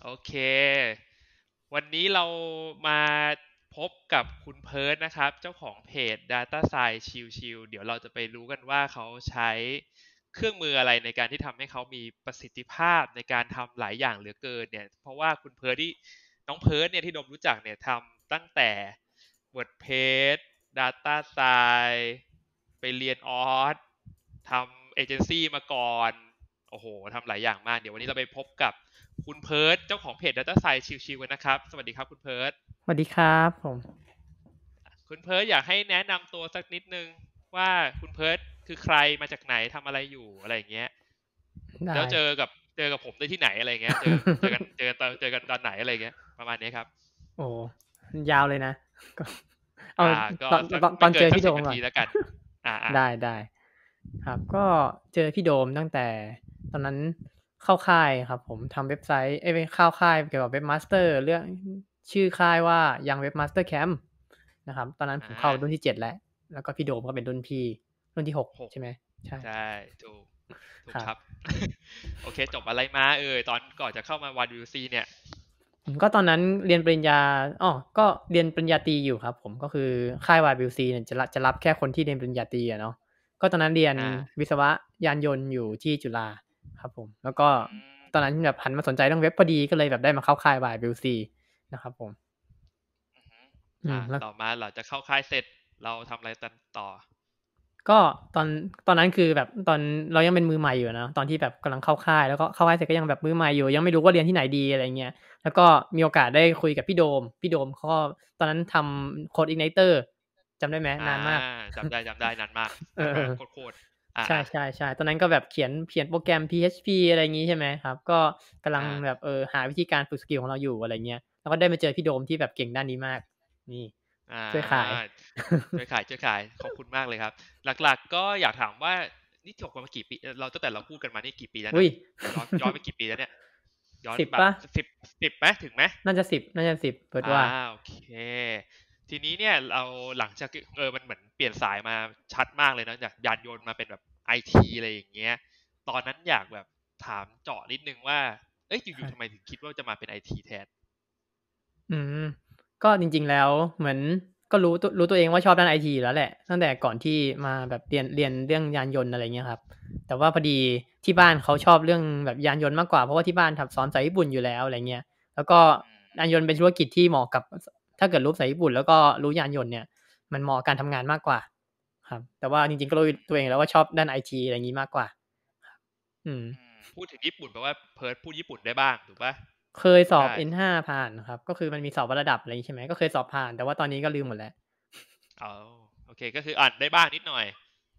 โอเค วันนี้เรามาพบกับคุณเพิร์ทนะครับเจ้าของเพจ Data Science ชิวๆเดี๋ยวเราจะไปรู้กันว่าเขาใช้เครื่องมืออะไรในการที่ทำให้เขามีประสิทธิภาพในการทำหลายอย่างเหลือเกินเนี่ยเพราะว่าคุณเพิร์ทที่น้องเพิร์ทเนี่ยที่โดมรู้จักเนี่ยทำตั้งแต่ WordPress Data Science ไปเรียนออสทำเอเจนซี่มาก่อนโอ้โหทำหลายอย่างมากเดี๋ยววันนี้เราไปพบกับคุณเพิร์ทเจ้าของเพจ Data Science ชิวๆกันนะครับสวัสดีครับคุณเพิร์ทสวัสดีครับผมคุณเพิร์ทอยากให้แนะนำตัวสักนิดนึงว่าคุณเพิร์ทคือใครมาจากไหนทำอะไรอยู่อะไรอย่างเงี้ยได้แล้วเจอกับผมได้ที่ไหนอะไรเงี้ยเจอกันตอนไหนอะไรเงี้ยประมาณนี้ครับโอ้ยาวเลยนะก็เอาก็ตอนสักตอนตไม่เกินสักอนเจอพี่โดมก่อน 10 นาทีแล้วกันอ่าได้ครับก็เจอพี่โดมตั้งแต่ตอนนั้นเข้าค่ายครับผมทำเว็บไซต์ไม่เข้าค่ายเกี่ยวกับเว็บมาสเตอร์เรื่องชื่อค่ายว่ายังเว็บมาสเตอร์แคมป์นะครับตอนนั้นผมเข้ารุ่นที่7แล้วก็พี่โดมก็เป็นรุ่นพี่รุ่นที่6 6 ใช่ไหมใช่ใช่ถูกครับครับโอเคจบอะไรมาตอนก่อนจะเข้ามา YWC เนี่ยก็ตอนนั้นเรียนปริญญาก็เรียนปริญญาตรีอยู่ครับผมก็คือค่าย YWC เนี่ยจะรับแค่คนที่เรียนปริญญาตรีอะเนาะก็ตอนนั้นเรียนอ่าวิศวะยานยนต์อยู่ที่จุฬาครับผมแล้วก็อืมตอนนั้นแบบหันมาสนใจเรื่องเว็บพอดีก็เลยแบบได้มาเข้าค่าย YWC นะครับผมอือหือแล้วต่อมาเราจะเข้าค่ายเสร็จเราทำอะไรกันต่อก็ตอนตอนนั้นคือแบบตอนเรายังเป็นมือใหม่อยู่อะเนาะตอนที่แบบกำลังเข้าค่ายแล้วก็เข้าค่ายเสร็จก็ยังแบบมือใหม่อยู่ยังไม่รู้ว่าเรียนที่ไหนดีอะไรเงี้ยแล้วก็มีโอกาสได้คุยกับพี่โดมเขาก็ตอนนั้นทำ Code Igniter จำได้ไหมอ่านานมากจำได้นานมากเอนานมากอโคตรๆใช่ๆๆตอนนั้นก็แบบเขียนโปรแกรม PHP อะไรงี้ใช่ไหมครับก็กำลังอ่าแบบหาวิธีการฝึกสกิลของเราอยู่อะไรเงี้ยแล้วก็ได้มาเจอพี่โดมที่แบบเก่งด้านนี้มากนี่อ่ช่วยขายาช่วยขายขอบคุณมากเลยครับหลักๆก็อยากถามว่านี่จบกันมากี่ปีเราตั้งแต่เราพูดกันมานี่กี่ปีแล้วนะอุ๊ยย้อนไปกี่ปีแล้วเนี่ยย้อน 10 แบบเปล่าสิบไหมถึงไหมน่าจะ10เปิดว่าโอเคทีนี้เนี่ยเราหลังจากมันเหมือนเปลี่ยนสายมาชัดมากเลยนะจากยานยนต์มาเป็นแบบไอทีอะไรอย่างเงี้ยตอนนั้นอยากแบบถามเจาะนิดนึงว่าเอ้ยอยู่ๆทำไมครับถึงคิดว่าจะมาเป็นไอทีแทนอืมก็จริงๆแล้วเหมือนก็รู้ตัวเองว่าชอบด้านไอทีอยู่แล้วแหละตั้งแต่ก่อนที่มาแบบเรียนเรื่องยานยนต์อะไรเงี้ยครับแต่ว่าพอดีที่บ้านเขาชอบเรื่องแบบยานยนต์มากกว่าเพราะว่าที่บ้านสอนภาษาญี่ปุ่นอยู่แล้วอะไรเงี้ยแล้วก็อืยานยนต์เป็นธุรกิจที่เหมาะกับถ้าเกิดรู้ภาษาญี่ปุ่นแล้วก็รู้ยานยนต์เนี่ยมันเหมาะกับการทำงานมากกว่าครับแต่ว่าจริงๆก็รู้ตัวเองแล้วว่าชอบด้านไอทีอะไรงี้มากกว่าอืมพูดถึงญี่ปุ่นแปลว่าเพิร์ทพูดญี่ปุ่นได้บ้างถูกปะเคยสอบพูดได้ N5 ผ่านครับก็คือมันมีสอบวัดระดับอะไรงี้ใช่ไหมก็เคยสอบผ่านแต่ว่าตอนนี้ก็ลืมหมดแล้วอ๋อโอเคก็คืออ่านได้บ้างนิดหน่อย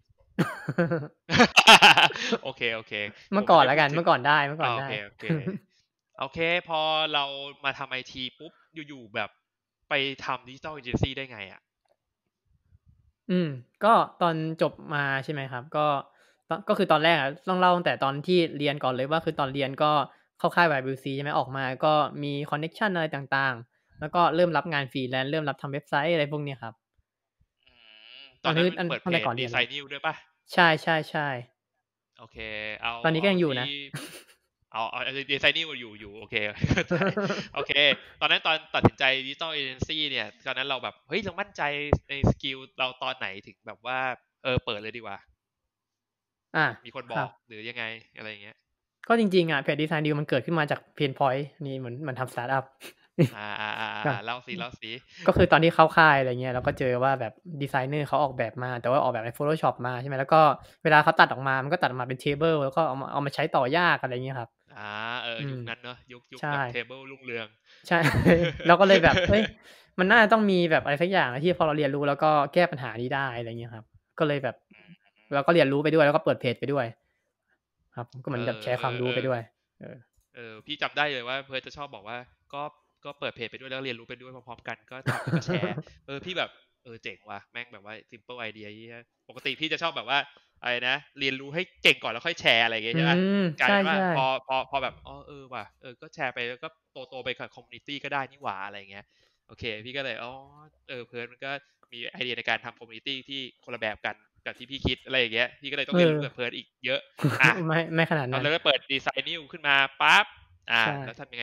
โอเคเมื่ผมไม่อก่อนแล้วกันได้พูดถึงเมื่อก่อนได้โอเคพอเรามาทำไอทีปุ๊บอยู่ๆแบบไปทำดิจิ t a ลเอเจนซี่ได้ไงอ่ะอืมก็ตอนจบมาใช่ไหมครับก็คือตอนแรกอะต้องเล่าตั้งแต่ตอนที่เรียนก่อนเลยว่าคือตอนเรียนก็เข้าค่าย YWC ใช่ไหมออกมาก็มีคอนเน็กชันอะไรต่างๆแล้วก็เริ่มรับงาน Freelance เริ่มรับทำเว็บไซต์อะไรพวกเนี้ยครับอืตอนนั้นมันเปิดตั้งแต่เพจดีไซก่อนเรียนเลยนิวด้วยป่ะใช่ๆๆโอเคเอาตอนนี้ก็เอาที่ยังอยู่นะเอาดีไซนิวอยู่โอเคเข้าใจโอเคตอนนั้นตอนตัดสินใจดิจิ t a ลเอเจนซี่เนี่ยตอนนั้นเราแบบเฮ้ยเรามั่นใจในสกิลเราตอนไหนถึงแบบว่าเปิดเลยดีกว่าอามีคนครับบอกหรือยังไงอะไรอย่างเงี้ยก็จริงๆอะเพจ Design Deal มันเกิดขึ้นมาจาก Pain Point นี่เหมือนทำสตาร์ตอัป ครับเล่าสิเล่าสิก็คือตอนที่เข้าค่ายอะไรเงี้ยเราก็เจอว่าแบบดีไซเนอร์เขาออกแบบมาแต่ว่าออกแบบใน Photoshop มาใช่ไหมแล้วก็เวลาเขาตัดออกมามันก็ตัดออกมาเป็น Table แล้วก็เอามาใช้ต่อยากอะไรงี้ครับอาอืมยุคนั้นเนาะยุคใช่แบบเทเบิลรุ่งเรืองใช่เราก็เลยแบบเฮ้ยมันน่าจะต้องมีแบบอะไรสักอย่างอะที่พอเราเรียนรู้แล้วก็แก้ปัญหานี้ได้อะไรเงี้ยครับก็เลยแบบเราก็เรียนรู้ไปด้วยแล้วก็เปิดเพจไปด้วยครับก็เหเอมือนแบบแชร์ความรู้ไปด้วยเออพี่จำได้เลยว่าเพิร์ทจะชอบบอกว่าก็ก็เปิดเพจไปด้วยแล้วเรียนรู้ไปด้วยพร้อมๆกันก็ทำแล้วก็แชร์พี่แบบเจ๋งว่ะแม่งแบบว่า simple idea เหี้ยปกติพี่จะชอบแบบว่าอะไรนะเรียนรู้ให้เก่งก่อนแล้วค่อยแชร์อะไรอย่างเงี้ยอืใช่เปล่ามกลาใชยเป็นว่า่พอแบบว่ะก็แชร์ไปแล้วก็โตไปกับคอมมิวนิตีก็ได้นี่หว่าอะไรอย่างเงี้ยโอเคพี่ก็เลยเพิร์ทมันก็มีไอเดียในการทำคอมมิวนิตีที่คนละแบบกันกับที่พี่คิดอะไรอย่างเงี้ยพี่ก็เลยต้ๆเออองเรียนรู้กับเพิร์ทอีกเยอะอ่ะไม่ขนาดนั้นเราเลยไปเปิดดีไซน์นิวขึ้นมาปั๊บใช่แล้วทำยังไง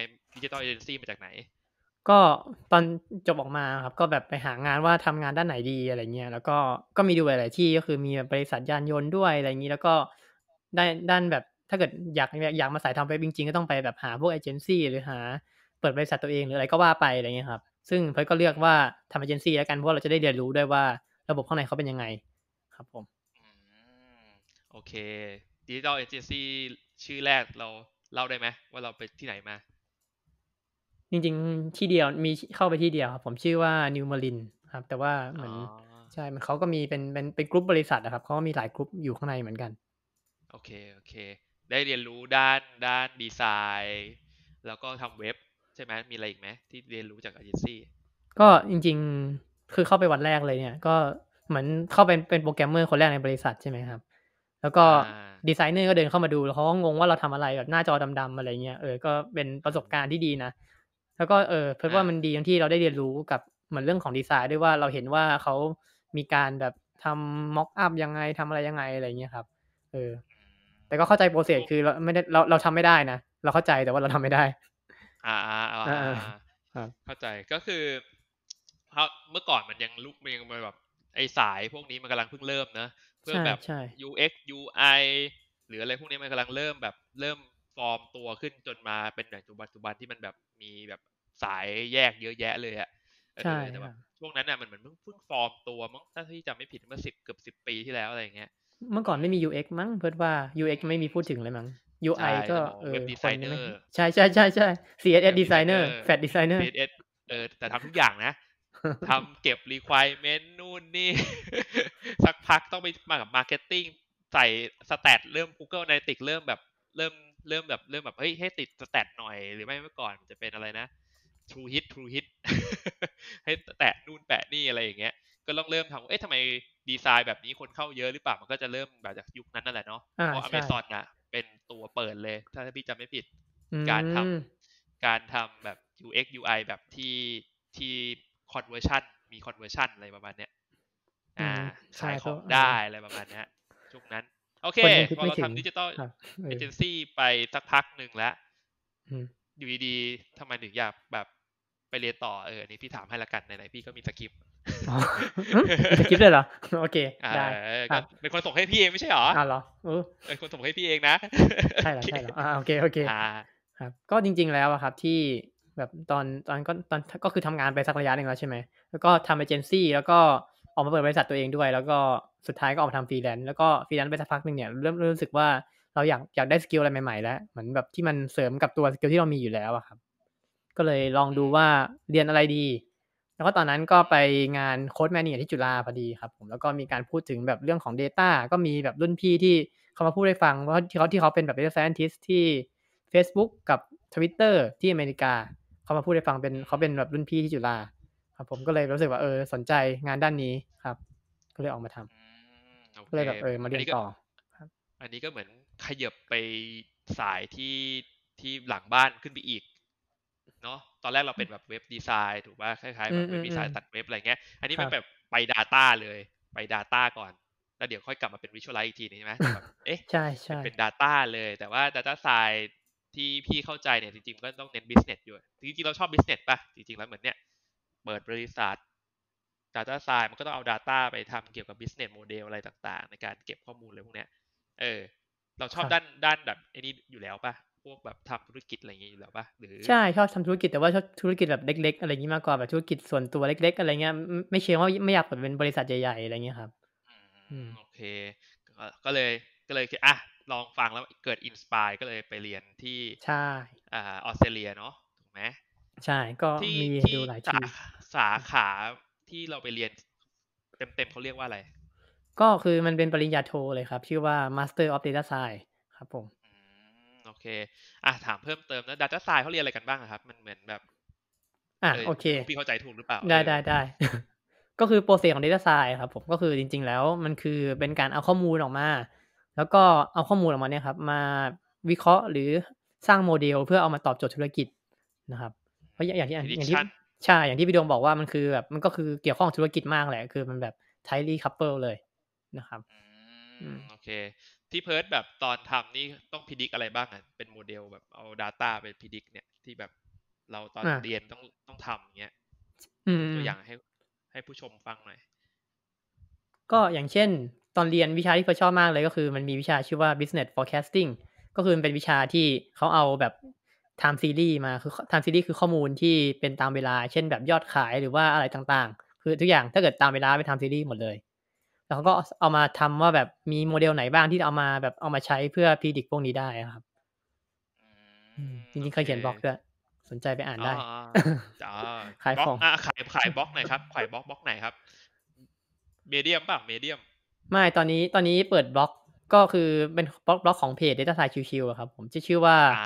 Digital Agency มาจากไหนก็ตอนจบออกมาครับก็แบบไปหางานว่าทำงานด้านไหนดีอะไรเงี้ยแล้วก็มีดูหลายๆที่ก็คือมีแบบบริษัทยานยนต์ด้วยอะไรงี้แล้วก็ด้านแบบถ้าเกิดอยากมาสายทำเว็บจริงๆก็ต้องไปแบบหาพวกเอเจนซีหรือหาเปิดบริษัทตัวเองหรืออะไรก็ว่าไปอะไรเงี้ยครับซึ่งเพิร์ทก็เลือกว่าทำเอเจนซีแล้วกันเพราะว่าเราจะได้เรียนรู้ด้วยว่าระบบข้างในเขาเป็นยังไงครับผมอืมโอเค Digital Agency ชื่อแรกเราเล่าได้ไหมว่าเราไปที่ไหนมาจริงๆที่เดียวมีเข้าไปที่เดียวครับผมชื่อว่า New Marine ครับแต่ว่าเหอ๋อมือนใช่เหมือนเขาก็มีเป็นกรุ๊ปบริษัทอะครับเขาก็มีหลายกรุ๊ปอยู่ข้างในเหมือนกันโอเคโอเคได้เรียนรู้ด้านดีไซน์แล้วก็ทำเว็บใช่ไหมมีอะไรอีกไหมที่เรียนรู้จากเอเจนซี่ก็จริงๆคือเข้าไปวันแรกเลยเนี่ยก็เหมือนเข้าเป็นโปรแกรมเมอร์คนแรกในบริษัทใช่ไหมครับแล้วก็อ่าดีไซเนอร์ก็เดินเข้ามาดูแล้วเขาก็งงว่าเราทำอะไรแบบหน้าจอดำๆอะไรเงี้ยก็เป็นประสบการณ์ที่ดีนะแล้วก็เพิร์ทอ่าว่ามันดีตรงที่เราได้เรียนรู้กับเหมือนเรื่องของดีไซน์ด้วยว่าเราเห็นว่าเขามีการแบบทำ mock up ยังไงทำอะไรยังไงอะไรเงี้ยครับเออแต่ก็เข้าใจ process ช่วงคือเราไม่ได้เราทำไม่ได้นะเราเข้าใจแต่ว่าเราทำไม่ได้อาๆครับเข้าใจก็คือเพราะเมื่อก่อนมันยังลุกมันยังแบบไอสายพวกนี้มันกำลังเพิ่งเริ่มนะเพื่อใช่แบบๆ UX UI หรืออะไรพวกนี้มันกำลังเริ่มแบบเริ่มฟอร์มตัวขึ้นจนมาเป็นแบบปัจจุบันที่มันแบบมีแบบสายแยกเยอะแยะเลยอะใช่แต่แบบครับช่วงนั้นน่ะมันเหมือนเพิ่งฟอร์มตัวมั้งถ้าที่จำไม่ผิดเมื่อเกือบ10 ปีที่แล้วอะไรอย่างเงี้ยอืมเมื่อก่อนไม่มี UX มั้งเพิร์ทว่าอื UX ไม่มีพูดมถึงเลยมั้ง UI ใช่ก็สมองเว็บดีไซคนยังไม่เนอร์ใช่ๆๆๆเว็ CSS บดีไซเนอ designer ร์ Fat designer CSS แต่ทำทุกอย่างนะทำเก็บ requirement นู่นนี่สักพักต้องไปมากับ marketing ใส่สแตทเริ่ม Google Analytics เริ่มแบบเริ่มเริ่มแบบเฮ้ยให้ติดสแตทหน่อยหรือไม่เมื่อก่อนมันจะเป็นอะไรนะ True Hit ให้แตะนู่นแตะนี่อะไรอย่างเงี้ยก็ต้องเริ่มทำเอ๊ะทำไมดีไซน์แบบนี้คนเข้าเยอะหรือเปล่ามันก็จะเริ่มแบบจากยุคนั้นนั่นแหละเนาะเพราะใช่ Amazon น่ะเป็นตัวเปิดเลยถ้าพี่จำไม่ผิดอืการทมการทำแบบ UX UI แบบที่ conversion มี conversion อะไรประมาณเนี้ยอืมใช่ขายเพราะของได้อะไรประมาณเนี้ยช่วงนั้นโอเคคนยังคิดพอไม่ถึงเราทำดิจิตอลครับเอเจนซี่ไปสักพักหนึ่งแล้วอืมอยู่ดีๆทำไมถึงอยากแบบไปเรียนต่ออันนี้พี่ถามให้ละกันไหนๆพี่ก็มีสคริปต์อ๋อหือมีสคริปต์ด้วยเหรอโอเคได้คก็รับเป็นคนส่งให้พี่เองไม่ใช่เหรออ้าวเหรอเป็นคนส่งให้พี่เองนะใช่โอเคเหรอโอเคอ่าๆครับก็จริงๆแล้วอะครับที่แบบตอนก็คือทำงานไปสักระยะหนึ่งแล้วใช่ไหมแล้วก็ทำเอเจนซีแล้วก็ออกมาเปิดบริษัทตัวเองด้วยแล้วก็สุดท้ายก็ออกมาทำ Freelance แล้วก็ Freelance ไปสักพักหนึ่งเนี่ยเริ่มรู้สึกว่าเราอยากได้สกิลอะไรใหม่ๆแล้วเหมือนแบบที่มันเสริมกับตัวสกิลที่เรามีอยู่แล้วอะครับก็เลยลองอืมดูว่าเรียนอะไรดีแล้วก็ตอนนั้นก็ไปงาน Code Mania ที่จุฬาพอดีครับผมแล้วก็มีการพูดถึงแบบเรื่องของ Data ก็มีแบบรุ่นพี่ที่เขามาพูดให้ฟังว่าที่เขาเป็นแบบ Data Scientist ที่เฟซบุ๊กกับ Twitter ที่อเมริกาเขามาพูดให้ฟังเขาเป็นแบบรุ่นพี่ที่จุฬาครับผมก็เลยรู้สึกว่าสนใจงานด้านนี้ครับก็เลยออกมาทอืมโอำก็เคเลยแบบมาอันนี้ก็เรียนต่อครับอันนี้ก็เหมือนขยับไปสายที่หลังบ้านขึ้นไปอีกเนาะตอนแรกเราเป็นแบบเว็บดีไซน์ถูกป่ะคล้ายๆอืแบบเว็บดีไซมๆน์ตัดเว็บอะไรเงี้ยอันๆครับนี้มันแบบไป Data เลยไป Data ก่อนแล้วเดี๋ยวค่อยกลับมาเป็น Visualize อีกทีนึงใช่ไหมแต่แบบเอ๊ะใช่เป็นๆ Data เลยแต่ว่า Data Science ที่พี่เข้าใจเนี่ยจริงๆก็ต้องเน้น Business อยู่จริงๆเราชอบ Business ป่ะจริงๆแล้วเหมือนเนี่ยเปิดบริษัท Data Science มันก็ต้องเอา Data ไปทำเกี่ยวกับ Business Model อะไรต่างๆในการเก็บข้อมูลอะไรพวกเนี้ยเออ เราชอบด้านครับแบบไอ้นี่อยู่แล้วป่ะพวกแบบทำธุรกิจอะไรอย่างงี้อยู่แล้วป่ะหรือใช่ชอบทำธุรกิจแต่ว่าชอบธุรกิจแบบเล็กๆอะไรงี้มากกว่าแบบธุรกิจส่วนตัวเล็กๆอะไรเงี้ยไม่เชิงว่าไม่อยากเปิดเป็นบริษัทใหญ่ๆอะไรงี้ครับอือืมโอเคก็เลยคิดอ่ะลองฟังแล้วเกิดอินสปายก็เลยไปเรียนที่ใช่ออสเตรเลียเนาะถูกไหมใช่ก็ที่มีที่ดูหลายที่สาขาที่เราไปเรียนเต็มเขาเรียกว่าอะไรก็คือมันเป็นปริญญาโทเลยครับชื่อว่า Master of Data Science ครับผมอืโอเคถามเพิ่มเติมนะ Data Science เขาเรียนอะไรกันบ้างอะครับมันเหมือนแบบโอเคไม่รู้พี่เข้าใจถูกหรือเปล่าได้ก็คือ process ของ Data Science ครับผมก็คือจริงๆแล้วมันคือเป็นการเอาข้อมูลออกมาแล้วก็เอาข้อมูลออกมาเนี่ยครับมาวิเคราะห์หรือสร้างโมเดลเพื่อเอามาตอบโจทย์ธุรกิจนะครับเพราะอย่างที่ prediction ใช่อย่างที่พี่โดมบอกว่ามันคือแบบมันก็คือเกี่ยวข้องกับธุรกิจมากแหละคือมันแบบ tightly couple เลยนะครับอือืมโอเคที่เพิร์ดแบบตอนทำนี่ต้องพิดิกอะไรบ้างอ่ะเป็นโมเดลแบบเอา Data ไปพิดิกเนี่ยที่แบบเราตอนอ่าเรียนต้องทำอย่างเงี้ยอืยกตัวมอย่างให้ผู้ชมฟังหน่อยก็อย่างเช่นตอนเรียนวิชาที่เฟิร์สชอบมากเลยก็คือมันมีวิชาชื่อว่า Business Forecasting ก็คือมันเป็นวิชาที่เขาเอาแบบ Time Series มาคือ Time Series คือข้อมูลที่เป็นตามเวลาเช่นแบบยอดขายหรือว่าอะไรต่างๆคือทุกอย่างถ้าเกิดตามเวลาเป็น Time Series หมดเลยแล้วเขาก็เอามาทำว่าแบบมีโมเดลไหนบ้างที่เอามาแบบเอามาใช้เพื่อ predict พวกนี้ได้อะครับจโอริงๆเคเคยเขียนบล็อกด้วยสนใจไปอ่านอ๋อได้อ๋อขายบล็อกของขายบล็อกหน่อยครับขายบล็อกไหนครับเมเดียมป่ะเมเดียมไม่ตอนนี้เปิดบล็อกก็คือเป็นบล็อกของเพจ Data Science ชิวๆอะครับผมชื่อว่าอ่า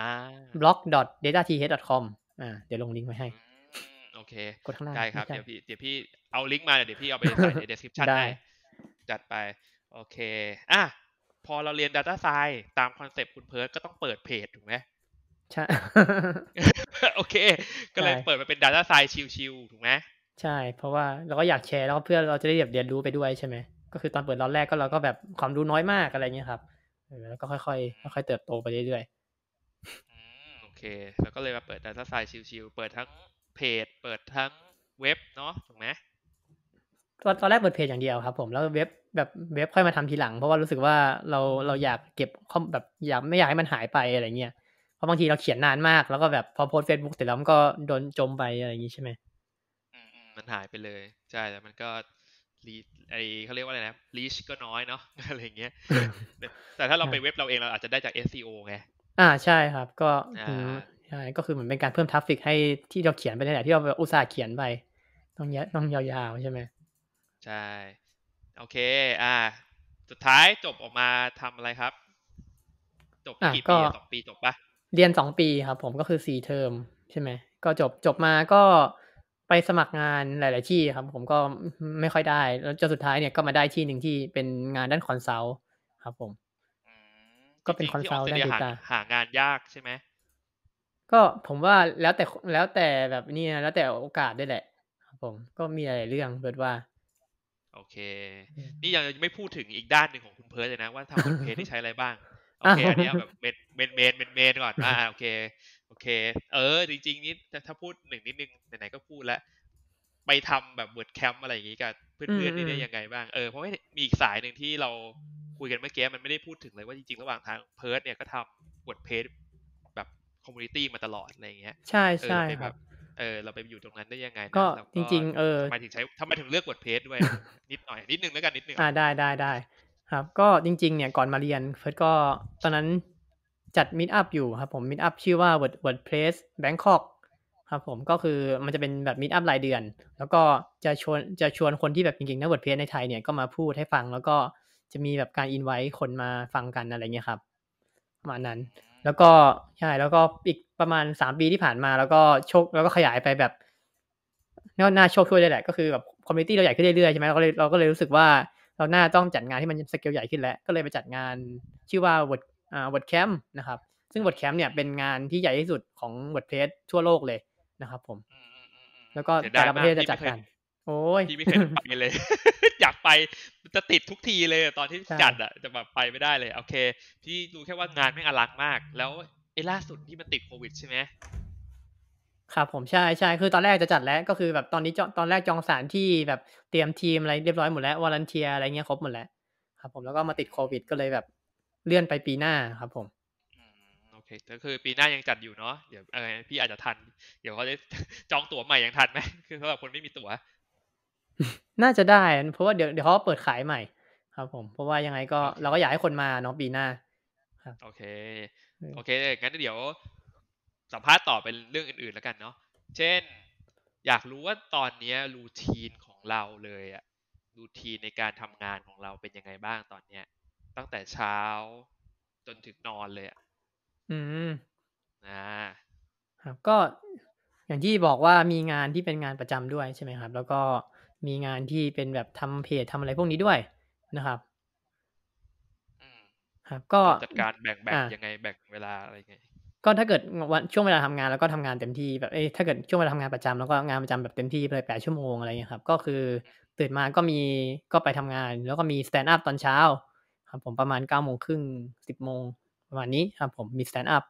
blog.datath.com เดี๋ยวลงลิงก์ไว้ให้โอเคกดข้างล่างได้ครับไม่ใช่เดี๋ยวพี่เอาลิงก์มาเดี๋ยวพี่เอาไปใส่ใน description ได้ให้จัดไปโอเคอ่ะพอเราเรียน Data Science ตามคอนเซปต์คุณเพิร์ดก็ต้องเปิดเพจถูกไหมใช่โอเคก็ใช่เลยเปิดมาเป็น Data Science ชิวๆถูกไหมใช่เพราะว่าเราก็อยากแชร์แล้วก็เพื่อเราจะได้แบบเรียนรู้ไปด้วยใช่ไหมก็คือตอนเปิดตอนแรกก็เราก็แบบความรู้น้อยมากอะไรเงี้ยครับแล้วก็ค่อยๆค่อยๆเติบโตไปเรื่อยโอเคแล้วก็เลยมาเปิด Data Science ชิวๆเปิดทั้งเพจเปิดทั้งเว็บเนาะถูกไหมๆตอนแรกเปิดเพจอย่างเดียวครับผมแล้วเว็บค่อยมาทำทีหลังเพราะว่ารู้สึกว่าเราอยากเก็บข้อแบบไม่อยากให้มันหายไปอะไรเงี้ยเพราะบางทีเราเขียนนานมากแล้วก็แบบพอโพสเฟซบุ๊กเสร็จแล้วมันก็โดนจมไปอะไรอย่างงี้ใช่ไหมมันหายไปเลยใช่แต่มันก็รีไอเขาเรียกว่าอะไรนะ reach ก็น้อยเนาะ อะไรอย่างเงี้ยแต่ถ้าเราไปเว็บเราเองเราอาจจะได้จาก SEO ไงใช่ครับก็อ่อืมาใช่ก็คือเหมือนเป็นการเพิ่มทราฟฟิกให้ที่เราเขียนไปนั่นแหละที่เราแบบอุตส่าห์เขียนไปต้องยาวๆใช่ไหมใช่โอเคอ่าสุดท้ายจบออกมาทำอะไรครับจบนี่กี่ปีก็อะ2 ปีจบปะเรียน2ปีครับผมก็คือ4เทอมใช่ไหมก็จบมาก็ไปสมัครงานหลายๆที่ครับผมก็ไม่ค่อยได้แล้วจนสุดท้ายเนี่ยก็มาได้ที่หนึ่งที่เป็นงานด้าน Consult ครับผมอืจก็เป็นริงๆที่ออส Consult ด้านเตรเลีย Data หางานยากใช่ไหมก็ผมว่าแล้วแต่แบบนี่นะแล้วแต่โอกาสด้วยแหละครับผมก็มีหลายๆเรื่องเบิดว่าโอเคนี่ยังไม่พูดถึงอีกด้านหนึ่งของคุณเพิร์ดเลยนะว่าทำ WordPress ที่ใช้อะไรบ้างโออ้าวเคอันนี้เอาแบบเมนก่อนโอเคโอเคจริงๆนี่ถ้าพูดนิดนึงไหนๆก็พูดแล้วไปทำแบบ WordCamp อะไรอย่างงี้กับเอืพื่อนๆนี่มได้ยังไงบ้างเพราะว่ามีอีกสายหนึ่งที่เราคุยกันเมื่อกี้มันไม่ได้พูดถึงเลยว่าจริงๆระหว่างทางเพิร์ดเนี่ยก็ทำ WordPress แบบคอมมูนิตี้มาตลอดอะไรอย่างเงี้ยใช่ใช่เราไปแบบครับเราไปอยู่ตรงนั้นได้ยังไงก็นะแล้วก็จริงๆทำไมถึงเลือก WordPress ด้วยนิดนึงแล้วกันนิดนึงได้ครับก็จริงๆเนี่ยก่อนมาเรียนเฟิร์สก็ตอนนั้นจัด Meet Up อยู่ครับผม Meet Up ชื่อว่า WordPress Bangkok ครับผมก็คือมันจะเป็นแบบ Meet Up รายเดือนแล้วก็จะชวนคนที่แบบจริงๆนัก WordPress ในไทยเนี่ยก็มาพูดให้ฟังแล้วก็จะมีแบบการ invite คนมาฟังกันอะไรเงี้ยครับประมาณนั้นแล้วก็ใช่แล้วก็อีกประมาณ3ปีที่ผ่านมาแล้วก็ขยายไปแบบน่าโชคช่วยด้วยแหละก็คือแบบคอมมิวนิตีเราใหญ่ขึ้นเรื่อยๆใช่ไหมเราก็เลยรู้สึกว่าเราน่าต้องจัดงานที่มันสเกลใหญ่ขึ้นแล้วก็เลยไปจัดงานชื่อว่า WordCamp นะครับซึ่ง WordCamp เนี่ยเป็นงานที่ใหญ่ที่สุดของ WordPress ทั่วโลกเลยนะครับผมแล้วก็เสียดายแต่ละประเทศจะมากจัดกันโอ้ยพี่ไม่เคยได้ไปเลย อยากไปจะติดทุกทีเลยตอนที่ใช่จัดอะจะแบบไปไม่ได้เลยโอเคพี่รู้แค่ว่างานไม่อลังมากแล้วไอ้ล่าสุดที่มันติดโควิดใช่ไหมครับผมใช่ๆคือตอนแรกจะจัดแล้วก็คือแบบตอนแรกจองสถานที่แบบเตรียมทีมอะไรเรียบร้อยหมดแล้ว Volunteer อะไรเงี้ยครบหมดแล้วครับผมแล้วก็มาติดโควิดก็เลยแบบเลื่อนไปปีหน้าครับผมโอเคก็คือปีหน้ายังจัดอยู่เนาะเดี๋ยวพี่อาจจะทันเดี๋ยวเขาจะจองตั๋วใหม่ยังทันไหมคือสำหรับคนไม่มีตั๋วน่าจะได้เพราะว่าเดี๋ยวเขาก็เปิดขายใหม่ครับผมเพราะว่ายังไงก็โอเคเราก็อยากให้คนมาเนาะปีหน้าครับโอเคเออโอเคงั้นเดี๋ยวสัมภาษณ์ต่อเป็นเรื่องอื่นๆแล้วกันเนาะเช่นอยากรู้ว่าตอนเนี้ยรูทีนของเราเลยอะรูทีนในการทำงานของเราเป็นยังไงบ้างตอนเนี้ยตั้งแต่เช้าจนถึงนอนเลยอะอืมอ่าครับก็อย่างที่บอกว่ามีงานที่เป็นงานประจำด้วยใช่ไหมครับแล้วก็มีงานที่เป็นแบบทำเพจทำอะไรพวกนี้ด้วยนะครับอืมครับก็เราจัดการแบ่งอ่ายังไงแบ่งเวลาอะไรยังไงก็ถ้าเกิดช่วงเวลาทำงานเราก็ทำงานเต็มที่แบบถ้าเกิดช่วงเวลาทำงานประจำเราก็งานประจำแบบเต็มที่ไปเลย8ชั่วโมงอะไรเงี้ยครับก็คือตื่นมาก็ไปทำงานแล้วก็มีสแตนด์อัปตอนเช้าครับผมประมาณ9:30 10:00ประมาณนี้ครับผมมีสแตนด์อัป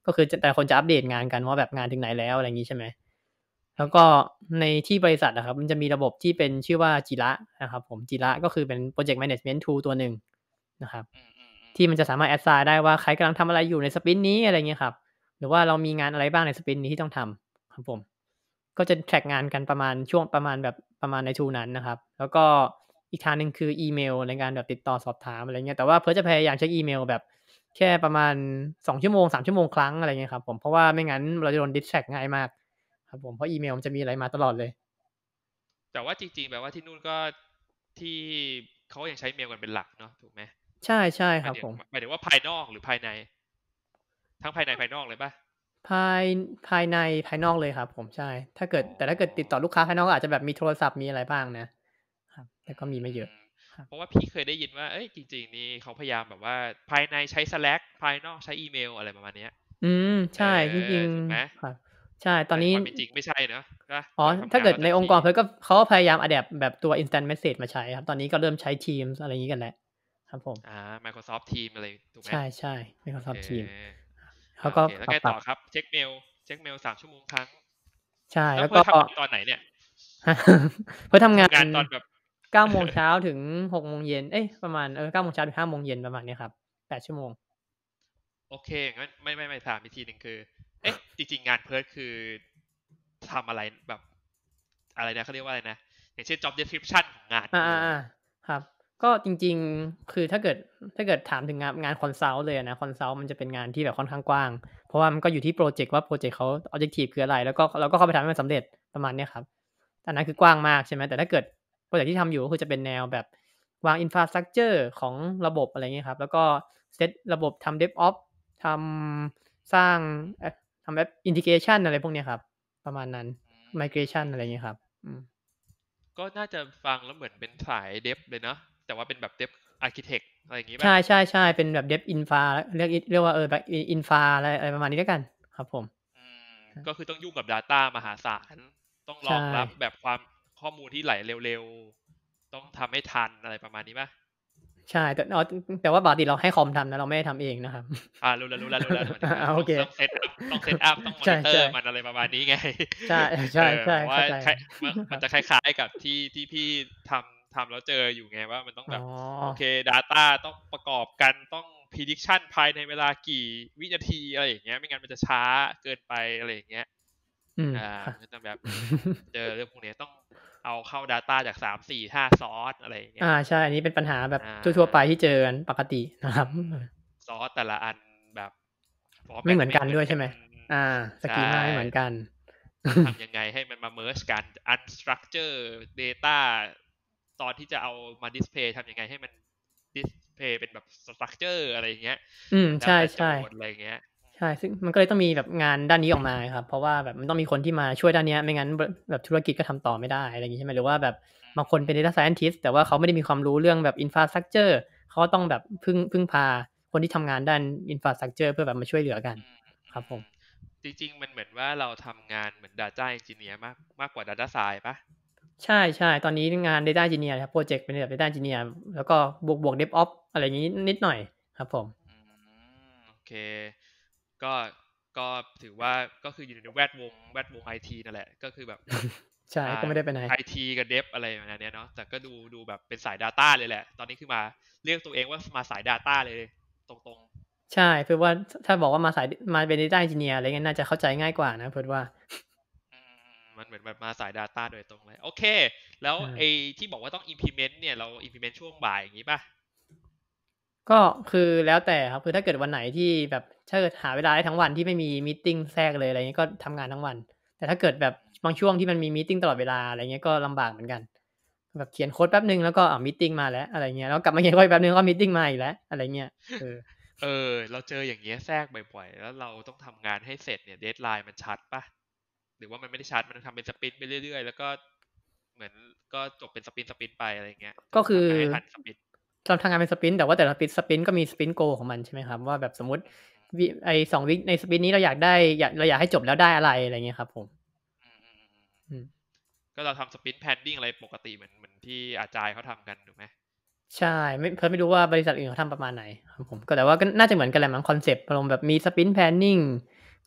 ก็คือแต่ละคนจะอัปเดตงานกันว่าแบบงานถึงไหนแล้วอะไรอย่างงี้ใช่ไหมแล้วก็ในที่บริษัทอะครับมันจะมีระบบที่เป็นชื่อว่า Jira นะครับผม Jira ก็คือเป็น Project Management Tool ตัวหนึ่งนะครับที่มันจะสามารถ assign ได้ว่าใครกำลังทำอะไรอยู่ในสปรินต์นี้อะไรเงี้ยครับหรือว่าเรามีงานอะไรบ้างในสปรินต์นี้ที่ต้องทำครับผมก็จะแท็กงานกันประมาณช่วงประมาณแบบประมาณใน tool นั้นนะครับแล้วก็อีกทางหนึ่งคืออีเมลในการแบบติดต่อสอบถามอะไรเงี้ยแต่ว่าเพิร์ทจะพยายามเช็กอีเมลแบบแค่ประมาณ2ชั่วโมง3ชั่วโมงครั้งอะไรเงี้ยครับผมเพราะว่าไม่งั้นเราจะโดน distract ง่ายมากครับผมเพราะอีเมลมันจะมีอะไรมาตลอดเลยแต่ว่าจริงๆแปลว่าที่นู่นก็ที่เขายังใช้เมลกันเป็นหลักเนาะถูกไหมใช่ใช่หมายถึงครับผมหมายถึงว่าภายนอกหรือภายในทั้งภายในภายนอกเลยป่ะภายภายในภายนอกเลยครับผมใช่ถ้าเกิอ๋ดแต่ถ้าเกิดติดต่ออลูกค้าภายนอกก็อาจจะแบบมีโทรศัพท์มีอะไรบ้างนะครับแต่อืก็มีไม่เยอะมครับเพราะว่าพี่เคยได้ยินว่าเอ้ยจริงๆนี่เขาพยายามแบบว่าภายในใช้ Slack ภายนอกใช้อีเมลอะไรประมาณเนี้ยอืมเอใช่จริองถูกไหมๆครับใช่ตอนนี้แต่ในความเป็นจริงไม่ใช่เนาะใช่ปะอ๋อเราทำงานถ้าเกิดเราเต็มที่ในองค์กรก็เขาก็พยายาม adapt แบบตัว instant message มาใช้ครับตอนนี้ก็เริ่มใช้ Teams อะไรงี้กันแล้วครับผม Microsoft Teams อะไรถูกไหมใช่ๆโอเค Microsoft Teams เขาก็โอเคแล้วไงปรับต่อครับเช็คเมล3 ชั่วโมงครั้งใช่แล้วแล้วก็เพิร์ททำงานตอนไหนเนี่ยเพื่อทำงานทำงานตอนแบบ 9โมงเช้าถึง6โมงเย็นเอ๊ยประมาณ9โมงเช้าถึง5โมงเย็นประมาณเนี้ยครับ8ชั่วโมงโอเคงั้นไม่ถามอีกทีหนึ่งคือเอ๊ะจริงๆงานเพิร์ทคือทำอะไรแบบอะไรนะเขาเรียกว่าอะไรนะอย่างเช่น job description ของงานอาคืออะไรๆๆครับก็จริงๆคือถ้าเกิดถามถึงงาน consult เลยอะนะ consult มันจะเป็นงานที่แบบค่อนข้างกว้างเพราะว่ามันก็อยู่ที่พรอเจกต์ว่าพรอเจกต์เขา objective คืออะไรแล้วก็เราก็เข้าไปทำให้มันสำเร็จประมาณเนี้ยครับอันนั้นคือกว้างมากใช่ไหมแต่ถ้าเกิดพรอเจกต์ที่ทำอยู่ก็คือจะเป็นแนวแบบวาง infrastructure ของระบบอะไรงี้ครับแล้วก็เซตระบบทำ DevOps ทำสร้างทำแอป integration อะไรพวกเนี้ยครับประมาณนั้น migration อะไรงี้ครับอืมก็น่าจะฟังแล้วเหมือนเป็นสายเดฟเลยเนาะแต่ว่าเป็นแบบเดฟอาร์คิเทคอะไรอย่างงี้ใป่ะช่ๆๆเป็นแบบ Dev Infra เรียกว่าแบบInfra อะไรประมาณนี้แล้วกันครับผมอืมก็คือต้องยุ่งกับ Data มหาศาลต้องรใช่องรับแบบความข้อมูลที่ไหลเร็วๆต้องทำให้ทันอะไรประมาณนี้ป่ะใช่แต่ว่าปกติเราให้คอมทำนะเราไม่ได้ทำเองนะครับรู้แล้วหมายถึงว่าโอเคต้องเซตอัพต้องมอใชนิเตอร์่มันอะไรประมาณนี้ไงๆใช่เออใช่เพราะว่าๆเข้าใจมันจะคล้ายๆกับที่พี่ทำแล้วเจออยู่ไงว่ามันต้องอ๋แบบโอเคอ Data ต้องประกอบกันต้อง prediction ภายในเวลากี่วินาทีอะไรอย่างเงี้ยไม่งั้นมันจะช้าเกินไปอะไรอย่างเงี้ยอืมค่ะมันก็จะแบบเจอเรื่องพวกนี้ต้องเอาเข้า Data จาก3 4 5ซอร์สอะไรอย่างเงี้ยใช่อันนี้เป็นปัญหาแบบอ่ทั่วๆไปาที่เจอกันปกตินะครับอืมซอร์สแต่ละอันแบบฟอร์แมตไม่เหมือนไม่เหมือนกันกันด้วยใช่ไหมอาใช่ Schema ไม่เหมือนกันต้องทำยังไงให้มันมา merge กัน unstructure data ตอนที่จะเอามา display ทำยังไงให้มัน display เป็นแบบ structure อะไรอย่างเงี้ยอืมแล้วใช่แต่โจๆทย์อะไรอย่างเงี้ยใช่ซึ่งมันก็เลยต้องมีแบบงานด้านนี้ออกมาครับเพราะว่าแบบมันต้องมีคนที่มาช่วยด้านเนี้ยไม่งั้นแบบธุรกิจก็ทำต่อไม่ได้อะไรอย่างงี้ใช่ไหมหรือว่าแบบบางคนเป็น Data Scientist แต่ว่าเขาไม่ได้มีความรู้เรื่องแบบ Infrastructure เขาก็ต้องแบบพึ่งพาคนที่ทำงานด้าน Infrastructure เพื่อแบบมาช่วยเหลือกันอืมครับผมจริงๆมันเหมือนว่าเราทำงานเหมือน data engineer มากกว่า data science ปะใช่ๆตอนนี้งาน Data Engineer ครับพรอเจกต์เป็นแบบ Data Engineer แล้วก็บวก DevOps อะไรอย่างงี้นิดหน่อยครับผมอืโอเคก็ก็ถือว่าก็คืออยู่ในแวดวงไอทีนั่นแหละก็คือแบบใช่ก็ไม่ได้ไปไหนไอทีกับเดฟอะไรแบบนี้เนาะแต่ก็ดูแบบเป็นสาย Data เลยแหละตอนนี้คือมาเรียกตัวเองว่ามาสาย Data เลยตรงใช่เพิร์ทว่าถ้าบอกว่ามาเป็น Data Engineer อะไรเงี้ยน่าจะเข้าใจง่ายกว่านะเพิร์ทว่าๆมันเหมือนแบบมาสาย Data โดยตรงเลยโอเคแล้วใช่ไอ้ที่บอกว่าต้อง implement เนี่ยเรา implement ช่วงบ่ายอย่างนี้ป่ะก็คือแล้วแต่ครับคือถ้าเกิดวันไหนที่แบบถ้าเกิดหาเวลาได้ทั้งวันที่ไม่มีมีตติงแทรกเลยอะไรงี้ก็ทำงานทั้งวันแต่ถ้าเกิดแบบบางช่วงที่มันมีมีตติงตลอดเวลาอะไรเงี้ยก็ลำบากเหมือนกันแบบเขียนโคดแป๊บหนึ่งแล้วก็มีตติงมาแล้วอะไรเงี้ยแล้วกลับมาเขียนโคดอีกแป๊บหนึ่งก็มีตติงมาอีกแล้วอะไรเงี้ยเออเราเจออย่างเงี้ยแทรกบ่อยๆแล้วเราต้องทำงานให้เสร็จเนี่ยเดดไลน์มันชัดป่ะหรือว่ามันไม่ได้ชัดมันทำเป็นสปรินต์ไปเรื่อยๆแล้วก็เหมือนก็จบเป็นสปรินต์ไปอะไรเงี้ยต้ก็คือองทำงานให้ทันสปรินต์เราทำงานเป็นสปรินต์แต่ว่าแต่ละสปรินต์ก็มี sprint goal ของมันใช่ไหมครับว่าแบบสมมุติไอ้2วีกในสปรินต์นี้เราอยากได้เราอยากให้จบแล้วได้อะไรอะไรเงี้ยครับผมอืมอืมก็เราทำสปรินต์แพนดิ้งอะไรปกติเหมือนที่อาจารย์เขาทำกันถูกไหมใช่เพิร์ทไม่รู้ว่าบริษัทอื่นเขาทำประมาณไหนครับผมก็แต่ว่าก็น่าจะเหมือนกันแหละมั้งคอนเซปต์อารมณ์แบบมี Sprint Planning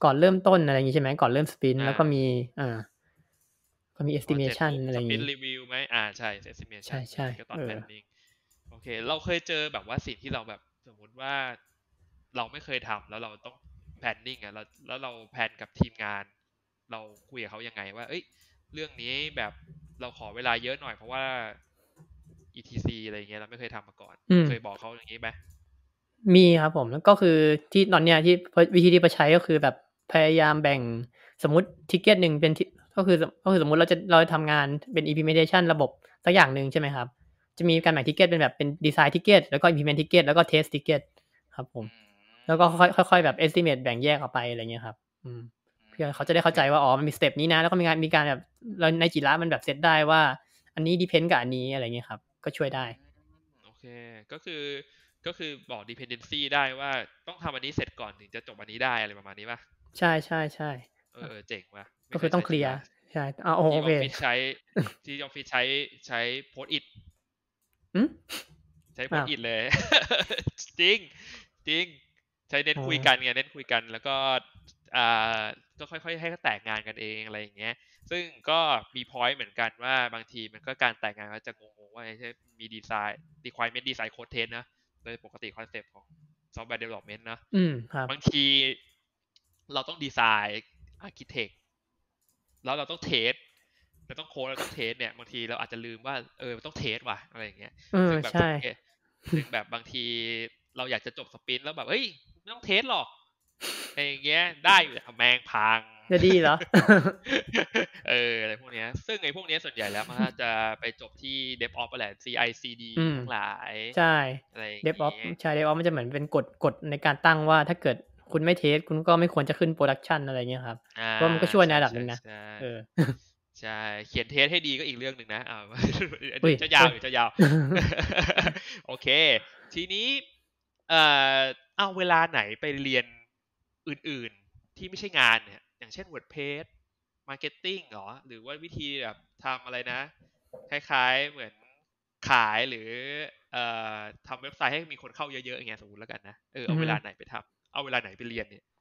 ก่อนเริ่มต้นอะไรอย่างงี้ใช่ไหมก่อนเริ่มสปรินต์แล้วก็มีอ่าก็มีพอเสร็จ estimation ปุ๊บอะไรอย่างงี้สปินรีวิวไหมใช่ estimation ใช่บางทีก็ตอนๆ planning โอเคเราเคยเจอแบบว่าสิ่งที่เราแบบสมมุติว่าเราไม่เคยทำแล้วเราต้อง planning อ่ะแล้วเราแพลนกับทีมงานเราคุยกับเขายังไงว่าเอ้ยเรื่องนี้แบบเราขอเวลาเยอะหน่อยเพราะว่า etc อะไรเงี้ยเราไม่เคยทำมาก่อนเคยบอกเขาอย่างนี้ไหมมีครับผมแล้วก็คือที่ตอนเนี้ยที่วิธีที่ใช้ก็คือแบบพยายามแบ่งสมมุติ ticket หนึ่งเป็นก็คือสมมุติเราจะทำงานเป็น implementation ระบบสักอย่างหนึ่งใช่ไหมครับจะมีการแบ่ง ticket เป็นแบบเป็น design ticket แล้วก็ implement ticket แล้วก็ test ticket ครับผมแล้วก็ค่อยๆแบบ estimate แบ่งแยกออกไปอะไรเงี้ยครับเพื่อเขาจะได้เข้าใจว่าอ๋อมันมีสเต็ปนี้นะแล้วก็มีการแบบแล้วในจิระมันแบบเซตได้ว่าอันนี้ depend กับอันนี้อะไรเงี้ยครับก็ช่วยได้โอเคก็คือก็คือบอก dependency ได้ว่าต้องทำอันนี้เสร็จก่อนถึงจะจบอันนี้ได้อะไรประมาณนี้ป่ะใช่ๆๆเจ๋งว่ะไม่ก็เคยคือต้องเคลียร์ใช้จิระใช่โอที่อเคอฟฟิศใช้ที่ออฟฟิศใช้โพสต์อิทหือใช้โพสอ้าวต์อิทเลย จริงจริงใช้เน้นอ๋อคุยกันไงเน้นคุยกันแล้วก็อ่าก็ค่อยๆให้เขาแตกงานกันเองอะไรอย่างเงี้ยซึ่งก็มีพอยต์เหมือนกันว่าบางทีมันก็การแตกงานก็จะงงๆว่าใช่มีดีไซน์ requirement design code test นะโดยปกติคอนเซปต์ของ software development นะครับบางทีเราต้องดีไซน์ architect แล้วเราต้องเทสเราต้องโค้ดเราต้องเทสเนี่ยบางทีเราอาจจะลืมว่าต้องเทสว่ะอะไรอย่างเงี้ยซึ่งแบบใช่ซึ่งแบบบางทีเราอยากจะจบสปรินต์แล้วแบบเฮ้ยไม่ต้องเทสหรอกอะไรอย่างเงี้ยได้อยู่แต่แมงพังจะดีเหรออะไรพวกเนี้ยซึ่งไอ้พวกเนี้ยส่วนใหญ่แล้วมันก็จะไปจบที่ DevOps แหละ CI/CD อืมทั้งหลายใช่อะไรอย่าง DevOps งี้ใช่ DevOps มันจะเหมือนเป็นกฎในการตั้งว่าถ้าเกิดคุณไม่เทสต์คุณก็ไม่ควรจะขึ้น Production อะไรเงี้ยครับอ่าเพราะว่ามันก็ช่วยในใช่ระดับหนึ่งนะใช่ใช่เออใช่เขียนเทสให้ดีก็อีกเรื่องหนึ่งนะอุ๊ยจะยาวอุ๊ยหรือจะยาวโอเคทีนี้เอ่อเอาเวลาไหนไปเรียนอื่นๆที่ไม่ใช่งานเนี่ยอย่างเช่น WordPress Marketing เหรอหรือว่าวิธีแบบทำอะไรนะคล้ายๆเหมือนขายหรือเอ่ทำเว็บไซต์ให้มีคนเข้าเยอะๆอย่างเงี้ยสมมติแล้วกันนะอืเอาอฮึเวลาไหนไปทำเอาเวลาไหนไปเรียนเนี่ย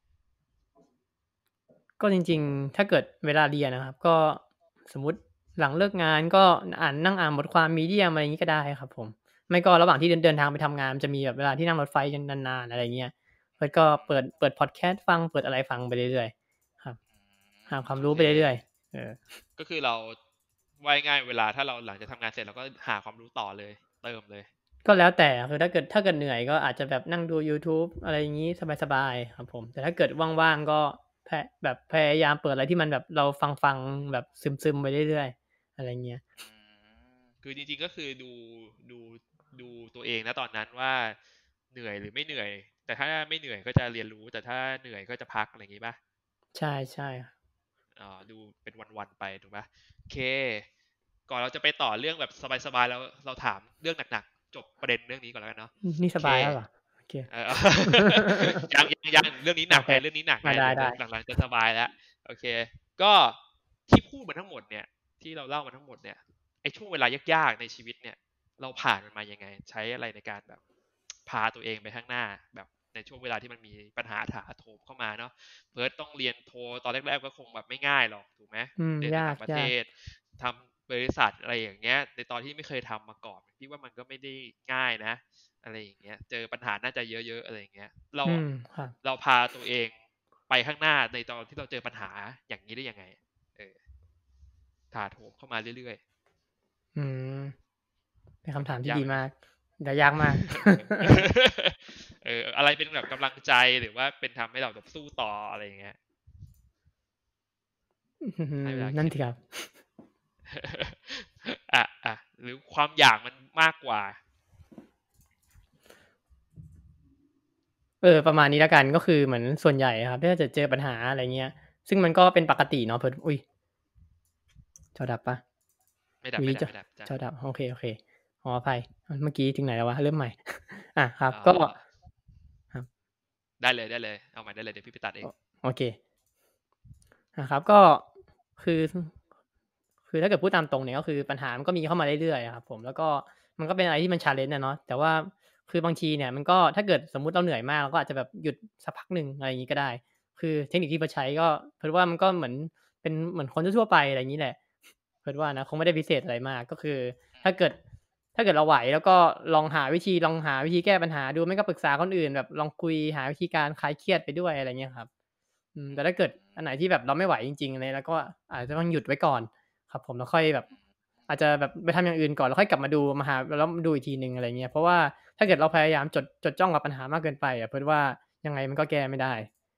ก็จริงๆถ้าเกิดเวลาเรียนนะครับก็สมมุติหลังเลิกงานก็นั่งอ่านบทความ Medium อะไรงี้ก็ได้ครับผมไม่ก็ระหว่างที่เดินทางไปทำงานมันจะมีแบบเวลาที่นั่งรถไฟกันนานๆอะไรเงี้ยเพิร์ทก็เปิดพอดแคสต์ฟังเปิดอะไรฟังไปเรื่อยๆครับหาความรู้โอเคไปเรื่อยๆก็คือเราว่ายง่ายเวลาถ้าเราหลังจากทำงานเสร็จเราก็หาความรู้ต่อเลยเติมเลยก็แล้วแต่คือถ้าเกิดเหนื่อยก็อาจจะแบบนั่งดูยูทูบอะไรอย่างงี้สบายๆครับผมแต่ถ้าเกิดว่างๆก็แบบพยายามเปิดอะไรที่มันแบบเราฟังแบบซึมๆไปเรื่อยๆอะไรเงี้ยอืคือจริงๆก็คือดูดูตัวเองนะตอนนั้นว่าเหนื่อยหรือไม่เหนื่อยแต่ถ้าไม่เหนื่อยก็จะเรียนรู้แต่ถ้าเหนื่อยก็จะพักอะไรอย่างงี้ป่ะใช่ๆดูเป็นวันๆไปถูกป่ะโอเคก่อนเราจะไปต่อเรื่องแบบสบายๆแล้วเราถามเรื่องหนักๆจบประเด็นเรื่องนี้ก่อนแล้วกันเนาะนี่โอเคสบายแล้วเหรอโอเคเออ ยังเรื่องนี้หนักโอเคไงเรื่องนี้หนักไงเดี๋ยวได้หลังๆจะสบายแล้วโอเคก็ที่พูดมาทั้งหมดเนี่ยที่เราเล่ามาทั้งหมดเนี่ยไอ้ช่วงเวลายากๆในชีวิตเนี่ยเราผ่านมันมายังไงใช้อะไรในการแบบพาตัวเองไปข้างหน้าแบบในช่วงเวลาที่มันมีปัญหาถาโถมเข้ามาเนาะเพิร์ดต้องเรียนโทตอนแรกๆก็คงแบบไม่ง่ายหรอกถูกไหมเรียนในยากต่างประเทศทำบริษัทอะไรอย่างเงี้ยในตอนที่ไม่เคยทำมาก่อนพี่ว่ามันก็ไม่ได้ง่ายนะ อะไรอย่างเงี้ยเจอปัญหาน่าจะเยอะๆอะไรอย่างเงี้ยครับเราพาตัวเองไปข้างหน้าในตอนที่เราเจอปัญหาอย่างนี้ได้ยังไงเออถาโถมเข้ามาเรื่อยอืมเป็นคำถามๆยากไหมที่ดีมากแต่ยากมากอะไรเป็นแบบกำลังใจหรือว่าเป็นทำให้เราแบบสู้ต่ออะไรอย่างเงี้ยให้เวลาคิดนั่นสิครับหรือความอยากมันมากกว่าประมาณนี้แล้วกันก็คือเหมือนส่วนใหญ่อะครับถ้าเกิดเจอปัญหาอะไรเงี้ยซึ่งมันก็เป็นปกติเนาะเพิ่นอุ๊ยจอดับเปล่าไม่ดัอยู่ดีบไม่ดับไม่ดับจ้ะจอดับโอเคขออภัยเมื่อกี้ถึงไหนแล้ววะเริ่มใหม่ครับอ่ก็าครับได้เลยเอาใหม่ได้เลยเดี๋ยวพี่ไปตัดเองโอเคครับก็คือคือถ้าเกิดพูดตามตรงเนี่ยก็คือปัญหามันก็มีเข้ามาเรื่อยๆอะครับผมแล้วก็มันก็เป็นอะไรที่มัน challenge อะเนาะแต่ว่าคือบางทีเนี่ยมันก็ถ้าเกิดสมมุติเราเหนื่อยมากเราก็อาจจะแบบหยุดสักพักหนึ่งอะไรอย่างงี้ก็ได้คือเทคนิคที่เพิร์ทใช้ก็เพิร์ทว่ามันก็เหมือนคนทั่วๆไปอะไรอย่างนี้แหละเพิร์ทว่านะคงไม่ได้พิเศษอะไรมากก็คือถ้าเกิดเราไหวแล้วก็ลองหาวิธีแก้ปัญหาดูไม่ก็ปรึกษาคนอื่นแบบลองคุยหาวิธีการคลายเครียดไปด้วยอะไรเงี้ยครับแต่ถ้าเกิดอันไหนที่แบบเราไม่ไหวจริงๆเลยแล้วก็อาจจะต้องหยุดไว้ก่อนครับผมแล้วค่อยแบบอาจจะแบบไปทำอย่างอื่นก่อนแล้วค่อยกลับมาดูมาหาแล้วมาดูอีกทีนึงอะไรเงี้ยเพราะว่าถ้าเกิดเราพยายามจดจ้องกับปัญหามากเกินไปอ่ะเพิร์ทว่ายังไงมันก็แก้ไม่ได้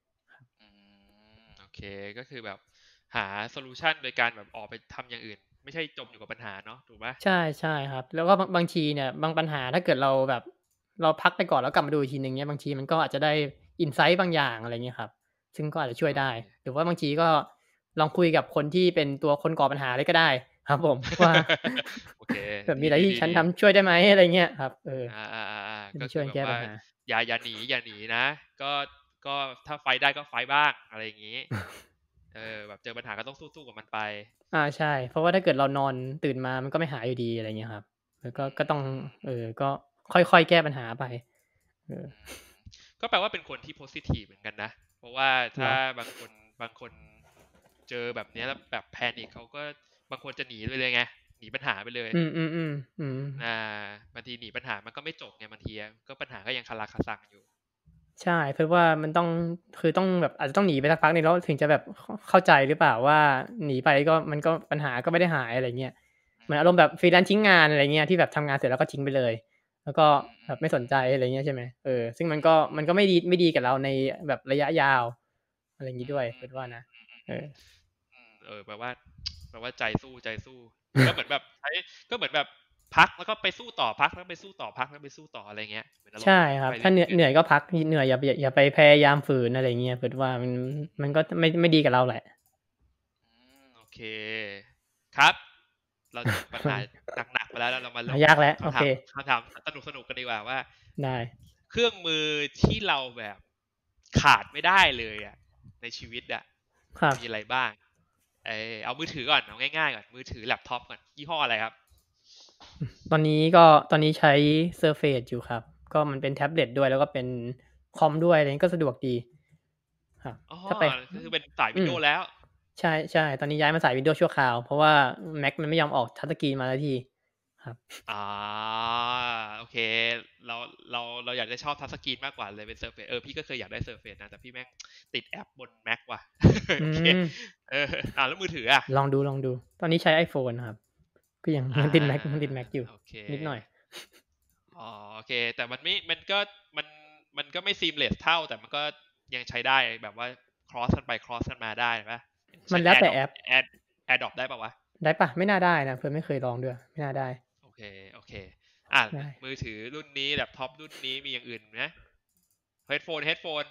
โอเคก็คือแบบหาโซลูชันโดยการแบบออกไปทำอย่างอื่นไม่ใช่จมอยู่กับปัญหาเนาะถูกปะใช่ครับแล้วก็บางทีเนี่ยบางปัญหาถ้าเกิดเราแบบเราพักไปก่อนแล้วกลับมาดูอีกทีนึงเนี่ยบางทีมันก็อาจจะได้อินไซต์บางอย่างอะไรเงี้ยครับซึ่งก็อาจจะช่วยได้โอเคหรือว่าบางทีก็ลองคุยกับคนที่เป็นตัวคนก่อปัญหาเลยก็ได้ครับผมว่าโอเคแบบมีดีอะไรที่ฉันดีดีดีทำช่วยได้ไหมอะไรเงี้ยครับจะก็ได้ช่วยคือแบบว่ากันแก้ปัญหาอย่าหนีนะก็ก็ถ้าไฟท์ได้ก็ไฟท์บ้างอะไรอย่างงี้แบบเจอปัญหาก็ต้องสู้กับมันไปใช่เพราะว่าถ้าเกิดเรานอนตื่นมามันก็ไม่หายอยู่ดีอะไรเงี้ยครับแล้วก็ต้องอืมก็ค่อยๆแก้ปัญหาไปเอออืมก็แปลว่าเป็นคนที่โพซิทีฟเหมือนกันนะเพราะว่าถ้าเหรอบางคนเจอแบบเนี้ยแล้วแบบแพนิคเขาก็บางคนจะหนีไปเลยไงหนีปัญหาไปเลยอืมอ่บางทีหนีปัญหามันก็ไม่จบไงบางทีก็ปัญหาก็ยังคาราคาซังอยู่ใช่เพราะว่ามันต้องคือต้องแบบอาจจะต้องหนีไปสักพักหนึ่งแล้วถึงจะแบบเข้าใจหรือเปล่าว่าหนีไปก็มันก็ปัญหาก็ไม่ได้หายอะไรเงี้ยเหมือนอารมณ์แบบ freelance ทิ้งงานอะไรเงี้ยที่แบบทำงานเสร็จแล้วก็ทิ้งไปเลยแล้วก็อืมอืแบบไม่สนใจมอืมอะไรเงี้ยใช่ไหมซึ่งมันอืก็มมันก็ไม่ดีกับเราในแบบระยะยาวอะไรงี้อืด้วยมอืมคิดว่านะเออแปลว่าใจสู้ก็เหมือนแบบใช้ก็เหมือนแบบพักแล้วก็ไปสู้ต่อพักแล้วไปสู้ต่อพักแล้วไปสู้ต่ออะไรเงี้ยเหมือนอารมใช่ณ์อย่างนี้ครับถ้าไปเรื่อยเหนื่อยก็พักเหนื่อยอย่าไปพยายามฝืนอะไรเงี้ยคิดว่ามันก็ไม่ดีกับเราแหละโอเคครับเราจบปัญหาหนักๆไปแล้วเรามาลงยากแล้วโอเคคำถามสนุกกันดีกว่าว่าได้เครื่องมือที่เราแบบขาดไม่ได้เลยในชีวิตครับมีอะไรบ้างเอามือถือก่อนเอาง่ายๆก่อนมือถือแล็ปท็อปก่อนยี่ห้ออะไรครับตอนนี้ใช้ Surface อยู่ครับก็มันเป็นแท็บเล็ตด้วยแล้วก็เป็นคอมด้วยอะไรนี้ก็สะดวกดีครับอ๋อถ้าไปก็คือเป็นสายวิอืมนโดว์แล้วใช่ตอนนี้ย้ายมาใส่ Windows ชั่วคราวเพราะว่า Mac มันไม่ยอมออกทัชสกรีนมาสักทีครับอ่าโอเคเราเราอยากจะชอบทัชสกรีนมากกว่าเลยเป็นเซอร์เฟซพี่ก็เคยอยากได้เซอร์เฟซนะแต่พี่แม่งติดแอปบน Mac ว่ะอืโอเคมเออแล้วมือถือลองดูตอนนี้ใช้ iPhone ครับก็ยังอ่ายังติด Mac อยู่โอเคนิดหน่อยอ๋อโอเคแต่มันมันก็ไม่ซีมเลสเท่าแต่มันก็ยังใช้ได้แบบว่า cross กันไป cross กันมาได้ปะมัใช้นแล้วแต่ AirDrop แอป AirDrop ได้ปะวะได้ปะไม่น่าได้นะเพื่อนไม่เคยลองด้วยไม่น่าได้โอเคโอเคอ่ะได้มือถือรุ่นนี้แล็ปท็อปรุ่นนี้มีอย่างอื่นไหมเฮดโฟน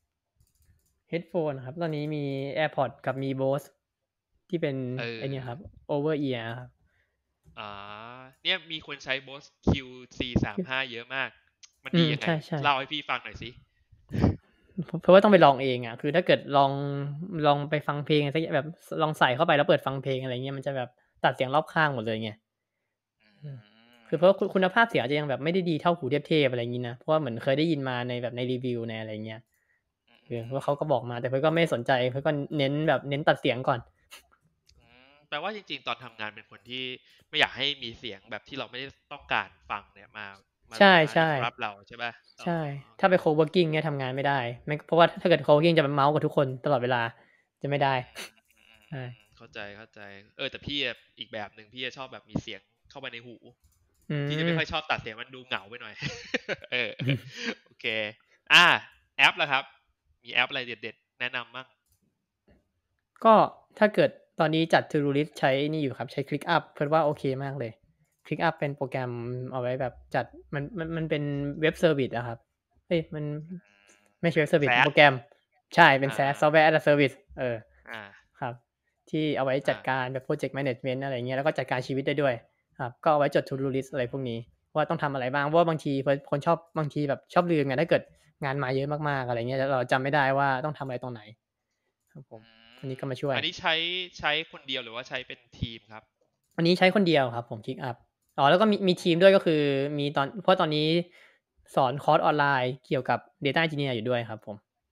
Headphone ครับตอนนี้มี AirPods กับมี Bose ที่เป็นเอไอเนี่ยอครับ over ear ครับอ่าเนี่ยมีคนใช้ Bose QC35เยอะมาก มันดียังไงใช่เล่าให้พี่ฟังหน่อยสิเพราะว่าต้องไปลองเองอ่ะคือถ้าเกิดลองไปฟังเพลงสักแบบลองใส่เข้าไปแล้วเปิดฟังเพลงอะไรเงี้ยมันจะแบบตัดเสียงรอบข้างหมดเลยไงอืมคือเพราะว่าคุณภาพเสียงอาจจะยังแบบไม่ได้ดีเท่าหูเทพๆอะไรอย่างงี้นะเพราะว่าเหมือนเคยได้ยินมาในแบบในรีวิวในอะไรเงี้ยเพราะเขาก็บอกมาแต่เพื่อนก็ไม่สนใจเพื่อนก็เน้นตัดเสียงก่อนแปลว่าจริงๆตอนทำงานเป็นคนที่ไม่อยากให้มีเสียงแบบที่เราไม่ได้ต้องการฟังเนี่ยมาใช่มาใช่ interrupt เราใช่ป่ะอ๋อใช่โอเคถ้าไป co-working เนี่ยทำงานไม่ได้ไม่เพราะว่าถ้าเกิด co-working จะเป็นเมาส์กับทุกคนตลอดเวลาจะไม่ได้ใช่เข้าใจแต่พี่อีกแบบหนึ่งพี่จะชอบแบบมีเสียงเข้ามาในหูอืพี่จะมไม่ค่อยชอบตัดเสียงมันดูเหงาไปหน่อยเออโอเคแอปล่ะครับมีแอปอะไรเด็ดๆแนะนำบ้างก็ถ้าเกิดตอนนี้จัด to-do list ใช้นี่อยู่ครับใช้ ClickUp เพิ่นว่าโอเคมากเลย ClickUp เป็นโปรแกรมเอาไว้แบบจัดมันเป็นเว็บเซอร์วิซอะครับเอ๊ยมันไม่ใช่เว็บเซอร์วิซเป็นแซดโปรแกรมใช่เป็นอ่า SaaS Software as a Service อ่าครับที่เอาไว้จัดอ่าการแบบ Project Management อะไรเงี้ยแล้วก็จัดการชีวิตได้ด้วยครับก็เอาไว้จด to-do list อะไรพวกนี้ว่าต้องทำอะไรบ้างเพราะว่าบางทีคนชอบบางทีแบบชอบลืมไงถ้าเกิดงานมาเยอะมากๆอะไรเงี้ยแล้วเราจำไม่ได้ว่าต้องทำอะไรตรงไหนครับผมอือันนี้ก็มาช่วยอันนี้ใช้คนเดียวหรือว่าใช้เป็นทีมครับอันนี้ใช้คนเดียวครับผม ClickUp แล้วก็มีทีมด้วยก็คือมีเพราะตอนนี้สอนคอร์สออนไลน์เกี่ยวกับ Data Engineer อยู่ด้วยครับผม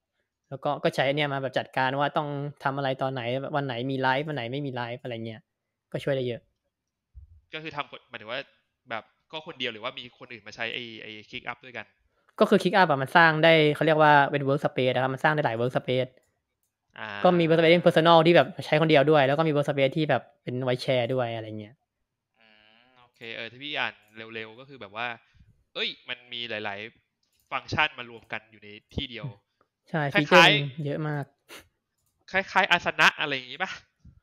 แล้วก็ใช้เนี่ยมาแบบจัดการว่าต้องทำอะไรตอนไหนวันไหนมีไลฟ์วันไหนไม่มีไลฟ์อะไรเงี้ยก็ช่วยได้เยอะก็คือทำหมายถึงว่าแบบก็คนเดียวหรือว่ามีคนอื่นมาใช้ไอ้ ClickUp ด้วยกันก็คือ ClickUp มันสร้างได้เขาเรียกว่าเป็น workspace นะครับมันสร้างได้หลาย workspace ก็มี workspace ที่ personal ที่แบบใช้คนเดียวด้วยแล้วก็มี workspace ที่แบบเป็นไว้แชร์ด้วยอะไรเงี้ยโอเคที่พี่อ่านเร็วๆก็คือแบบว่าเอ้ยมันมีหลายๆฟังก์ชันมารวมกันอยู่ในที่เดียวใช่คฟีเจอร์ล้ายมันเยอะมากๆคล้ายๆอาสนะอะไรอย่างงี้ป่ะ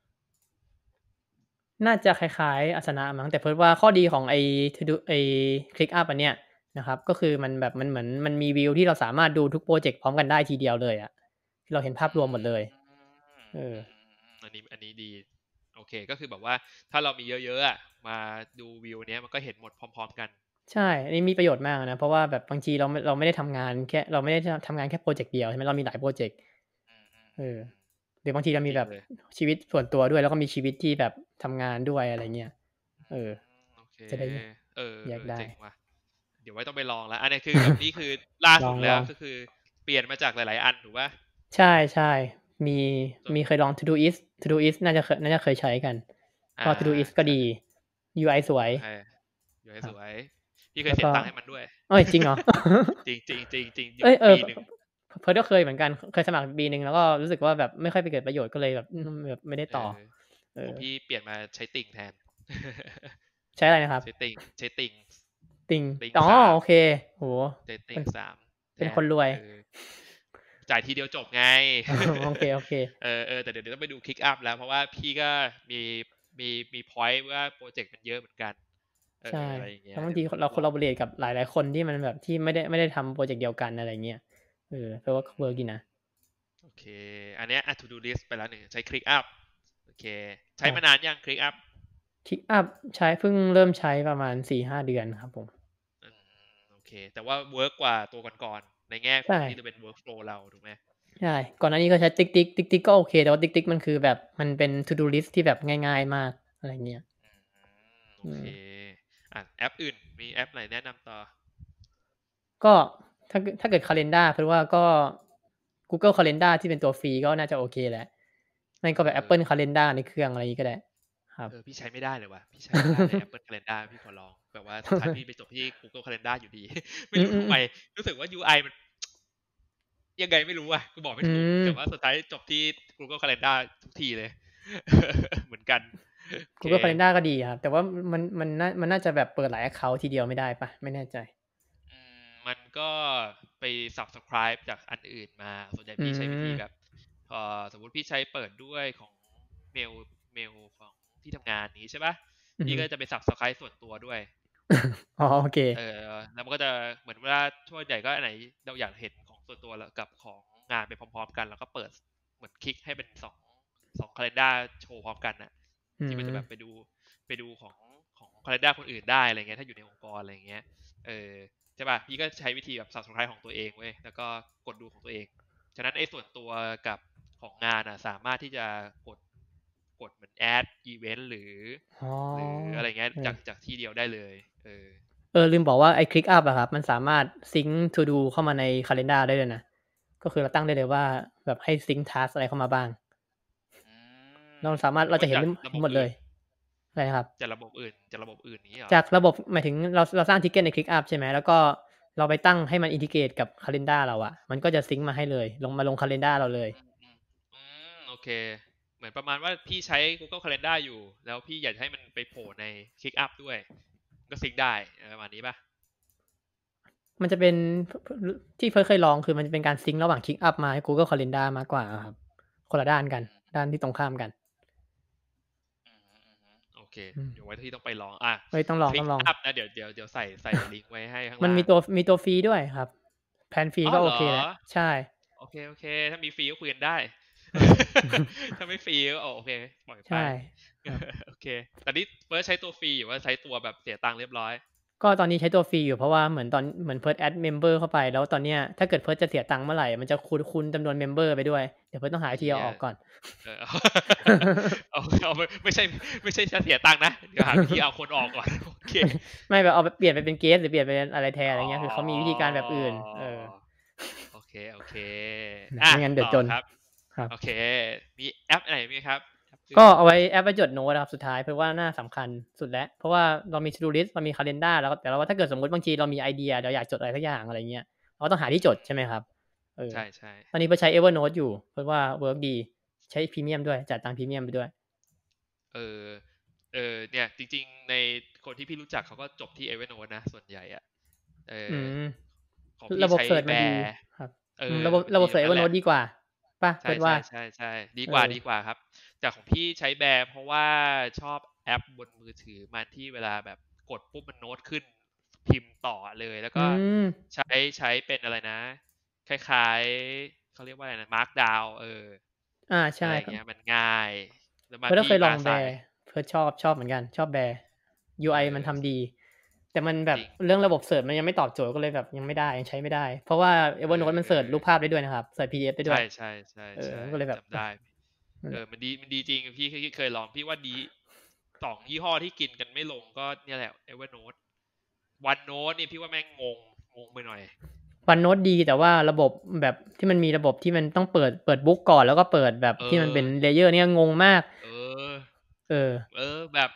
น่าจะคล้ายๆ Asana มั้งแต่เพิ่นว่าข้อดีของไอ้ To-do ไอ้ ClickUp อันเนี้ยนะครับก็คือมันแบบมันเหมือนมันมีวิวที่เราสามารถดูทุกพรอเจกต์พร้อมกันได้ทีเดียวเลยอะที่เราเห็นภาพรวมหมดเลยเอออันนี้ดีโอเคก็คือแบบว่าถ้าเรามีเยอะๆอะมาดูวิวเนี้ยมันก็เห็นหมดพร้อมๆกันใช่อันนี้มีประโยชน์มากนะเพราะว่าแบบบางทีเราไม่ได้ทำงานแค่เราไม่ได้ทำงานแค่พรอเจกต์เดียวใช่ไหมเรามีหลายพรอเจกต์อืมเออหรือบางทีเรามีแบบจริงเลยชีวิตส่วนตัวด้วยแล้วก็มีชีวิตที่แบบทำงานด้วยอะไรเงี้ยเออโอเคจะได้แยกได้เจ๋งว่ะเดี๋ยวไว้ต้องไปลองแล้วอันนี้คือแบบนี่คือล่าสุดแล้วลองก็คือเปลี่ยนมาจากหลายๆอันถูกป่ะใช่ๆมีเคยลอง Todoist น่าจะเคยใช้กันก็ Todoist ก็ใช่ดี UI สวยโอเคอยู่ให้ครับสวยพี่เคยแล้วก็เสียตังค์ให้มันด้วยเอ๊ยจริงเหรอจริงจริงจริงจริงอยู่เอ๊ยปีหนึ่งเพิร์ทก็เคยเหมือนกันเคยสมัครปีหนึ่งแล้วก็รู้สึกว่าแบบไม่ค่อยไปเกิดประโยชน์ก็เลยแบบแบบไม่ได้ต่อเออเออของพี่เปลี่ยนมาใช้ติ่งแทนใช้อะไรนะครับใช้ติ่งติงติ่งอ๋อสามโอเคโอ้โฮใช้ติ่เป็นงสามแทเป็นคนนรวยจ่ายทีเดียวจบไงอ๋อโอเคแต่เดี๋ยวต้องไปดูคลิกอัพแล้วเพราะว่าพี่ก็มีมีพอยต์ว่าโปรเจกต์มันเยอะเหมือนกันใช่อะไรอย่างเงี้แล้วบางยเดี๋ยวทีเราลอง collaborate กับหลายๆคนที่มันแบบที่ไม่ได้ทำพรอเจกต์เดียวกันอะไรเงี้ยแปลว่าเวิร์กดีนะโอเคอันเนี้ยto do list ไปแล้วหนึ่งใช้คลิกอัพโอเคใช้ครับมานานยังคลิกอัพ ClickUp เพิ่งเริ่มใช้ประมาณ 4-5 เดือนครับผมอืมโอเคแต่ว่าเวิร์กกว่าตัวก่อนๆในแง่ของใช่ที่จะเป็น workflow เราถูกไหมใช่ก่อนหน้านี้ก็ใช้ ติ๊กก็โอเคแต่ว่าติ๊กมันคือแบบมันเป็น To do list ที่แบบง่ายๆมากอะไรเงี้ยโอเคอืมแอปอื่นมีแอปไหนแนะนำต่อก็ถ้าเกิด Calendar เพิ่นว่าก็ Google Calendar ที่เป็นตัวฟรีก็น่าจะโอเคแหละไม่ก็แบบเออ Apple Calendar ในเครื่องอะไรงี้ก็ได้ครับพี่ใช้ไม่ได้เลยว่ะพี่ใช้ไม่ได้เลย Apple Calendar พี่ขอลองแบบว่าสุดท้ายพี่ไปจบที่ Google Calendar อยู่ดี ไม่อืรู้ทำไมมๆรู้สึกว่า UI มันยังไงไม่รู้อ่ะกูบอกๆอืไม่ถูกมแต่ว่าสุดท้ายจบที่ Google Calendar ทุกทีเลยเหมือนกันโอเค Google Calendar ก็ดีครับแต่ว่ามันน่าจะแบบเปิดหลายแอ็กเคานต์ทีเดียวไม่ได้เปล่าไม่แน่ใจมันก็ไป subscribe จากอันอื่นมาส่วนใหญ่อืพี่ใช้วิธีมแบบสมมุติพี่ใช้เปิดด้วยของเมลเมลของที่ทำงานนี้ใช่ปะอือฮึพี่ก็จะไป subscribe ส่วนตัวด้วยอ๋อโอเคแล้วมันก็จะเหมือนเวลาช่วงใหญ่ก็อันไหนเราอยากเห็นของส่วนตัวแล้วกับของงานไปพร้อมๆกันแล้วก็เปิดเหมือนคลิกให้เป็นสอง calendar โชว์พร้อมกันน่ะอืที่มันจะมแบบไปดูของ calendar คนอื่นได้อะไรเงี้ยถ้าอยู่ในองค์กรอะไรเงี้ยเออ ใช่ป่ะพี่ก็ใช้วิธีแบบ subscribe ของตัวเองเว้ยแล้วก็กดดูของตัวเองฉะนั้นไอ้ส่วนตัวกับของงานอ่ะสามารถที่จะกดเหมือน add event อ๋อหรืออะไรเงี้ยเออจากที่เดียวได้เลยเออลืมบอกว่าไอ้ ClickUp อะครับมันสามารถซิงค์ To do เข้ามาใน Calendar ได้ด้วยนะก็คือเราตั้งได้เลยว่าแบบให้ซิงค์ task อะไรเข้ามาบ้างอืเราจะเห็นโอ้ยจากระบบอื่นหมดเลยอะไรนะครับจากระบบอื่นนี้เหรอจากระบบหมายถึงเราสร้าง Ticket ใน ClickUp ใช่ไหมแล้วก็เราไปตั้งให้มัน integrate กับ Calendar เราอะมันก็จะซิงค์มาให้เลยลง Calendar เราเลยอืมอืมโอเคเหมือนประมาณว่าพี่ใช้ Google Calendar อยู่แล้วพี่อยากให้มันไปโผล่ใน ClickUp ด้วยก็ซิงค์ได้ประมาณนี้ป่ะมันจะเป็นที่เฟิร์สเคยลองคือมันจะเป็นการซิงค์ระหว่าง ClickUp มาให้ Google Calendar มากกว่าอะครับคนละด้านกันอืมด้านที่ตรงข้ามกันโอเคอืมเดี๋ยวไว้ที่ต้องไปลองเฮ้ยต้องลองคลิกต้องลองอัพนะเดี๋ยวใส่ลิงก์ไว้ให้ข้างมันล่างมีตัวฟรีด้วยครับแพลนฟรีก็โออ๋อเหรอเคแล้วใช่โอเคถ้ามีฟรีก็คุยกันได้ถ้าไม่ฟรีก็โอเคปล่อยไปใช่ครับโอเคแต่นี่เฟิร์สใช้ตัวฟรีหรือว่าใช้ตัวแบบเสียตังค์เรียบร้อยก็ตอนนี้ใช้ตัวฟรีอยู่เพราะว่าเหมือนเพิร์ท add member เข้าไปแล้วตอนเนี้ยถ้าเกิดเพิร์ทจะเสียตังค์เมื่อไหร่มันจะคูณจำนวน member ไปด้วยเดี๋ยวเพิร์ทต้องหาวิธีเฮียเอาออกก่อนเออเอาไม่ใช่จะเสียตังค์นะเดี๋ยวหาวิธีเอาคนออกก่อนโอเคไม่แบบเอาไปเปลี่ยนไปเป็น guest หรือเปลี่ยนเป็นอะไรแทนอะไรอ๋อเงี้ยคือเขามีวิธีการแบบอื่นโอเคโอเคไม่งั้นเดี๋ยวต่อจนครับครับโอเคมีแอปไหนไหมครับแอปอื่นก็เอาไว้แอปไว้จดโน้ตครับสุดท้ายเพราะว่าน่าสำคัญสุดแล้วเพราะว่าเรามี to do list เรามี calendar แล้วแต่ว่าถ้าเกิดสมมติบางทีเรามีไอเดียเราอยากจดอะไรสักอย่างอะไรเงี้ยเราก็ต้องหาที่จดใช่ไหมครับใช่ใช่ตอนนี้ไปใช้ Evernote อยู่เพราะว่าเวิร์กดีใช้พรีเมียมด้วยจ่ายตังค์พรีเมียมไปด้วยเออเนี่ยจริงๆในคนที่พี่รู้จักเขาก็จบที่ Evernote นะส่วนใหญ่อ่ะเออือมของพี่ระบบใช้แบเสิร์ชมันดีร์ครับเออมันระบบเสิร์ชดีตรงนั้นแหละ Evernote ดีกว่าป่ะใช่ใช่เพิร์ทว่าใช่ใช่ดีเอกว่าอดีกว่าครับจากของพี่ใช้แบร์เพราะว่าชอบแอปบนมือถือมันที่เวลาแบบกดปุ๊บมันโน้ตขึ้นพิมพ์ต่อเลยแล้วอืก็มใช้เป็นอะไรนะคล้ายๆเขาเรียกว่าอะไรนะมาร์กดาวใช่อะไรอย่างเงี้ยมันง่ายแล้วมาเพิร์ทก็พี่เคยลอมาสายงแบร์เพิร์ทชอบเหมือนกันชอบแบร์เอ UI มันอทำดีแต่มันแบบจริงเรื่องระบบเสิร์ชมันยังไม่ตอบโจทย์ก็เลยแบบยังไม่ได้ยังใช้ไม่ได้เพราะว่าเออ Evernote มันเอเสิร์ชอรูปภาพได้ด้วยนะครับเสิร์ช PDF ได้ด้วยใช่ใช่ใช่ใช่ก็เลยแบบจำได้นั่นแหละมันดีจริงพี่เคยลองพี่ว่าดีสองยี่ห้อที่กินกันไม่ลงก็เนี่ยแหละ Evernote OneNote นี่พี่ว่าแม่งงงไปหน่อยวันโน้ตดีแต่ว่าระบบแบบที่มันมีระบบที่มันต้องเปิดบุ๊กก่อนแล้วก็เปิดแบบเอที่มันอเป็นเลเยอร์เนี่ยงงมากเออเออแบบ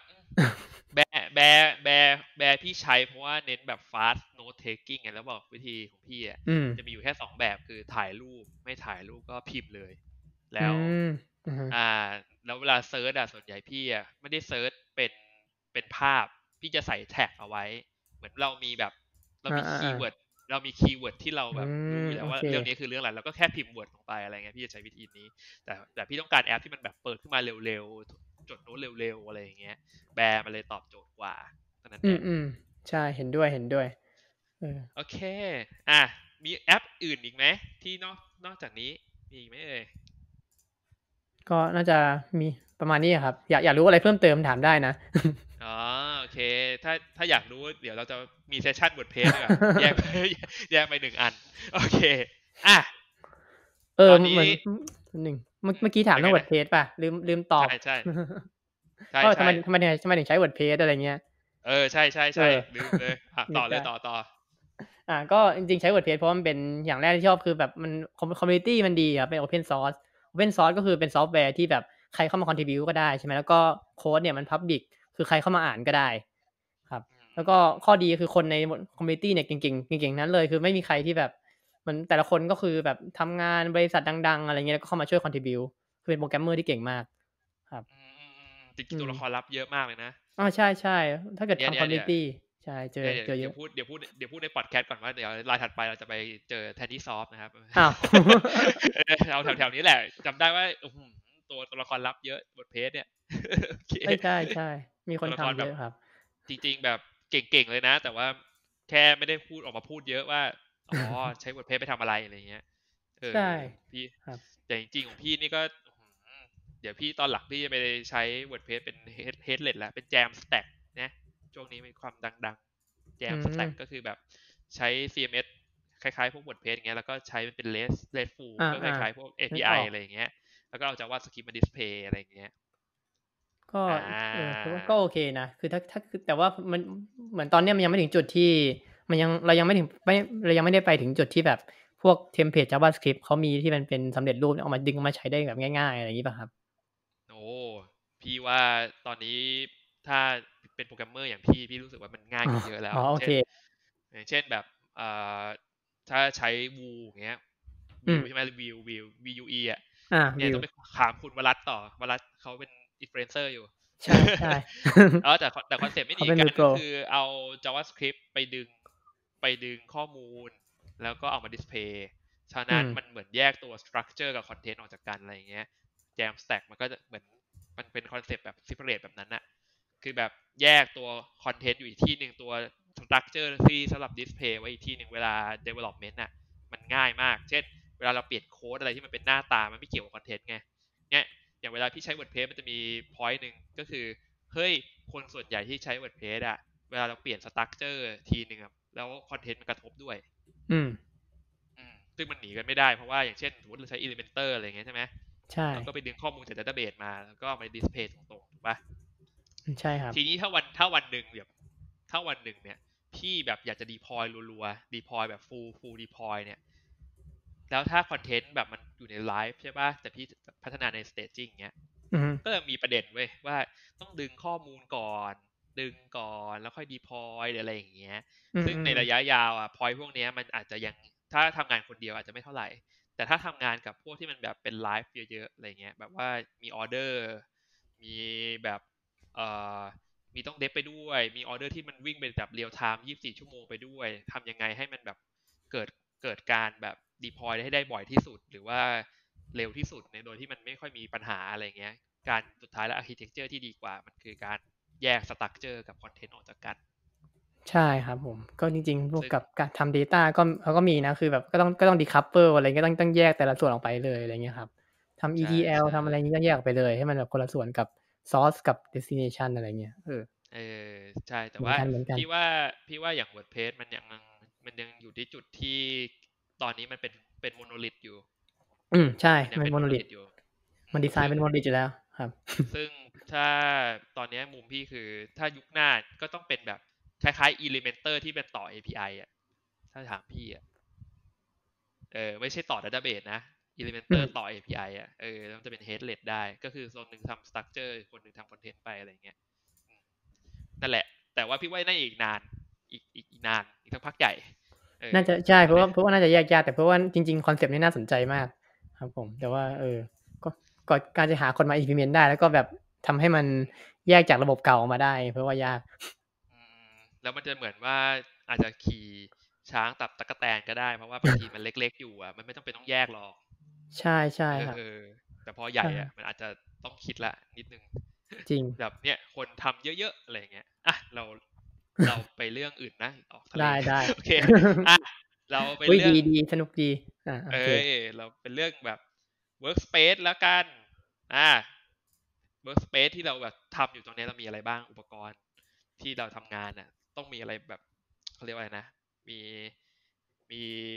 แบร์พี่ใช้เพราะว่าเน้นแบบ fast note taking ไงแล้วบอกวิธีของพี่อ่ะอืมจะมีอยู่แค่สองแบบคือถ่ายรูปไม่ถ่ายรูปก็พิมพ์เลยอืแล้วมอืออ่าแล้วเวลาเซิร์ชส่วนใหญ่พี่ไม่ได้เซิร์ชเป็นภาพพี่จะใส่แท็กเอาไว้เหมือนเรามีแบบเรามีคีย์เวิร์ดเรามีคีย์เวิร์ดที่เราแบบรู้อยู่แล้วว่าโอเคเรื่องนี้คือเรื่องอะไรเราก็แค่พิมพ์เวิร์ดลงไปอะไรเงี้ยพี่จะใช้วิธีนี้แต่พี่ต้องการแอปที่มันแบบเปิดขึ้นมาเร็วๆจดโน้ตเร็วๆอะไรอย่างเงี้ยแบร์มันเลยตอบโจทย์กว่าเท่านั้นแหละอืมใช่เห็นด้วยโอเคมีแอปอื่นอีกไหมที่นอกจากนี้มีอีกไหมเอ่ยก็น่าจะมีประมาณนี้ครับอยากรู้อะไรเพิ่มเติมถามได้นะอ๋อโอเคถ้าอยากรู้เดี๋ยวเราจะมีเซสชั่นบทเพจดีกว่าแยกแยกไปหนึ่งอันโอเคอ่ะตอนนี้เหมือนหนึ่งเมื่อกี้ถามยังไงเรื่องนะ WordPress ป่ะลืมตอบใช่ก็ใช่ทำไมถึงใช้ WordPress อะไรเงี้ยใช่เออลืมเลยต่นึกได้อเลยต่อก็จริงๆใช้ WordPress เพราะมันเป็นอย่างแรกที่ชอบคือแบบมันคอมมูนิตีมันดีครับเป็น Open Source Open Source ก็คือเป็นซอฟต์แวร์ที่แบบใครเข้ามา contribute ก็ได้ใช่ไหมแล้วก็โค้ดเนี่ยมัน Public คือใครเข้ามาอ่านก็ได้ครับแล้วก็ข้อดีคือคนในคอมมูนิตีเนี่ยเก่งนั้นเลยคือไม่มีใครที่แบบมันแต่ละคนก็คือแบบทำงานบริษัทดังๆอะไรเงี้ยแล้วก็เข้ามาช่วย contribute คือเป็นโปรแกรมเมอร์ที่เก่งมากครับจริงๆตัวละครลับเยอะมากเลยนะใช่ๆถ้าเกิดทำคอมมูนิตีใช่เจอเดี๋เยอะยวพูดในพอดแคสต์ก่อนว่าเดี๋ยวรายถัดไปเราจะไปเจอแทนที่ซอฟนะครับอ้าวเอาแถวนี้แหละจำได้ว่าตัวละครลับเยอะบทเพจเนี่ยโอเคใช่มีคนทำเยตัวละครแบบอะครับจริงๆแบบเก่งๆเลยนะแต่ว่าแค่ไม่ได้พูดออกมาพูดเยอะว่าใช้บทเพจไปทำอะไรอะไรเงี้ยใช่พี่ครับแต่จริงๆของพี่นี่ก็เดี๋ยวพี่ตอนหลังพี่จะไปใช้ WordPress เป็น headlet แล้วเป็น Jam Stack นะช่วงนี้มีความดังๆ Jam Stack ก็คือแบบใช้ CMS คล้ายๆพวก WordPress อย่างเงี้ยแล้วก็ใช้เป็น RESTful ก็คล้ายๆพวกนึกอ API อกอะไรอย่างเงี้ยแล้วก็เอา JavaScript มา display อะไรอย่างเงี้ยก็อ่เพราะว่าาก็โอเคนะคือถ้าคือแต่ว่ามันเหมือนตอนเนี้ยมันยังไม่ถึงจุดที่เรายังไม่ได้ไปถึงจุดที่แบบพวกเทมเพลต JavaScript เขามีที่มันเป็นสำเร็จรูปเอามาดึงมาใช้ได้แบบง่ายๆอะไรอย่างงี้เปล่าครับโอ้พี่ว่าตอนนี้ถ้าเป็นโปรแกรมเมอร์อย่างพี่รู้สึกว่ามันง่ายขึ้นเยอะแล้วโอเคอย่างเช่นแบบเอ่อถ้าใช้ Vue อย่างเงี้ยอืม Vue ใช่ไหม Vue เนี่ย View ต้องไปถามคุณวรัตน์ต่อวรัตน์เขาเป็นอินฟลูเอนเซอร์อยู่ใช่แต่คอนเซ็ปต์ไม่หเขาเป็นมือโปรนีกันก็คือเอา JavaScript ไปดึงข้อมูลแล้วก็เอามาดิสเพย์ฉะนั้นมันเหมือนแยกตัว structure กับ content ออกจากกันอะไรอย่างเงี้ย Jam Stack มันก็จะเหมือนมันเป็นคอนเซ็ปต์แบบ separate แบบนั้นน่ะคือแบบแยกตัว content อยู่อีกที่หนึ่งตัว structure ที่สำหรับ display ไว้อีกที่หนึ่งเวลา development น่ะมันง่ายมากเช่นเวลาเราเปลี่ยนโค้ดอะไรที่มันเป็นหน้าตามันไม่เกี่ยวกับ content ไงเนี่ยอย่างเวลาพี่ใช้ WordPress มันจะมี point หนึ่งก็คือเฮ้ยคนส่วนใหญ่ที่ใช้ WordPress เวลาเราเปลี่ยน structure ทีหนึ่งแล้ว content มันกระทบด้วยซึ่งมันหนีกันไม่ได้เพราะว่าอย่างเช่นสมมติเราใช้ Elementor อะไรอย่างเงี้ยใช่ไหมใช่เราก็ไปดึงข้อมูลจาก database มาแล้วก็มา display ตรงๆถูกปะใช่ครับทีนี้ถ้าวันหนึ่งเนี่ยพี่แบบอยากจะ deploy รัวๆ deploy แบบ full deploy เนี่ยแล้วถ้าคอนเทนต์แบบมันอยู่ในไลฟ์ใช่ป่ะแต่พี่พัฒนาใน staging เงี้ยก็จะมีประเด็นเว้ยว่าต้องดึงข้อมูลก่อนแล้วค่อย deploy หรืออะไรอย่างเงี้ยซึ่งในระยะยาวอ่ะ point พวกเนี้ยมันอาจจะยังถ้าทำงานคนเดียวอาจจะไม่เท่าไหร่แต่ถ้าทำงานกับพวกที่มันแบบเป็นไลฟ์เยอะๆอะไรเงี้ยแบบว่ามีออเดอร์มีแบบเอ่อมีต้องเดฟไปด้วยมีออเดอร์ที่มันวิ่งเป็นแบบเรียลไทม์24ชั่วโมงไปด้วยทำยังไงให้มันแบบเกิดการแบบ deploy ให้ได้บ่อยที่สุดหรือว่าเร็วที่สุดในโดยที่มันไม่ค่อยมีปัญหาอะไรเงี้ยการสุดท้ายแล้ว architecture ที่ดีกว่ามันคือการแยก structure กับ content ออกจากกันใช่ครับผมก็จริงๆพวกซึ่งกับการทำ data ก็เขาก็มีนะคือแบบก็ต้อง decouple อะไรก็ต้องแยกแต่ละส่วนออกไปเลยอะไรเงี้ยครับทำใช่ ETL ใช่ทำอะไรงี้ก็แยกออกไปเลยให้มันแบบคนละส่วนกับ source กับ destination อะไรเงี้ยเออใช่แต่เหมือนว่ากันพี่ว่าอย่าง WordPress มันยังอยู่ที่จุดที่ตอนนี้มันเป็นโมโนลิทอยู่ใช่มันยังเป็นมันโมโนลิ monolith ทอยู่มันดีไซน์ซึ่งเป็น monolith อยู่แล้วครับซึ่งถ้าตอนนี้มุมพี่คือถ้ายุคหน้าก็ต้องเป็นแบบคล้ายๆ Elementor ที่เป็นต่อ API อ่ะถ้าถามพี่อ่ะไม่ใช่ต่อ Database นะ Elementor ต่อ API อ่ะมันจะเป็น headless ได้ก็คือโซนหนึ่งทำ structure คนหนึ่งทำ content ไปอะไรเงี้ยนั่นแหละแต่ว่าพี่ว่าน่าอีกนานอีกนานอีกสักพักใหญ่น่าจะใช่เพนั่นแหละราะว่าน่าจะแยกยากแต่เพราะว่าจริงๆคอนเซปต์นี้น่าสนใจมากครับผมแต่ว่าก็ก็การจะหาคนมา implement ได้แล้วก็แบบทำให้มันแยกจากระบบเก่าออกมาได้เพราะว่ายากแล้วมันจะเหมือนว่าอาจจะขี่ช้างตับตั๊กแตนก็ได้เพราะว่าบางทีมันเล็กๆอยู่อ่ะมันไม่ต้องเป็นต้องแยกหรอกใช่ใช่ครับแต่พอใหญ่ใช่อ่ะมันอาจจะต้องคิดละนิดนึงจริงแบบเนี้ยคนทำเยอะๆอะไรเงี้ยอ่ะเราไปเรื่องอื่นนะออกทะเลได้โอเคอ่ะเราไปอุ๊ยเรื่องดีสนุกดีโอเคเราเป็นเรื่องแบบ workspace แล้วกันอ่ะ workspace ที่เราแบบทำอยู่ตรงนี้เรามีอะไรบ้างอุปกรณ์ที่เราทำงานน่ะต้องมีอะไรแบบเขาเรียกว่าอะไรนะมีมี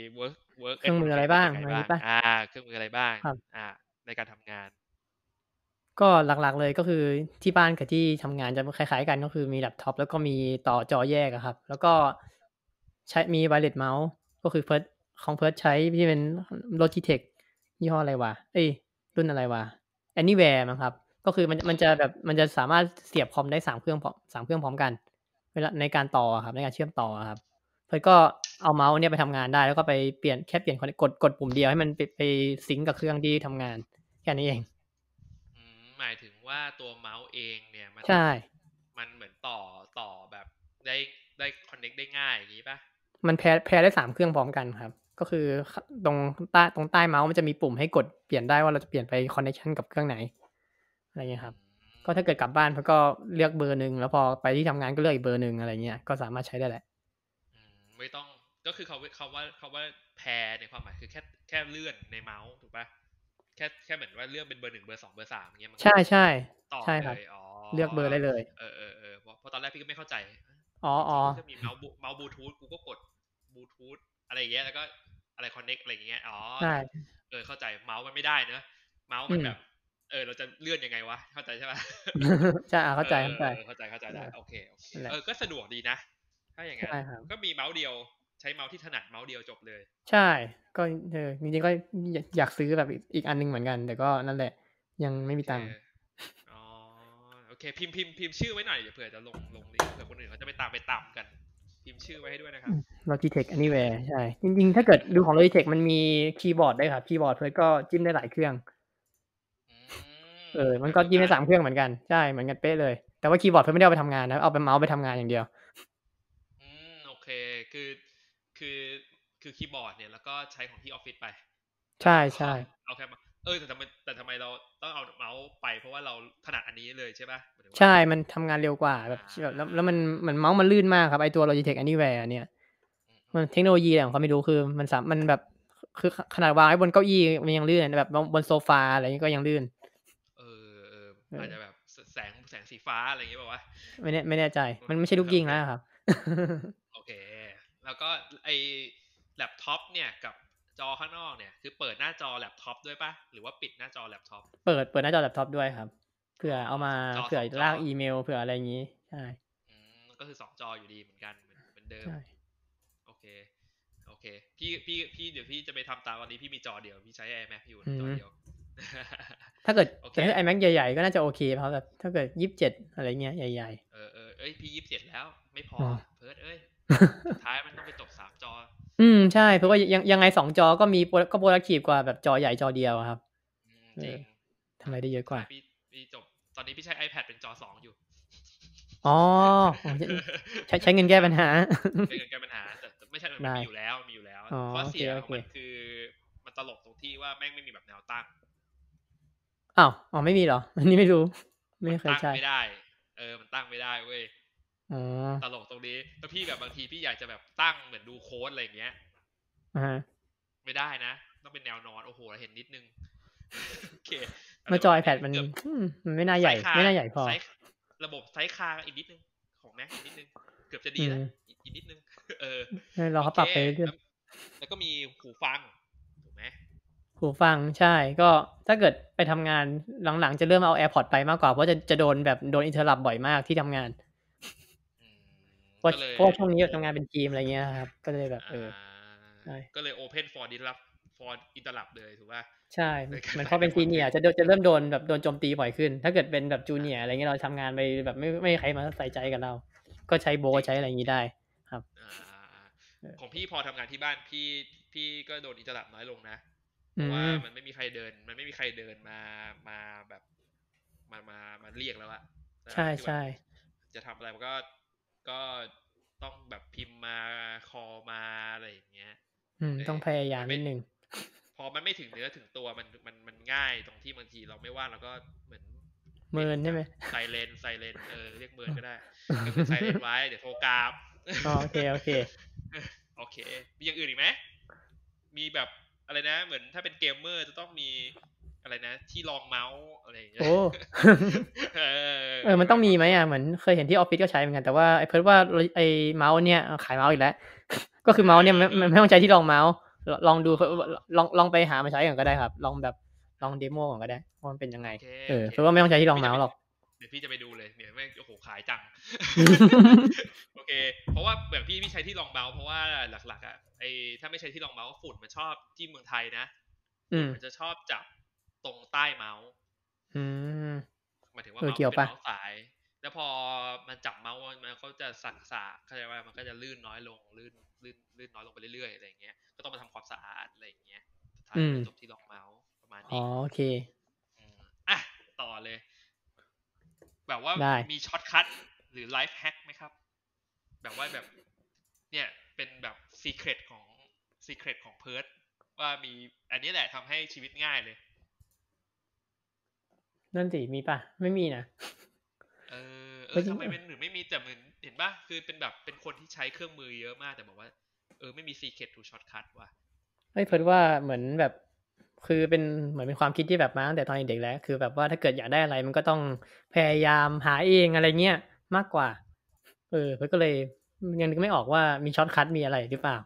work เครื่องมืออะไร environment เป็นบ้างยังไงบ้างอะไรงี้เปล่าเครื่องมืออะไรบ้างครับอ่าในการทำงานก็หลักๆเลยก็คือที่บ้านกับที่ทำงานจะคล้ายๆกันก็คือมีแล็ปท็อปแล้วก็มีต่อจอแยกอะครับแล้วก็ใช้มี wireless mouse ก็คือของเพิร์ทใช้ที่เป็น Logitech ยี่ห้ออะไรวะเอ๊ยรุ่นอะไรวะ Anywhere มั้งครับก็คือมันจะแบบมันจะสามารถเสียบคอมได้3 เครื่องพร้อมกันเวลาในการต่ออะครับในการเชื่อมต่ออะครับเพิร์ทก็เอาเมาส์เนี่ยไปทำงานได้แล้วก็ไปแค่เปลี่ยนกดปุ่มเดียวให้มันไปซิงก์กับเครื่องที่ทำงานแค่นี้เองหมายถึงว่าตัวเมาส์เองเนี่ยใช่มันเหมือนต่อแบบได้ได้ connect ได้ง่ายอย่างนี้ป่ะมันแพร์ได้3 เครื่องพร้อมกันครับก็คือตรงใต้เมาส์มันจะมีปุ่มให้กดเปลี่ยนได้ว่าเราจะเปลี่ยนไปคอนเนคชันกับเครื่องไหนอะไรเงี้ยครับก็ถ้าเกิดกลับบ้านเพิร์ทก็เลือกเบอร์หนึ่งแล้วพอไปที่ทำงานก็เลือกอีกเบอร์หนึ่งอะไรเงี้ยก็สามารถใช้ได้แหละไม่ต้องก็คือเขาว่าแพรในความหมายคือแค่เลื่อนในเมาส์ถูกป่ะแค่เหมือนว่าเลือกเป็นเบอร์ 1เบอร์ 2เบอร์ 3อย่างเงี้ยมันก็ใช่ใช่ต่อใช่ครับเลยอ๋อเลือกเบอร์ได้เลยเพราะตอนแรกพี่ก็ไม่เข้าใจอ๋อจริงๆกูจะมีเมาส์บลูทูธกูก็กดบลูทูธอะไรอย่างเงี้ยแล้วก็อะไรคอนเน็กอะไรอย่างเงี้ยใช่เข้าใจเมาส์มันไม่ได้เนอะเมาส์อืมมันแบบเราจะเลื่อนยังไงวะเข้าใจใช่ป่ะใช่เข้าใจเข้าใจได้โอเคนั่นแหละก็สะดวกดีนะถ้าอย่างนั้นใช่ครับก็มีเมาส์เดียวใช้เมาส์ที่ถนัดเมาส์เดียวจบเลยใช่ก็จริงๆก็อยากซื้อแบบอีกอันหนึ่งเหมือนกันแต่ก็นั่นแหละยังไม่โอเคมีตังค์อ๋อโอเคพิมพ์ชื่อไว้หน่อยเดี๋ยวเผื่อจะลงลิงก์เผื่อคนอื่นเขาจะไปตามกันพิมพ์ชื่อไว้ให้ด้วยนะครับ Logitech Anywhere ใช่จริงๆถ้าเกิดดูของ Logitech มันมีคีย์บอร์ดด้วยครับคีย์บอร์ดเพิร์ทก็จิ้มได้หลายเครื่องอืมันก็จิ้มได้แบบเดียวกัน 3 เครื่องเหมือนกันใช่เหมือนกันเป๊ะเลยแต่ว่าคีย์บอร์ดเพิร์ทไม่ได้เอาไปทำงานนะเอาเป็นเมาส์ไปทำงานอย่างเดียวโอเคคือคือคือคีย์บอร์ดเนี่ยแล้วก็ใช้ของที่ออฟฟิศไปใช่แล้วก็ใช่เอาแค่มาแต่ทำไมเราต้องเอาเมาส์ไปเพราะว่าเราถนัดอันนี้เลยใช่ป่ะหมายถึงว่าใช่มันทำงานเร็วกว่าแบบแล้วมันเหมือนเมาส์มันลื่นมากครับไอตัว Logitech Anywhere เนี่ยมันเทคโนโลยีอะไรของเขาไม่รู้คือมันแบบคือขนาดวางไว้บนเก้าอี้มันยังลื่นแบบบนโซฟาอะไรอย่างงี้ก็ยังลื่นเอออาจจะแบบแสงสีฟ้าอะไรอย่างเงี้ยแบบว่าไม่แน่ใจมันไม่ใช่ลูกยิงโอเคแล้วครับโอเคแล้วก็ไอแล็ปท็อปเนี่ยกับจอข้างนอกเนี่ยคือเปิดหน้าจอแล็ปท็อปด้วยป่ะหรือว่าปิดหน้าจอแล็ปท็อปเปิดหน้าจอแล็ปท็อปด้วยครับเผื่อ๋ออเอามาสเผื่อองจอลากอีเมลเผื่ออะไรอย่างงี้ใช่ก็คือ2 จออยู่ดีเหมือนกันเหมือนเดิมใช่โอเคโอเคเคพี่เดี๋ยวพี่จะไปทำตามวันนี้พี่มีจอเดียวพี่ใช้ iMac อยู่จอเดียวถ้าเกิดโอเคแต่ถ้า iMac ใหญ่ๆก็น่าจะโอเคเพราะแบบถ้าเกิด27อะไรเงี้ยใหญ่เอ้ยพี่27แล้วไม่พออ๋อเพิร์ดเอ้ยสุดท้ายมันต้องไปจบ3 จอใช่เพราะว่ายังไง2 จอก็มีก็ productive กว่าแบบจอใหญ่จอเดียวอะครับจริงทำอะไรได้เยอะกว่าพี่จบตอนนี้พี่ใช้ iPad เป็นจอ2อยู่อ๋อใช้เงินแก้ปัญหาใช้เงินแก้ปัญหาแต่ไม่ใช่มันมีอยู่แล้วอ๋อข้อเสียโอของเคมันคือมันตลกตรงที่ว่าแม่งไม่มีแบบแนวตั้งอ้าวไม่มีเหรออันนี้ไม่รู้ไม่เคยตั้งใช้ไม่ได้มันตั้งไม่ได้เว้ยอ๋อตลกตรงนี้แล้วพี่แบบบางทีพี่อยากจะแบบตั้งเหมือนดูโค้ดอะไรอย่างเงี้ย ไม่ได้นะต้องเป็นแนวนอนโอ้โหเห็นนิดนึงโอเคเมื่อจอ iPad มันไม่น่าใหญ่ไม่น่าใหญ่พอระบบไซส์คาอีกนิดนึงของแม็กอีกนิดนึงเกือบจะดีแล้วอีกนิดนึงรอเขาปรับไปเรื่อยแล้วก็มีหูฟังถูกไหมหูฟังใช่ก็ถ้าเกิดไปทำงานหลังๆจะเริ่มเอา AirPods ไปมากกว่าเพราะจะโดนอินเทอร์รัปบ่อยมากที่ทำงานเพราะช่วงนี้ทำงานเป็นทีมอะไรเงี้ยครับก็เลยแบบก็เลย Open for interrupt เลยถูกป่ะใช่มันพอเป็นซีเนียร์จะเริ่มโดนโจมตีบ่อยขึ้นถ้าเกิดเป็นแบบจูเนียร์อะไรเงี้ยเราทำงานไปแบบไม่ใครมาใส่ใจกับเราก็ใช้โบใช้อะไรอย่างนี้ได้ครับของพี่พอทำงานที่บ้านพี่ก็โดนอินเทอร์รัปน้อยลงนะเพราะว่ามันไม่มีใครเดินมาแบบมาเรียกแล้วอะใช่จะทำอะไรมันก็ต้องแบบพิมพ์มาคอลมาอะไรอย่างเงี้ยต้องพยายามนิดนึงพอมันไม่ถึงเนื้อถึงตัวมันง่ายตรงที่บางทีเราไม่ว่างเราก็เหมือนเมินใช่ไหมไซเลนเรียกเมินก็ได้ก็คือไซเลนไว้เดี๋ยวโทรกราบโอเคมีอย่างอื่นอีกไหมมีแบบอะไรนะเหมือนถ้าเป็นเกมเมอร์จะต้องมีอะไรนะที่รองเมาส์อะไรอย่างเงี้ยมันต้องมีไหมเหมือนเคยเห็นที่ออฟฟิศก็ใช้เหมือนกันแต่ว่าเพิ่นว่าไอ้เมาส์เนี่ยขายเมาส์อีกแล้วก็คือเมาส์เนี่ยไม่ต้องใช้ที่รองเมาส์ลองดูลองไปหามาใช้ก่อนก็ได้ครับลองเดโมก่อนก็ได้ว่ามันเป็นยังไงเพราะว่าไม่ต้องใช้ที่รองเมาส์หรอกเดี๋ยวพี่จะไปดูเลยเนี่ยไม่โอ้โหขายจังโอเคเพราะว่าแบบพี่ใช้ที่รองเมาส์เพราะว่าหลักๆอ่ะถ้าไม่ใช้ที่รองเมาส์ฝุ่นมันชอบที่เมืองไทยนะมันจะชอบจับตรงใต้เมาส์หมายถึงว่าเมาส์เป็นเมาส์สายแล้วพอมันจับเมาส์มันเขาจะสักเข้าใจว่ามันก็จะลื่นน้อยลงลื่นน้อยลงไปเรื่อยๆอะไรอย่างเงี้ยก็ต้องมาทำความสะอาดอะไรอย่างเงี้ยสุดท้ายจบที่รองเมาส์ประมาณนี้โอเคต่อเลยแบบว่ามีช็อตคัทหรือไลฟ์แฮกไหมครับแบบว่าแบบเนี่ยเป็นแบบซีเครตของเพิร์ดว่ามีอันนี้แหละทำให้ชีวิตง่ายเลยนั่นสิมีป่ะไม่มีนะทำไมเป็นหรือไม่มีแต่เหมือนเห็นป่ะคือเป็นแบบเป็นคนที่ใช้เครื่องมือเยอะมากแต่บอกว่าไม่มีซีเครตทูช็อตคัทว่ะเพิ่นว่าเหมือนแบบคือเป็นเหมือนเป็นความคิดที่แบบมาตั้งแต่ตอนเด็กแล้วคือแบบว่าถ้าเกิดอยากได้อะไรมันก็ต้องพยายามหาเองอะไรเงี้ยมากกว่าเพิ่นก็เลยยังนึกไม่ออกว่ามีช็อตคัทมีอะไรหรือเปล่า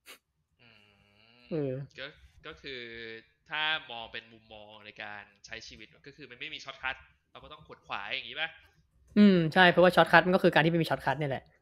ก็คือถ้ามองเป็นมุมมองในการใช้ชีวิตก็คือมันไม่มีช็อตคัทเราก็ต้องขวดขวายอย่างนี้ป่ะใช่เพราะว่าช็อตคัทมันก็คือการที่ไม่มีช็อตคัทนี่แหละ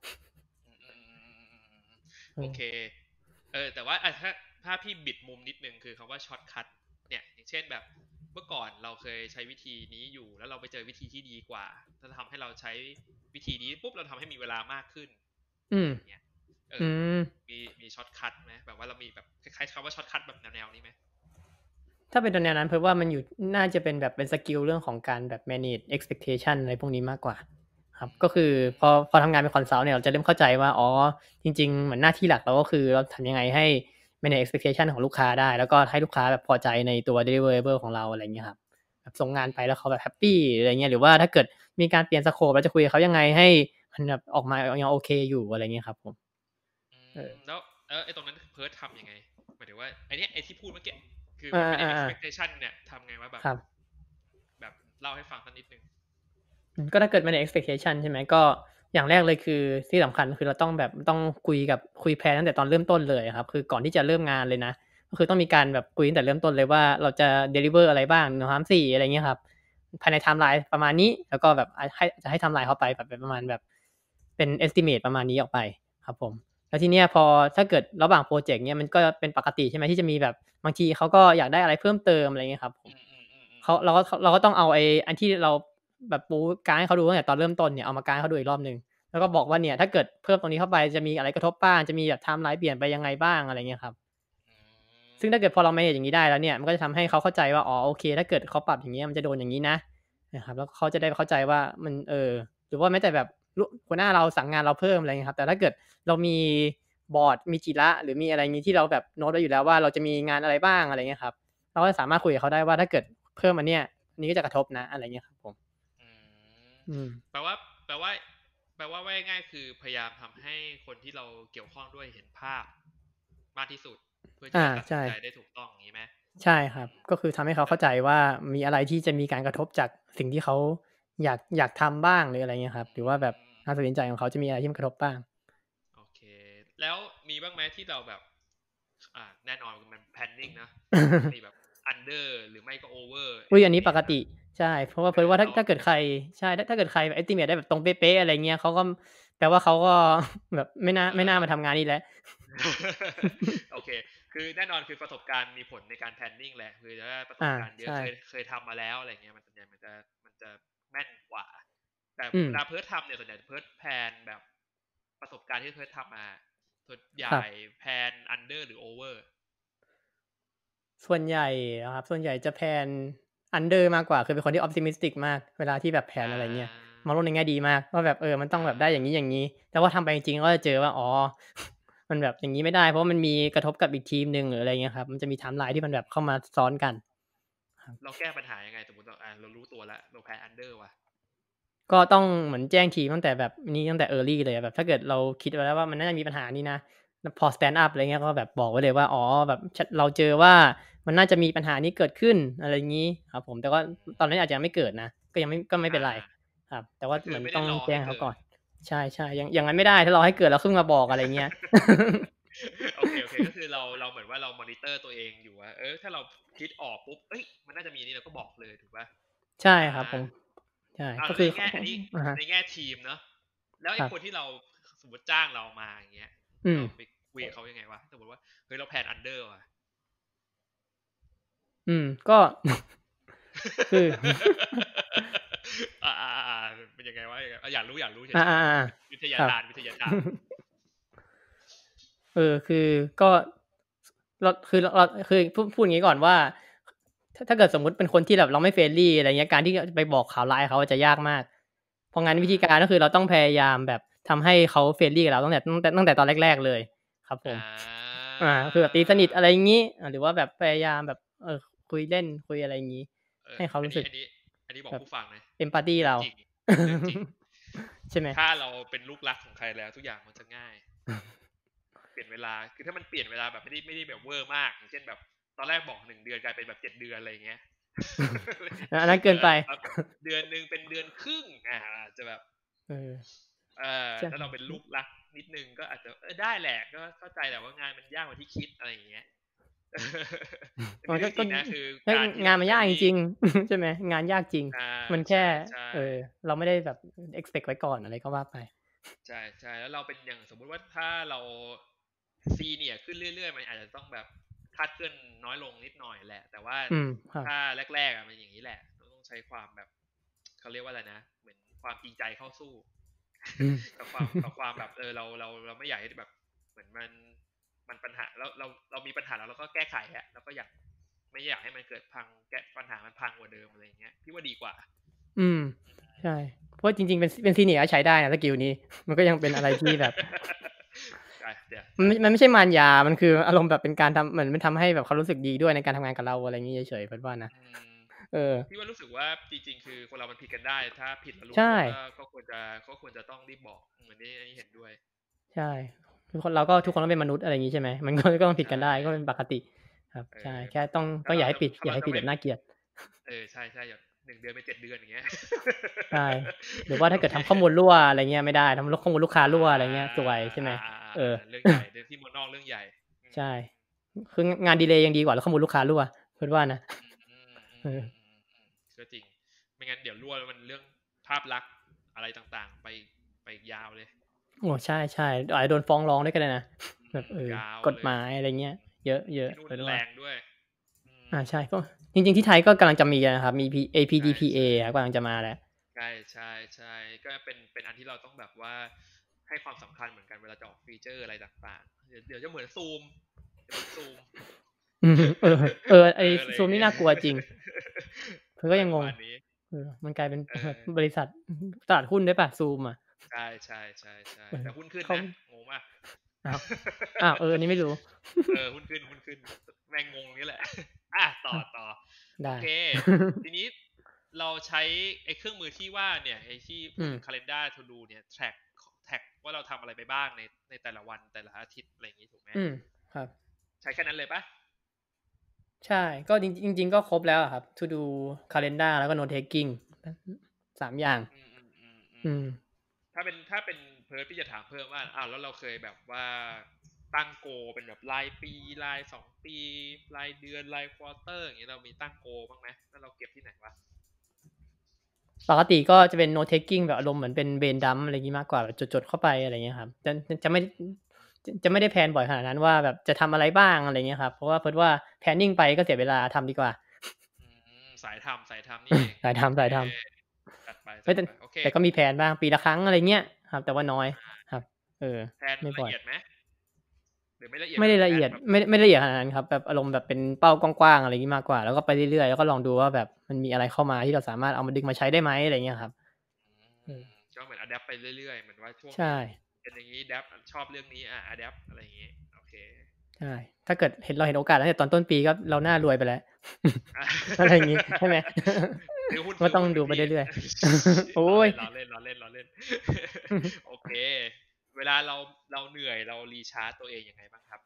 โอเคแต่ว่าถ้าพี่บิดมุมนิดนึงคือคำว่าช็อตคัทเนี่ยอย่างเช่นแบบเมื่อก่อนเราเคยใช้วิธีนี้อยู่แล้วเราไปเจอวิธีที่ดีกว่าถ้าทำให้เราใช้วิธีนี้ปุ๊บเราทำให้มีเวลามากขึ้นเนี่ยมีช็อตคัทไหมแบบว่าเรามีแบบคล้ายๆคำว่าช็อตคัทแบบแนวนี้ไหมถ้าเป็นแนวนั้นเพราะว่ามันอยู่น่าจะเป็นแบบเป็นสกิลเรื่องของการแบบ manage expectation อะไรพวกนี้มากกว่าครับก็คือพอทำงานเป็นคอนซัลท์เนี่ยเราจะเริ่มเข้าใจว่าจริงๆเหมือนหน้าที่หลักเราก็คือเราทำยังไงให้ manage expectation ของลูกค้าได้แล้วก็ให้ลูกค้าแบบพอใจในตัว deliverable ของเราอะไรเงี้ยครับแบบส่งงานไปแล้วเขาแบบแฮปปี้อะไรเงี้ยหรือว่าถ้าเกิดมีการเปลี่ยนสโคปเราจะคุยกับเขายังไงให้มันแบบออกมายังโอเคอยู่อะไรเงี้ยครับผมแล้วตรงนั้นเพิร์ททำยังไงหมายถึงว่าไอ้ที่พูดเมื่อกี้คือมันเป็น expectation เนี่ยทำไงว่าแบบเล่าให้ฟังสักนิดนึงก็ถ้าเกิด manage expectation ใช่ไหมก็อย่างแรกเลยคือที่สำคัญคือเราต้องคุยแพลนตั้งแต่ตอนเริ่มต้นเลยครับคือก่อนที่จะเริ่มงานเลยนะก็คือต้องมีการแบบคุยตั้งแต่เริ่มต้นเลยว่าเราจะ deliver อะไรบ้าง1 2 3 4อะไรเงี้ยครับภายในไทม์ไลน์ประมาณนี้แล้วก็แบบจะให้ไทม์ไลน์เข้าไปแบบประมาณแบบเป็น estimate ประมาณนี้ออกไปครับผมแล้วทีเนี้ยพอถ้าเกิดระหว่างโปรเจกต์เนี้ยมันก็เป็นปกติใช่ไหมที่จะมีแบบบางทีเขาก็อยากได้อะไรเพิ่มเติมอะไรเงี้ยครับผมเขาเราก็ต้องเอาไอ้อันที่เราแบบปูการให้เขาดูตั้งแต่ตอนเริ่มต้นเนี่ยเอามาการให้เขาดูอีกรอบหนึ่งแล้วก็บอกว่าเนี่ยถ้าเกิดเพิ่มตรงนี้เข้าไปจะมีอะไรกระทบบ้างจะมีแบบไทม์ไลน์เปลี่ยนไปยังไงบ้างอะไรเงี้ยครับซึ่งถ้าเกิดพอเรา manage อย่างนี้ได้แล้วเนี่ยมันก็จะทำให้เขาเข้าใจว่าอ๋อโอเคถ้าเกิดเขาปรับอย่างเงี้ยมันจะโดนอย่างนี้นะครับแล้วเขาจะได้เข้าใจว่ามันหรือว่าแม้แต่แบบหัวหน้าเราสั่งงานเราเพิ่มอะไรเงี้ยครับแต่ถ้าเกิดเรามีบอร์ดมีจิระหรือมีอะไรงี้ที่เราแบบโน้ตไว้อยู่แล้วว่าเราจะมีงานอะไรบ้างอะไรเงี้ยครับเราก็สามารถคุยกับเขาได้ว่าถ้าเกิดเพิ่มอันเนี้ยอันนี้ก็จะกระทบนะอะไรเงี้ยครับผมแปลว่าว่าง่ายๆคือพยายามทำให้คนที่เราเกี่ยวข้องด้วยเห็นภาพมากที่สุดเพื่อที่จะตัดสินใจได้ถูกต้องอย่างนี้ไหมใช่ครับก็คือทำให้เขาเข้าใจว่ามีอะไรที่จะมีการกระทบจากสิ่งที่เขาอยากทำบ้างหรืออะไรเงี้ยครับหรือว่าแบบการตัดสินใจของเขาจะมีอะไรที่มันกระทบบ้างโอเคแล้วมีบ้างไหมที่เราแบบแน่นอนมัน planning นะมีแบบ under หรือไม่ก็ over อุ้ยอันนี้ปกติใช่เพราะว่าถ้าเกิดใครเราใช่ถ้าเกิดใคร estimate ได้แบบตรงเป๊ะๆอะไรเงี้ยเขาก็แปลว่าเขาก็แบบไม่น่ามาทำงานนี้แล้วโอเคคือแน่นอนคือประสบการณ์มีผลในการ planning แหละคือถ้าประสบการณ์เยอะใช่เคยทำมาแล้วอะไรเงี้ยมันส่วนใหญ่มันจะแม่นกว่าแต่อืมเวลาเพิร์ททำเนี่ยส่วนใหญ่เพิร์ทแพลนแบบประสบการณ์ที่เพิร์ททำมาส่วนใหญ่ครับแพลน under หรือ over ส่วนใหญ่นะครับส่วนใหญ่จะแพลน under มากกว่าคือเป็นคนที่ optimistic มากเวลาที่แบบแพลนอ่อะไรเงี้ยามองโลกในแง่ดีมากว่าแบบมันต้องอ่แบบได้อย่างงี้ๆแต่ว่าทำไปจริงๆก็จะเจอว่าอ๋อมันแบบอย่างงี้ไม่ได้เพราะว่ามันมีกระทบกับอีกทีมหนึ่งหรืออะไรเงี้ยครับมันจะมีไทม์ไลน์ที่มันแบบเข้ามาซ้อนกันครับเราแก้ปัญหายังไงสมมติเรารู้ตัวแล้วเราแพ้ under ว่ะก็ต้องเหมือนแจ้งทีมตั้งแต่แบบนี้ตั้งแต่ early เลยแบบถ้าเกิดเราคิดไว้แล้วว่ามันน่าจะมีปัญหานี้นะพอ stand up อะไรเงี้ยก็แบบบอกไว้เลยว่าอ๋อแบบเราเจอว่ามันน่าจะมีปัญหานี้เกิดขึ้นอะไรงี้ครับผมแต่ว่าตอนนั้นอาจจะยังไม่เกิดนะก็ไม่เป็นไรครับแต่ว่าก็คือไม่ได้เหมือนต้องรอให้เกิดแจ้งเขาก่อนใช่ๆอย่างงั้นไม่ได้ถ้ารอให้เกิดแล้วขึ้นมาบอกอะไรเงี้ยโอเคก็คือเราเหมือนว่าเรามอนิเตอร์ตัวเองอยู่ว่าถ้าเราคิดออกปุ๊บมันน่าจะมีนี่เราก็บอกเลยถูกป่ะใช่อ่าครับผมใช่ก็แล้วคือในแง่อันนี้อะฮะในแง่ทีมเนาะแล้วไอ้ครับคนที่เราสมมติจ้างเรามาอย่างเงี้ยอืมเราไปคุยกับเขายังไงวะสมมติว่าเฮ้ยเราแพลนอันเดอร์ว่ะก็คือเป็นยังไงวะอยากรู้เฉอายๆวิทๆๆครับยาทานวิทยาทานคือก็เราคือพูดอย่างงี้ก่อนว่าถ้าเกิดสมมุติเป็นคนที่แบบเราไม่ friendly อะไรเงี้ยการที่จะไปบอกข่าวร้ายเขาจะยากมากเพราะงั้นวิธีการก็คือเราต้องพยายามแบบทำให้เขา friendly กับเราตั้งแต่ตอนแรกๆเลยครับผมอ่าคือแบบตีสนิทอะไรงี้หรือว่าแบบพยายามแบบคุยเล่นคุยอะไรงี้ให้เขารู้สึกอันนี้บอกแบบผู้ฟังนะ empathy เราเรื่องจริงเรื่องจริงใช่ไหมถ้าเราเป็นลูกรักของใครแล้วทุกอย่างมันจะง่ายเปลี่ยนเวลาคือถ้ามันเปลี่ยนเวลาแบบไม่ได้แบบเวอร์มากอย่างเช่นแบบตอนแรกบอก1 เดือนกลายเป็นแบบ7 เดือนอะไรอย่างเงี้ยอันนั้นเกินไปเดือนหนึ่งเป็นเดือนครึ่งอาจจะแบบเออใช่ถ้าเราเป็นลูกรักนิดนึงก็อาจจะได้แหละก็เข้าใจแหละว่างานมันยากกว่าที่คิดอะไรอย่างเงี้ยอันมันนี้เรื่องจริงนะคือก็การที่เรางานมันยากจ friendly ริงๆใช่ไหมงานยากจริงมันใช่แค่ใช่เราไม่ได้แบบ expect ไว้ก่อนอะไรก็ว่าไปใช่ใช่แล้วเราเป็นอย่างสมมุติว่าถ้าเราซีเนียขึ้นเรื่อยๆมันอาจจะต้องแบบคาดเคลื่อนน้อยลงนิดหน่อยแหละแต่ว่าครับถ้าแรกๆมันอย่างนี้แหละต้องใช้ความแบบเขาเรียกว่าอะไรนะเหมือนความจริงใจเข้าสู้อืมกับความแบบเราไม่อยากให้แบบเหมือนมันปัญหาเรามีปัญหาแล้วเราก็แก้ไขอะเราก็ไม่อยากให้มันเกิดพังแก้ปัญหามันพังกว่าเดิมอะไรอย่างเงี้ยพี่ว่าดีกว่าอืมใช่เพราะจริงๆเป็น Senior ก็ใช้ได้นะสกิลนี้มันก็ยังเป็นอะไรที่แบบเดี๋ยวมันไม่ใช่มารยามันคืออารมณ์แบบเป็นการทำเหมือนมันทำให้แบบเขารู้สึกดีด้วยในการทำงานกับเราอะไรงี้เฉยๆเพิ่นว่านะอืมเออพี่ว่ารู้สึกว่าจริงๆคือคนเรามันผิดกันได้ถ้าผิดแล้วรู้ใช่ตัวก็ควรจะต้องรีบบอกอันนี้เห็นด้วยใช่ทุกคนก็เป็นมนุษย์อะไรงี้ใช่ไหมมันก็ต้องผิดใช่กันได้ก็เป็นปกติครับเอใช่อแค่ต้องอย่าให้ปิดอย่าให้ผิดแบบน่าเกลียดใช่ใช่อย่าง1 เดือนเป็น7 เดือนอย่างเงี้ยใช่หรือว่าโอถ้าเกิดเคทำข้อมูลรั่วอะไรเงี้ยไม่ได้ทำข้อมูลลูกค้าอ่รั่วอะไรเงี้ยาซวยใช่ไหมเรื่องใหญ่เรื่องที่เมืองนอกเรื่องใหญ่ใช่คืองานดีเลย์ยังดีกว่าแล้วข้อมูลลูกค้ารั่วเพิ่นว่านะเออก็จริงไม่งั้นเดี๋ยวรั่วแล้วมันเรื่องภาพลักษณ์อะไรต่างๆไปยาวเลยโอ้ใช่ๆอาจจะโดนฟ้องร้องด้วยก็ได้นะแบบยาวเลยกฎหมายอะไรเงี้ยเยอะที่นู่นแรเปิดว่างด้วยอืมใช่ก็จริงๆที่ไทยก็กำลังจะมีนะครับมีใช่ APDPA ใช่ครับกำลังจะมาแล้วใช่ใช่ใช่ก็เป็นอันที่เราต้องแบบว่าให้ความสำคัญเหมือนกันเวลาจะออกฟีเจอร์อะไรต่างๆเดี๋ยวจะเหมือนซูมจะเหมือนซูมอืมไอ้อะไรอซูมย่างเงี้ยนี่น่ากลัวจริงเพิ่นอะไรก็ยังงงประมาณนี้มันกลายเป็นเอแบบอบริษัทตลาดหุ้นด้วยเปล่าซูมอะใช่ใช่ใช่ใช่เออแต่หุ้นขึ้นเขานะงงป่ะอ้าวอันนี้ไม่รู้หุ้นขึ้นหุ้นขึ้นแม่งงงนี่แหละอ่ะต่ออ้าวต่อโอได้เคทีนี้เราใช้ไอ้เครื่องมือที่ว่าเนี่ยไอ้ที่พูอืมดถึง calendar to do เนี่ยแท็กว่าเราทำอะไรไปบ้างในแต่ละวันแต่ละอาทิตย์อะไรอย่างนี้ถูกไหมอืมครับใช้แค่นั้นเลยปะใช่ก็จริงๆก็ครบแล้วอะครับ To do Calendar แล้วก็ Note taking 3อย่างอืมอืมอืมอืมอืมถ้าเป็นเพิร์ดพี่จะถามเพิ่มว่าแล้วเราเคยแบบว่าตั้งโกเป็นแบบรายปีราย2 ปีรายเดือนรายควอเตอร์อย่างเงี้ยเรามีตั้งโกบ้างไหมแล้วเราเก็บที่ไหนวะปกติก็จะเป็น Note taking แบบอารมณ์เหมือนเป็น brain dump อะไรงี้มากกว่าแบบจดๆเข้าไปอะไรเงี้ยครับจะไม่ได้แพลนบ่อยขนาดนั้นว่าแบบจะทำอะไรบ้างอะไรเงี้ยครับเพราะว่าเพิร์ทว่า planning ไปก็เสียเวลาทำดีกว่าอืสายทำนี่เองสายโอเคทำจัดไปเฮ้ยแต่จัดไปโอเคแต่ก็มีแพลนบ้างปีละครั้งอะไรเงี้ยครับแต่ว่าน้อยครับเออแทนไม่บ่อยละเอียดไหมหรือไม่ละเอียดไม่แบบได้ละเอียดแบบไม่ละเอียดขนาดนั้นครับแบบอารมณ์แบบเป็นเป้ากว้างๆอะไรงี้มากกว่าแล้วก็ไปเรื่อยๆแล้วก็ลองดูว่าแบบมันมีอะไรเข้ามาที่เราสามารถเอามาดึงมาใช้ได้ไหมอะไรเงี้ยครับเออก็เหมือนอะแดปไปเรื่อยๆเหมือนว่าช่วงใช่นี้เป็นอย่างนี้ดับชอบเรื่องนี้อะแดปอะไรอย่างงี้โอเคใช่ถ้าเกิดเราเห็นโอกาสตั้งแต่ตอนต้นปีก็เราน่ารวยไปแล้วอะไรอย่างงี้ใช่ไหมซื้อหุ้นก็ซื้อต้องดูหุ้นเหมือนพี่ไปเรื่อยๆ โอ๊ยล้อเล่นโอเคเวลาเราเหนื่อยเรารีชาร์จตัวเองยังไงบ้างครับ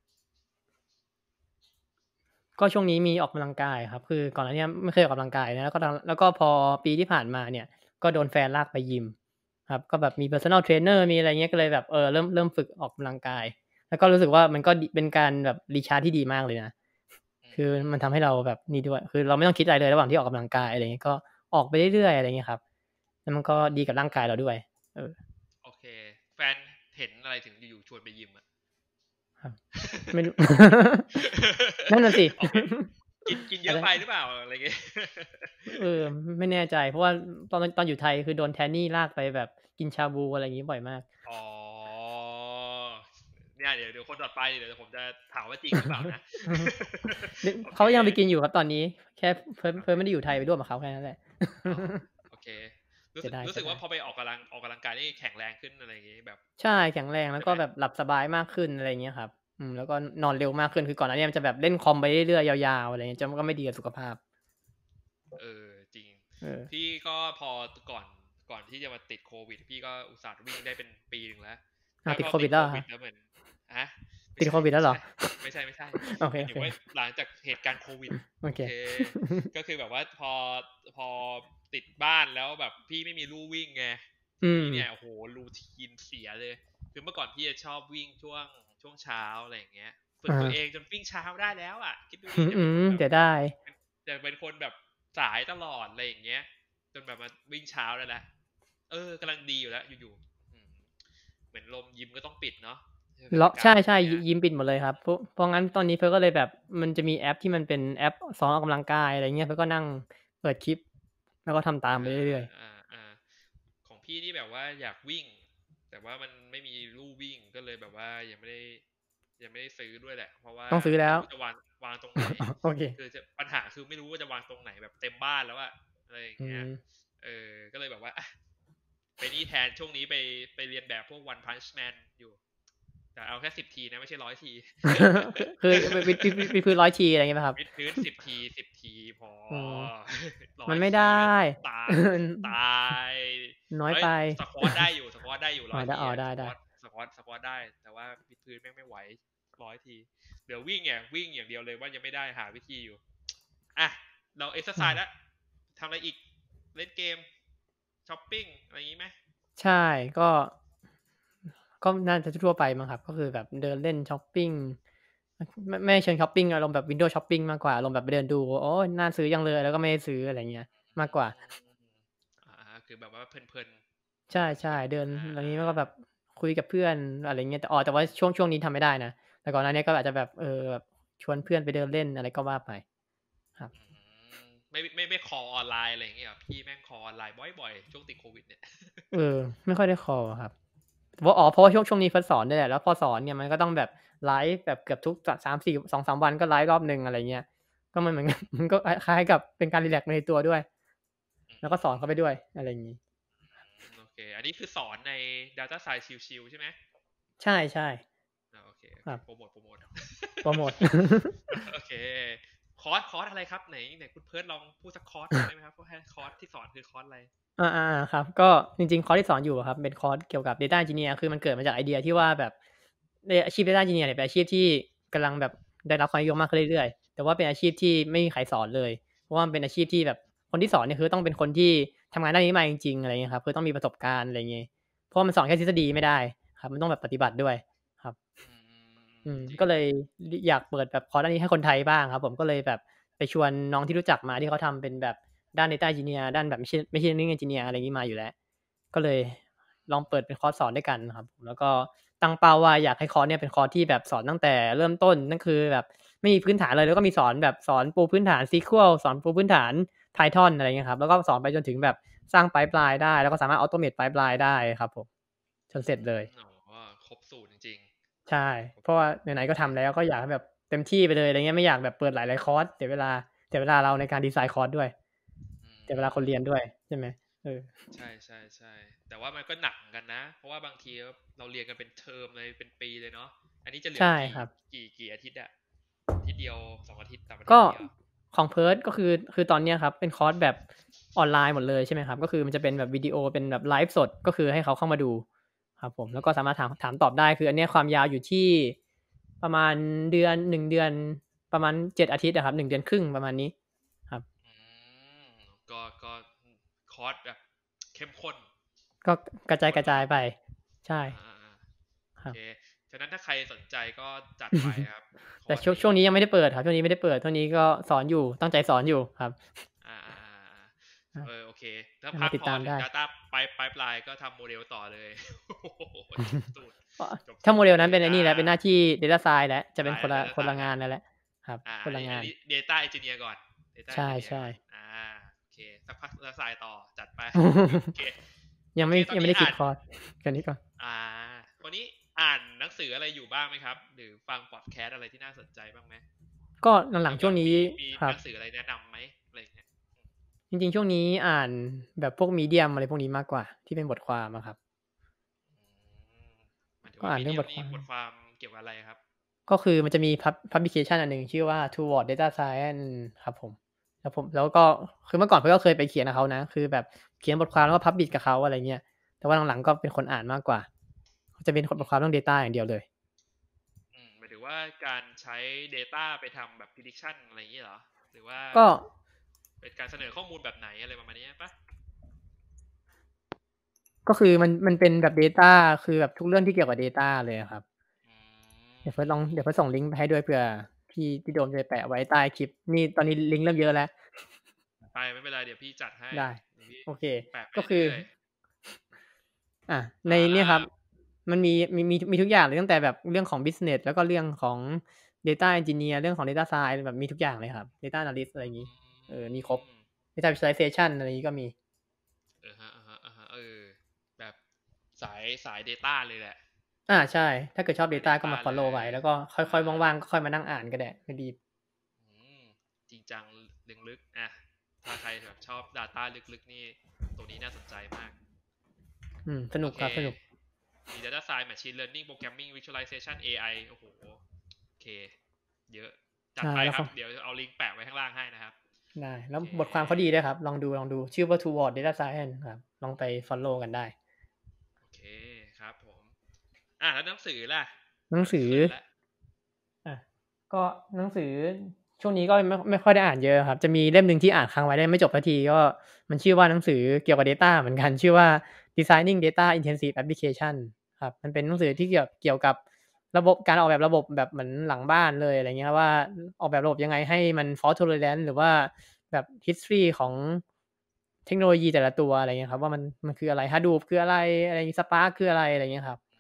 ก็ช่วงนี้มีออกกำลังกายครับคือก่อนหน้าเนี้ยไม่เคยออกกำลังกายนะแล้วก็พอปีที่ผ่านมาเนี่ยก็โดนแฟนลากไปยิมครับก็แบบมี personal trainer มีอะไรเงี้ยก็เลยแบบเริ่มฝึกออกกำลังกายแล้วก็รู้สึกว่ามันก็ดีเป็นการแบบ recharge ที่ดีมากเลยนะอืคือมันทำมให้เราแบบนี่ด้วยคือเราไม่ต้องคิดอะไรเลยระหว่างที่ออกกำลังกายอะไรงี้ก็ออกไปเรื่อยๆอะไรเงี้ยครับแล้วมันก็ดีกับร่างกายเราด้วยเออโอเคแฟนเห็นอะไรถึงอยู่ๆชวนไปยิมอะครับไม่รู้นั่นน่ะสิโอเคกินอาจจะเยอะไปหรือเปล่าอะไรเงี้ยเออไม่แน่ใจเพราะว่าตอนอยู่ไทยคือโดนแทนนี่ลากไปแบบกินชาบูอะไรอย่างงี้บ่อยมากอ๋อเนี่ยเดี๋ยวคนต่อไปเดี๋ยวผมจะถามว่าจริงหรือเปล่านะ โอเคเขายังไปกินอยู่ครับตอนนี้แค่เพิ่นไม่ได้อยู่ไทยไปร่วมกับเขาแค่นั้นแหละอ๋อโอเค รู้เสีสึกรู้สึกยดายเสียดายว่าพอไปออกกำลังกายนี่แข็งแรงขึ้นอะไรอย่างงี้แบบใช่แข็งแรงแล้วใช่ไหมก็แบบหลับสบายมากขึ้นอะไรอย่างเงี้ยครับแล้วก็นอนเร็วมากขึ้นคือก่อนหน้าเนี้ยมันจะแบบเล่นคอมไปเรื่อยๆยาวๆอะไรอย่างเงี้ยมันก็ไม่ดีกับสุขภาพจริงเออพี่ก็พอก่อนที่จะมาติดโควิดพี่ก็อุตส่าห์วิ่งได้เป็นปีหนึ่งแล้วแล้วติดพอติดโคโควิดแล้วเหรอครับวิดแล้วเหมือนฮะไม่ติดโคใช่ไม่ใช่วิดแล้วเหรอไม่ใช่โอเคหมายถึงว่าหลังจากเหตุการณ์โควิดโอเคโอเคก็คือแบบว่าพอติดบ้านแล้วแบบพี่ไม่มีลู่วิ่งไงทีอืมนี้เนี่ยโอ้โหรูทีนเสียเลยคือเมื่อก่อนพี่จะชอบวิ่งช่วงเช้าอะไรอย่างเงี้ยฝึกอาตัวเองจนวิ่งเช้าได้แล้วอ่ะคิดดูดิอืจะเป็นคนแบบเสียดายจะเป็นคนแบบสายตลอดอะไรอย่างเงี้ยจนแบบมาวิ่งเช้าได้แล้วกำลังดีอยู่แล้วอยู่ๆเหมือนลมยิมก็ต้องปิดเนาะสถานใช่การณ์แบบเนี้ยๆยิมปิดหมดเลยครับเพราะงั้นตอนนี้เฟิร์สก็เลยแบบมันจะมีแอปที่มันเป็นแอปสอนออกกำลังกายอะไรเงี้ยเฟิร์สก็นั่งเปิดคลิปแล้วก็ทำตามไปอ่าเรื่อยของพี่นี่แบบว่าอยากวิ่งแต่ว่ามันไม่มีลู่วิ่งก็เลยแบบว่ายังไม่ได้ซื้อด้วยแหละเพราะว่าๆต้องซื้อแล้วไม่รู้จะวางตรงไหนโอเคคือปัญหาคือไม่รู้ว่าจะวางตรงไหนแบบเต็มบ้านแล้วอะอะไรอย่างอืเงี้ยมก็เลยแบบว่าไปนี่แทนช่วงนี้ไปเรียนแบบพวก One Punch Man อยู่แต่เอาแค่10 ทีนะไม่ใช่100 ทีคือวิดพื้น100ทีอะไรงี้เปล่าครับวิดพื้น10 ทีพออ๋อร้มันไม่ได้อยทีก็ตายตายน้อยไปสควอตได้อยู่อ๋อ 100 ทีอะได้สควอตได้แต่ว่าวิดพื้นแม่งไม่ไหว100 ทีเดี๋ยววิ่งอย่างเดียวเลยว่ายังไม่ได้หาวิธีอยู่อ่ะเราเอ็กซ์ไซส์แล้วทำอะไรอีกเล่นเกมช้อปปิ้งอะไรอย่างนี้ไหมใช่ก็น่าจะทั่วไปมั้งครับก็คือแบบเดินเล่นช็อปปิงไม่เชิงช็อปปิงอารมณ์แบบ window shopping มากกว่าอารมณ์แบบไปเดินดูโอ๊ยน่าซื้อจังเลยแล้วก็ไม่ได้ซื้ออะไรเงี้ยมากกว่าคือแบบว่าเพลินใช่ๆเดินอะไรงี้มันก็แบบคุยกับเพื่อนอะไรเงี้ยแต่ว่าช่วงนี้ทำไม่ได้นะแต่ก่อนหน้านี้ก็อาจจะแบบแบบชวนเพื่อนไปเดินเล่นอะไรก็ว่าไปครับไม่คอออนไลน์อะไรอย่างเงี้ยพี่แม่งคอออนไลน์บ่อยๆช่วงติดโควิดเนี่ยไม่ค่อยได้คอลครับเพราะว่าช่วงนี้เฟิร์สสอนด้วยแหละแล้วพอสอนเนี่ยมันก็ต้องแบบไลฟ์แบบเกือบทุก3-4 2-3 วันก็ไลฟ์รอบนึงอะไรเงี้ยก็มันเหมือนมันก็คล้ายๆกับเป็นการรีแลกซ์ในตัวด้วยแล้วก็สอนเขาไปด้วยอะไรอย่างงี้โอเคอันนี้คือสอนใน Data Science ชิวๆใช่ไหมใช่โอเคครับโปรโมทโปรโมทโอเคคอร์สอะไรครับไหนคุณเพิร์ดลองพูดสักคอร์สหนึ่งได้ไหมครับว่าคอร์สที่สอนคือคอร์สอะไรครับก็จริงๆคอร์สที่สอนอยู่อะครับเป็นคอร์สเกี่ยวกับ Data Engineer คือมันเกิดมาจากไอเดียที่ว่าแบบอาชีพ Data Engineer เนี่ยเป็นอาชีพที่กำลังแบบได้รับความนิยมมากขึ้นเรื่อยๆแต่ว่าเป็นอาชีพที่ไม่มีใครสอนเลยเพราะว่ามันเป็นอาชีพที่แบบคนที่สอนเนี่ยคือต้องเป็นคนที่ทำงานด้านนี้มาจริงๆอะไรเงี้ยครับคือต้องมีประสบการณ์อะไรงี้เพราะว่ามันสอนแค่ทฤษฎีไม่ได้ครับมันต้องแบบปฏิบัติด้วยครับจริงก็เลยอยากเปิดแบบคอร์สด้านนี้ให้คนไทยบ้างครับผมก็เลยแบบไปชวนน้องที่รู้จักมาที่เขาทำเป็นแบบ ด้าน Data Engineer ด้านแบบ Machine Learning Engineer อะไรงี้มาอยู่แล้วก็เลยลองเปิดเป็นคอร์สสอนด้วยกันครับแล้วก็ตั้งเป้าว่าอยากให้คอร์สเนี่ยเป็นคอร์สที่แบบสอนตั้งแต่เริ่มต้นนั่นคือแบบไม่มีพื้นฐานเลยแล้วก็มีสอนแบบสอนปูพื้นฐาน SQL สอนปูพื้นฐาน Python อะไรเงี้ยครับแล้วก็สอนไปจนถึงแบบสร้าง pipeline ได้แล้วก็สามารถ automate pipeline ได้ครับผมจนเสร็จเลยครบสูตรจริงใช่ๆครบเพราะว่าสูตรไหนๆก็ทำแล้วก็อยากให้แบบเต็มที่ไปเลยอะไรเงี้ยไม่อยากแบบเปิดหลายๆคอร์สเสียเวลาเราในการดีไซน์คอร์สด้วยเสียเวลาคนเรียนด้วยใช่ไหมใช่ใช่ใช่แต่ว่ามันก็หนักกันนะเพราะว่าบางทีเราเรียนกันเป็นเทอมเลยเป็นปีเลยเนาะอันนี้จะเหลือใช่กี่ครับกี่อาทิตย์อะอาทิตย์เดียว2 อาทิตย์3 อาทิตก็ย์นี้เหรอของเพิร์ดก็คือตอนเนี้ยครับเป็นคอร์สแบบออนไลน์หมดเลยใช่ไหมครับก็คือมันจะเป็นแบบวิดีโอเป็นแบบไลฟ์สดก็คือให้เขาเข้ามาดูครับผมแล้วก็สามารถถามตอบได้คืออันเนี้ยความยาวอยู่ที่ประมาณ1 เดือนประมาณ7 อาทิตย์อะครับ1 เดือนครึ่งประมาณนี้ครับอืมก็คอร์สแบบเข้มข้นก็กระจายเข้มข้นหน่อยไปใช่โอเคครับฉะนั้นถ้าใครสนใจก็จัดไปครับคแต่อร์สนี้ช่วงนี้ยังไม่ได้เปิดครับช่วงนี้ไม่ได้เปิดช่วงนี้ก็สอนอยู่ตั้งใจสอนอยู่ครับอ่าอ่าอ่าครับโอเคถ้ามาพักพอถึงติดตามได้ Data Pipeline ก็ทำโมเดลต่อเลยโอ้โหจบสูตรจบถ้าโมเดลนั้นเป็นไอ้ Data นี่แล้วเป็นหน้าที่ Data Science แล้วจะเป็นสายคนละ Data คนละ Science แล้วงานแล้วแหละครับคนละงานอันนี้ Data Engineer ก่อน Data ใช่ Engineer ใช่ก่อนโอเคสักพัก Data Science ต่อจัดไปโอเคยังไม่โอเคตอนยังไม่ได้คินี้อ่านดคอร์สกันนี้ก่อนอ่าวันนี้อ่านหนังสืออะไรอยู่บ้างไหมครับหรือฟังพอดแคสต์อะไรที่น่าสนใจบ้างไหมก็หแล้วแบบลังๆช่วงนี้มีครับหนังสืออะไรแนะนำไหมอะไรอย่างเงี้ยจริงๆช่วงนี้อ่านแบบพวก Medium อะไรพวกนี้มากกว่าที่เป็นบทความอะครับอืมหมายถึงก็อ่านว่ามีเดียมเรื่องบทความนี่บทความเกี่ยวกับอะไรครับก็คือมันจะมีpublication อันหนึ่งชื่อว่า Toward Data Science ครับผมแล้วก็คือเมื่อก่อนเพื่อนก็เคยไปเขียนกับเขานะคือแบบเขียนบทความแล้วก็ publish กับเขาอะไรเงี้ยแต่ว่าหลังๆก็เป็นคนอ่านมากกว่าจะเป็นบทความเรื่อง data อย่างเดียวเลยหมายถึงว่าการใช้ Data ไปทำแบบ prediction อะไรอย่างนี้เหรอหรือว่าก็เป็นการเสนอข้อมูลแบบไหนอะไรประมาณนี้ปะก็คือมันเป็นแบบ data คือแบบทุกเรื่องที่เกี่ยวกับ data เลยอะครับอืเดี๋ยวเฟิร์สส่งลิงก์ไปให้ด้วยเผื่อพี่โดมจะไปแปะไว้ใต้คลิปนี่ตอนนี้ลิงก์เริ่มเยอะแล้วไปไม่เป็นไรเดี๋ยวพี่จัดให้ได้เดี๋ยวพี่โอเคแปะไปก็คือเรื่อยในแล้วเนี่ยครับมันมีทุกอย่างเลยตั้งแต่แบบเรื่องของ business แล้วก็เรื่องของ data engineer เรื่องของ data science แบบมีทุกอย่างเลยครับ data analyst อะไรอย่างงี้มีครบม data visualization อะไรอย่างงี้ก็มีแบบสาย Data เลยแหละใช่ถ้าเกิดชอบสาย data ก็ Data มาเลฟอลโลว์ไว้ยแล้วก็ค่อ่อยๆาว่างๆก็ค่อยมานั่งอ่านก็ได้ไม่รีบอืมจริงจังลึกถ้าใครแบบชอบ Data ลึกๆนี่ตัวนี้น่าสนใจมากสนุกโอเคครับสนุกมี Data Science Machine Learning Programming Visualization AI โอ้โหโอเคเยอะจัดไปแล้วเขาครับเดี๋ยวเอาลิงก์แปะไว้ข้างล่างให้นะครับได้โอเคแล้วบทความเขาดีด้วยครับลองดูชื่อว่า Toward Data Science ครับลองไปฟอลโลว์กันได้โอเคครับผมแล้วหนังสือล่ะหนังสือหนังสือละอ่ะก็หนังสือช่วงนี้ก็ไม่ค่อยได้อ่านเยอะครับจะมีเล่มหนึ่งที่อ่านค้างไว้ได้ไม่จบสักทีก็มันชื่อว่าหนังสือเกี่ยวกับ Data เหมือนกันชื่อว่า Designing Data Intensive Application ครับมันเป็นหนังสือที่เกี่ยวกับระบบการออกแบบระบบแบบเหมือนหลังบ้านเลยอะไรเงี้ยว่าออกแบบระบบยังไงให้มัน fault tolerant หรือว่าแบบ history ของเทคโนโลยีแต่ละตัวอะไรเงี้ยครับว่ามันคืออะไร Hadoop คืออะไรอะไรงี้ Spark คืออะไรอะไรเงี้ยครับ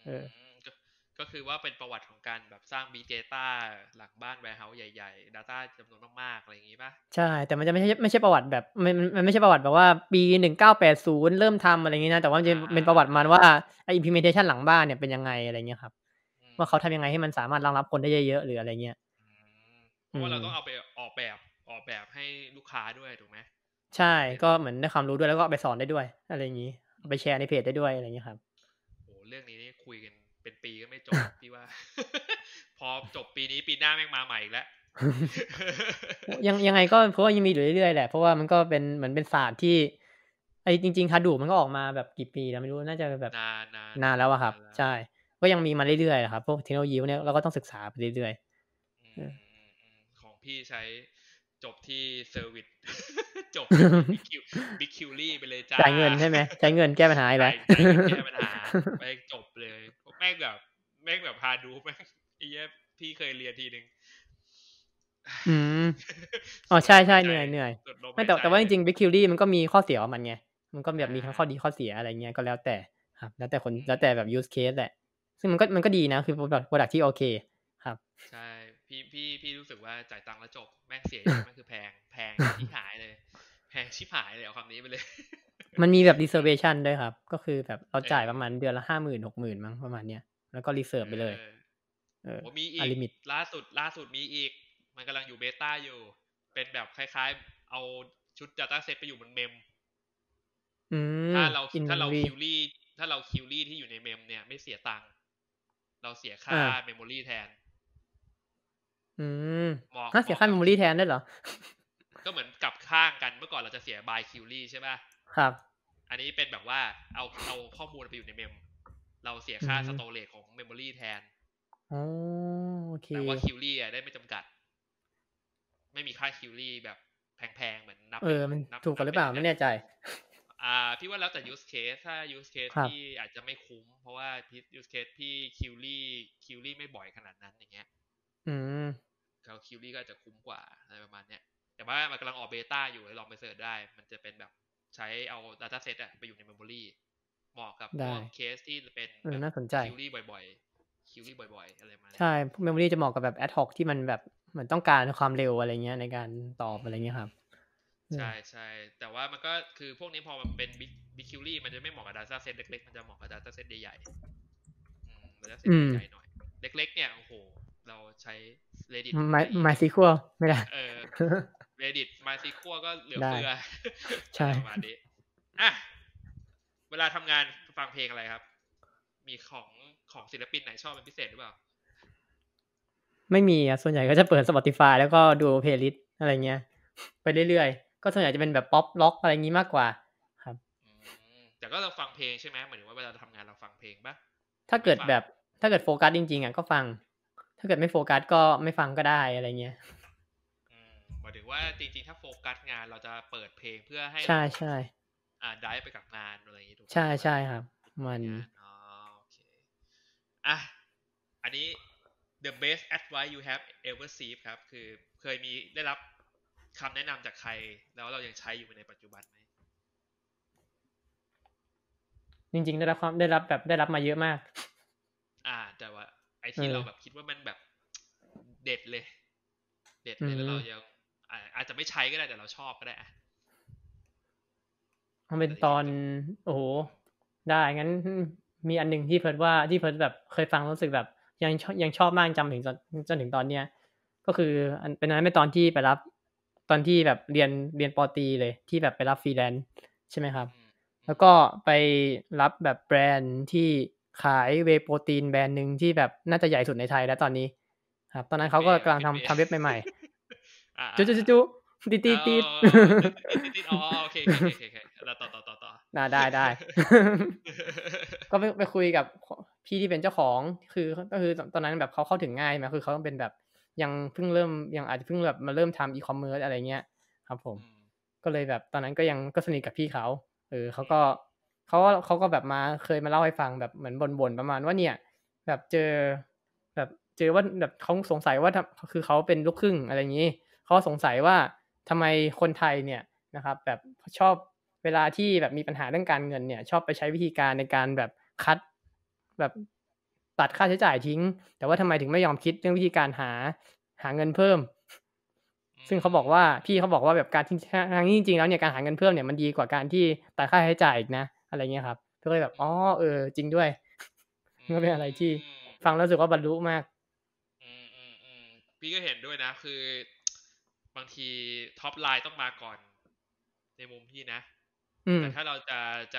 อืมก็คือว่าเป็นประวัติของการแบบสร้าง Big Data หลังบ้าน warehouse ใหญ่ๆ Data จำนวนมากๆอะไรอย่างงี้ป่ะใช่แต่มันจะไม่ใช่ประวัติแบบมันไม่ใช่ประวัติแบบว่าปี1980เริ่มทำอะไรงี้นะแต่ว่ามันจะเป็นประวัติประมาณว่าไอ้ implementation หลังบ้านเนี่ยเป็นยังไงอะไรเงี้ยครับอืว่าเขาทำยังไงให้มมันสามารถรองรับคนได้เยอะๆหรืออะไรเงี้ยอืเพราะว่าเราอืมต้องเอาไปออกแบบให้ลูกค้าด้วยถูกไหมใช่เป็นก็เหมือนได้ความรู้ด้วยแล้วก็เอาไปสอนได้ด้วยอะไรอย่างงี้เอาไปแชร์ในเพจได้ด้วยอะไรงี้ครับโหเรื่องนี้นี่คุยกันเป็นปีก็ไม่จบพี่ว่า พอจบปีนี้ปีหน้าแม่งมาใหม่อีกแล้วยังไงก็เพราะว่ายังมีอยู่เรื่อยๆแหละเพราะว่ามันก็เป็นเหมือนเป็นศาสตร์ที่ไอ้จริงๆ Hadoop มันก็ออกมาแบบกี่ปีแล้วไม่รู้น่าจะแบบนานนานแล้วอะครับนานแล้วใช่ก็ยังมีมาเรื่อยๆอะครับพวกเทคโนโลยีพวกเนี้ยเราก็ต้องศึกษาไปเรื่อยอืๆเออของพี่ใช้จบที่เซอร์วิส จบที่บิ๊กคิวรี่ไปเลยจ้าจ่ายเงินใช่ไหมใช้เงินแก้ปัญหาอีกจ่าแล้วยจ่ายเงินแก้ปัญหาไปจบเลยแม่งแบบพาดูแม่งไอ้เหี้ยพี่เคยเรียนทีนึงอืม อ๋อใชสุดลมหา่ยใจๆเหนื่อยสุดลมๆไม่หายใจเลยแต่ว่าจริงๆ BigQuery มันก็มีข้อเสียของมันไงมันก็แบบอ่ามีทั้งข้อดีข้อเสียอะไรเงี้ยก็แล้วแต่ครับแล้วแต่คนอืแล้วแต่แบบม use case แหละซึ่งมันก็ดีนะคือพรอดักต์ที่โอเคครับใช่พี่รู้สึกว่าจ่ายตังค์แล้วจบแม่งเสียอย่างเดียวแม่งคือแพงชิบหายเลยแพงชิบหายเลยเอาคำนี้ไปเลยมันมีแบบเออ reservation ด้วยครับก็คือแบบเราเอจ่ายอประมาณเดือนละ50,000 60,000มั้งประมาณเนี้ยแล้วก็เอ reserve ไปเลยอเออโอ้มีอีกอันลิมิตล่าสุดมีอีกมันกำลังอยู่เบต้าอยู่เป็นแบบคล้ายๆเอาชุด Data Set ไปอยู่บนเมมอืมถ้าเรา in ถ้าเรา memory คิวรี่ถ้าเราคิวรี่ที่อยู่ในเมมเนี่ยไม่เสียตังค์เราเสียค่าอาเมมโมรีแทนอืมเหมาะฮะเสียค่าเหมาะกับ memory แทนด้วยเหรอก็เหมือนกลับข้างกันเมื่อก่อนเราจะเสีย by คิวรี่ใช่ป่ะครับอันนี้เป็นแบบว่าเอาข้อมูลไปอยู่ในเมมเราเสียอืค่าสมโตเรจของเมมโมรีแทนอ๋อโอเคแต่ว่าคิวรี่ได้ไม่จำกัดไม่มีค่าคิวรี่แบบแพงๆเหมือนนับเป็นมันนับถูกกว่าหรือเปล่านับเป็นไม่แน่ใจพี่ว่าแล้วแต่ use case ถ้า use case ครับพี่อาจจะไม่คุ้มเพราะว่า use case พี่คิวรี่ไม่บ่อยขนาดนั้นอย่างเงี้ยอืมเขาคิวรี่ก็อาจจะคุ้มกว่าอะไรประมาณเนี้ยแต่ว่ามันกำลังออกเบต้าอยู่ลองไปเสิร์ชได้มันจะเป็นแบบใช้เอา data set ไปอยู่ใน memory เหมาะกับพได้วกเคสที่เป็นแบบน่าสนใจคิวรี่บ่อยๆคิวรี่บ่อยๆอะไรมาเนี้ยใช่พวก memory จะเหมาะกับแบบ ad hoc ที่มันแบบเหมือนต้องการความเร็วอะไรเงี้ยในการตอบอือะไรเงี้ยครับมใช่ใช่แต่ว่ามันก็คือพวกนี้พอมันเป็นบิ๊กคิวรี่มันจะไม่เหมาะกับ data set เล็กๆมันจะเหมาะกับ data set ใหญ่ๆdata set อืมใหญ่ๆหน่อยเล็กๆเนี่ยโอ้โหเราใช้ Reddit ได้ MySQL ไม่ได้เออ Reddit MySQL ก็เหลือได้เฟือ อะใช่ไรประมาณนี้อ่ะเวลาทำงานฟังเพลงอะไรครับ มีของศิลปินไหนชอบเป็นพิเศษหรือเปล่าไม่มีอะส่วนใหญ่ก็จะเปิด Spotify แล้วก็ดู playlist อะไรเงี้ยไปเรื่อยๆก็ส่วนใหญ่จะเป็นแบบป๊อปร็อกอะไรงี้มากกว่าครับแต่ก็เราฟังเพลงใช่ไหมหมายถึงว่าเวลาเราทำงานเราฟังเพลงปะหรืถ้าอไม่ฟังเกิดแบบถ้าเกิดโฟกัสจริงๆอะก็ฟังถ้าเกิดไม่โฟกัสก็ไม่ฟังก็ได้อะไรเงี้ยหมายถึงว่าจริงๆถ้าโฟกัสงานเราจะเปิดเพลงเพื่อให้ใเราช่ได้ไปกับงานอะไรอย่างนี้ถูกๆใช่ไหมว่าใช่ครับในมันงานโอเคอ่ะอันนี้ the best advice you have ever received ครับคือเคยมีได้รับคำแนะนำจากใครแล้วเรายังใช้อยู่ในปัจจุบันไหมจริงๆได้รับมาเยอะมากแต่ว่าไอ้เออที่เราแบบคิดว่ามันแบบเด็ดเลยเด็ดอืเลยแล้วเรายังมอาจจะไม่ใช้ก็ได้แต่เราชอบก็ได้มันเป็นตอนแต่จริงๆก็โอ้โฮได้งั้นมีอันหนึ่งที่เพิร์ทว่าที่เพิร์ทแบบเคยฟังรู้สึกแบบยังชอบมากจนถึงตอนเนี้ยก็คืออันนั้นเป็นตอนที่ไปรับตอนที่แบบเรียนปตรีเลยที่แบบไปรับ freelance ใช่ไหมครับอืมอืมแล้วก็ไปรับแบบแบรนด์ที่ขาย Whey Protein แบรนด์หนึ่งที่แบบน่าจะใหญ่สุดในไทยแล้วตอนนี้ครับตอนนั้นเขาก็กำลังทำเว็บใหม่อ่าๆอ่าอ่าจุ๊ๆๆอ๋อติ๊ดๆติดอ๋อโอเคโอเคโอเคโอเคแล้วต่อได้ก็ไปคุยกับพี่ที่เป็นเจ้าของก็คือตอนนั้นแบบเขาเข้าถึงง่ายไหมคือเขาต้องเป็นแบบยังเพิ่งเริ่มยังอาจจะเพิ่งแบบมาเริ่มทำอีคอมเมิร์ซอะไรเงี้ยครับผมอืมก็เลยแบบตอนนั้นก็สนิทกับพี่เขาเขาอืก็มเขาก็แบบเคยมาเล่าให้ฟังแบบเหมือนบ่นๆประมาณว่าเนี่ยแบบแบบเจอว่าแบบเขาสงสัยว่าคือเขาเป็นลูกครึ่งอะไรอย่างงี้เขาสงสัยว่าทำไมคนไทยเนี่ยนะครับแบบชอบเวลาที่แบบมีปัญหาเรื่องการเงินเนี่ยชอบไปใช้วิธีการในการแบบคัดแบบตัดค่าใช้จ่ายทิ้งแต่ว่าทำไมถึงไม่ยอมคิดเรื่องวิธีการหาเงินเพิ่มซึ่งเขาบอกว่าพี่เขาบอกว่าแบบการที่ทั้งที่จริงๆแล้วเนี่ยการหาเงินเพิ่มเนี่ยมันดีกว่าการที่ตัดค่าใช้จ่ายอีกนะอะไรเงี้ยครับก็เลยแบบอ๋อจริงด้วยมันก็เป็นอะไรที่อืมฟังแล้วรู้สึกว่าบรรลุมากอืมพี่ก็เห็นด้วยนะคือบางทีท็อปไลน์ต้องมาก่อนในมุมพี่นะอืมแต่ถ้าเราจะ